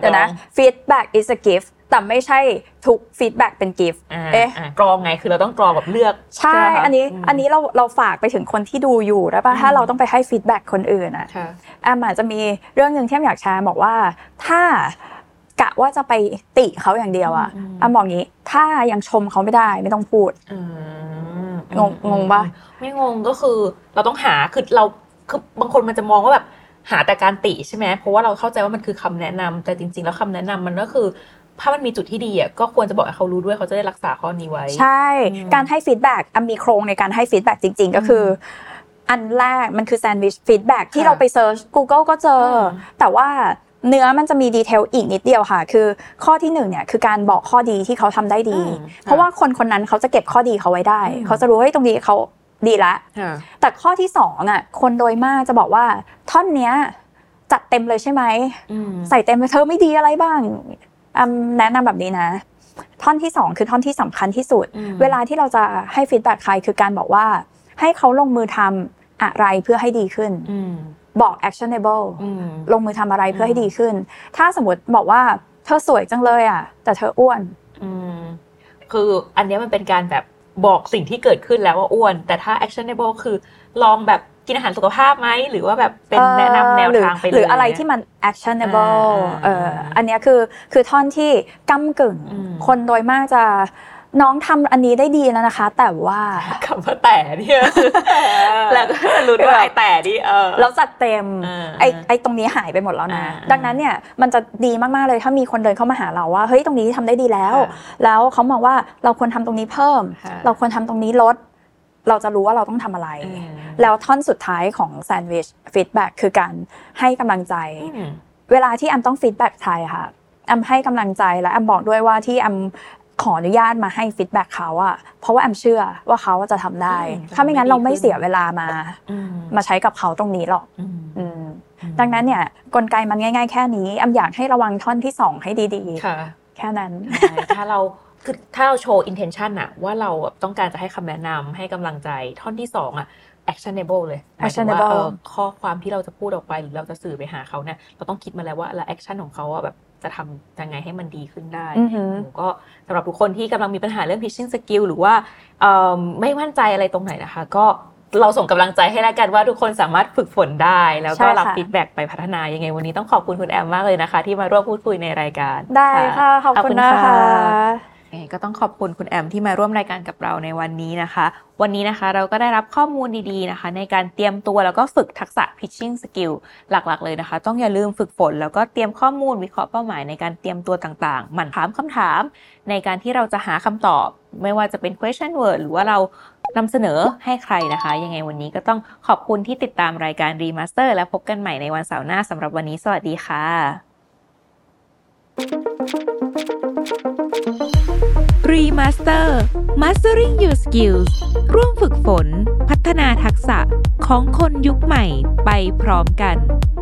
feedback is a gift แต่ไม่ใช่ทุก feedback เป็น gift กรองไงคือเราต้องกรองแบบเลือกใช่อันนี้เราฝากไปถึงคนที่ดูอยู่ได้ป่ะถ้าเราต้องไปให้ feedback คนอื่นแอมอาจจะมีเรื่องนึงที่แอมอยากแชร์บอกว่าถ้ากะว่าจะไปติเขาอย่างเดียวแอมบอกงี้ถ้ายังชมเขาไม่ได้ไม่ต้องพูดงงป่ะไม่งงก็คือเราต้องหาคือบางคนมันจะมองว่าแบบหาแต่การติใช่ไหมเพราะว่าเราเข้าใจว่ามันคือคำแนะนำแต่จริงๆแล้วคำแนะนำมันก็คือถ้ามันมีจุดที่ดีก็ควรจะบอกให้เขารู้ด้วยเขาจะได้รักษาข้อนี้ไว้ใช่การให้ฟีดแบ็กมีโครงในการให้ฟีดแบ็กจริงๆก็คืออันแรกมันคือแซนด์วิชฟีดแบ็กที่เราไปเซิร์ช Google ก็เจอแต่ว่าเนื้อมันจะมีดีเทลอีกนิดเดียวค่ะคือข้อที่1เนี่ยคือการบอกข้อดีที่เขาทำได้ดีเพราะว่าคนนั้นเขาจะเก็บข้อดีเขาไว้ได้เขาจะรู้ว่าตรงนี้เขาดีละแต่ข้อที่2คนโดยมากจะบอกว่าท่อนเนี้ยจัดเต็มเลยใช่ไหมใส่เต็มเธอไม่ดีอะไรบ้างแนะนำแบบนี้นะท่อนที่2คือท่อนที่สำคัญที่สุดเวลาที่เราจะให้ฟีดแบ็กใครคือการบอกว่าให้เขาลงมือทำอะไรเพื่อให้ดีขึ้นบอก actionable ลงมือทำอะไรเพื่อให้ดีขึ้นถ้าสมมติบอกว่าเธอสวยจังเลยแต่เธออ้วนคืออันนี้มันเป็นการแบบบอกสิ่งที่เกิดขึ้นแล้วว่าอ้วนแต่ถ้า actionable คือลองแบบกินอาหารสุขภาพไหมหรือว่าแบบเป็นแนะนำแนวทางไปเลยหรืออะไรที่มัน actionable อันนี้คือท่อนที่ก้ำกึ่งคนโดยมากจะน้องทำอันนี้ได้ดีแล้วนะคะแต่ว่าคำว่าแต่เนี่ยแล้วก็รู้ด้วยแต่นี่แล้วจัดเต็มไอ้ตรงนี้หายไปหมดแล้วนะดังนั้นเนี่ยมันจะดีมากๆเลยถ้ามีคนเดินเข้ามาหาเราว่าเฮ้ยตรงนี้ทำได้ดีแล้วเขามองว่าเราควรทำตรงนี้เพิ่มเราควรทำตรงนี้ลดเราจะรู้ว่าเราต้องทำอะไรแล้วท่อนสุดท้ายของแซนด์วิชฟีดแบ็กคือการให้กำลังใจเวลาที่แอมต้องฟีดแบ็กใครค่ะแอมให้กำลังใจและแอมบอกด้วยว่าที่แอมขออนุญาตมาให้ฟีดแบ็กเขาอะเพราะว่าแอมเชื่อว่าเขาจะทำได้ถ้าไม่งั้นเราไม่เสียเวลามาใช้กับเขาตรงนี้หรอกดังนั้นเนี่ยกลไกมันง่ายๆแค่นี้แอมอยากให้ระวังท่อนที่2ให้ดีๆแค่นั้นถ้าเราโชว์ intention อะว่าเราต้องการจะให้คำแนะนำให้กำลังใจท่อนที่2อะ actionable เลย actionable ข้อความที่เราจะพูดออกไปหรือเราจะสื่อไปหาเขาเนี่ยเราต้องคิดมาแล้วว่าแอคชั่นของเขาอะแบบจะทำยังไงให้มันดีขึ้นได้ก็สำหรับทุกคนที่กำลังมีปัญหาเรื่อง pitching skill หรือว่าไม่มั่นใจอะไรตรงไหนนะคะก็เราส่งกำลังใจให้แล้วกันว่าทุกคนสามารถฝึกฝนได้แล้วก็รับฟีดแบ็กไปพัฒนายังไงวันนี้ต้องขอบคุณคุณแอมมากเลยนะคะที่มาร่วมพูดคุยในรายการได้ค่ะขอบคุณนะคะก็ต้องขอบคุณคุณแอมที่มาร่วมรายการกับเราในวันนี้นะคะวันนี้นะคะเราก็ได้รับข้อมูลดีๆนะคะในการเตรียมตัวแล้วก็ฝึกทักษะ pitching skill หลักๆเลยนะคะต้องอย่าลืมฝึกฝนแล้วก็เตรียมข้อมูลวิเคราะห์เป้าหมายในการเตรียมตัวต่างๆหมั่นถามคำถามในการที่เราจะหาคำตอบไม่ว่าจะเป็น question word หรือว่าเรานำเสนอให้ใครนะคะยังไงวันนี้ก็ต้องขอบคุณที่ติดตามรายการ Remaster และพบกันใหม่ในวันเสาร์หน้าสำหรับวันนี้สวัสดีค่ะ Remaster Mastering Your Skills ร่วมฝึกฝนพัฒนาทักษะของคนยุคใหม่ไปพร้อมกัน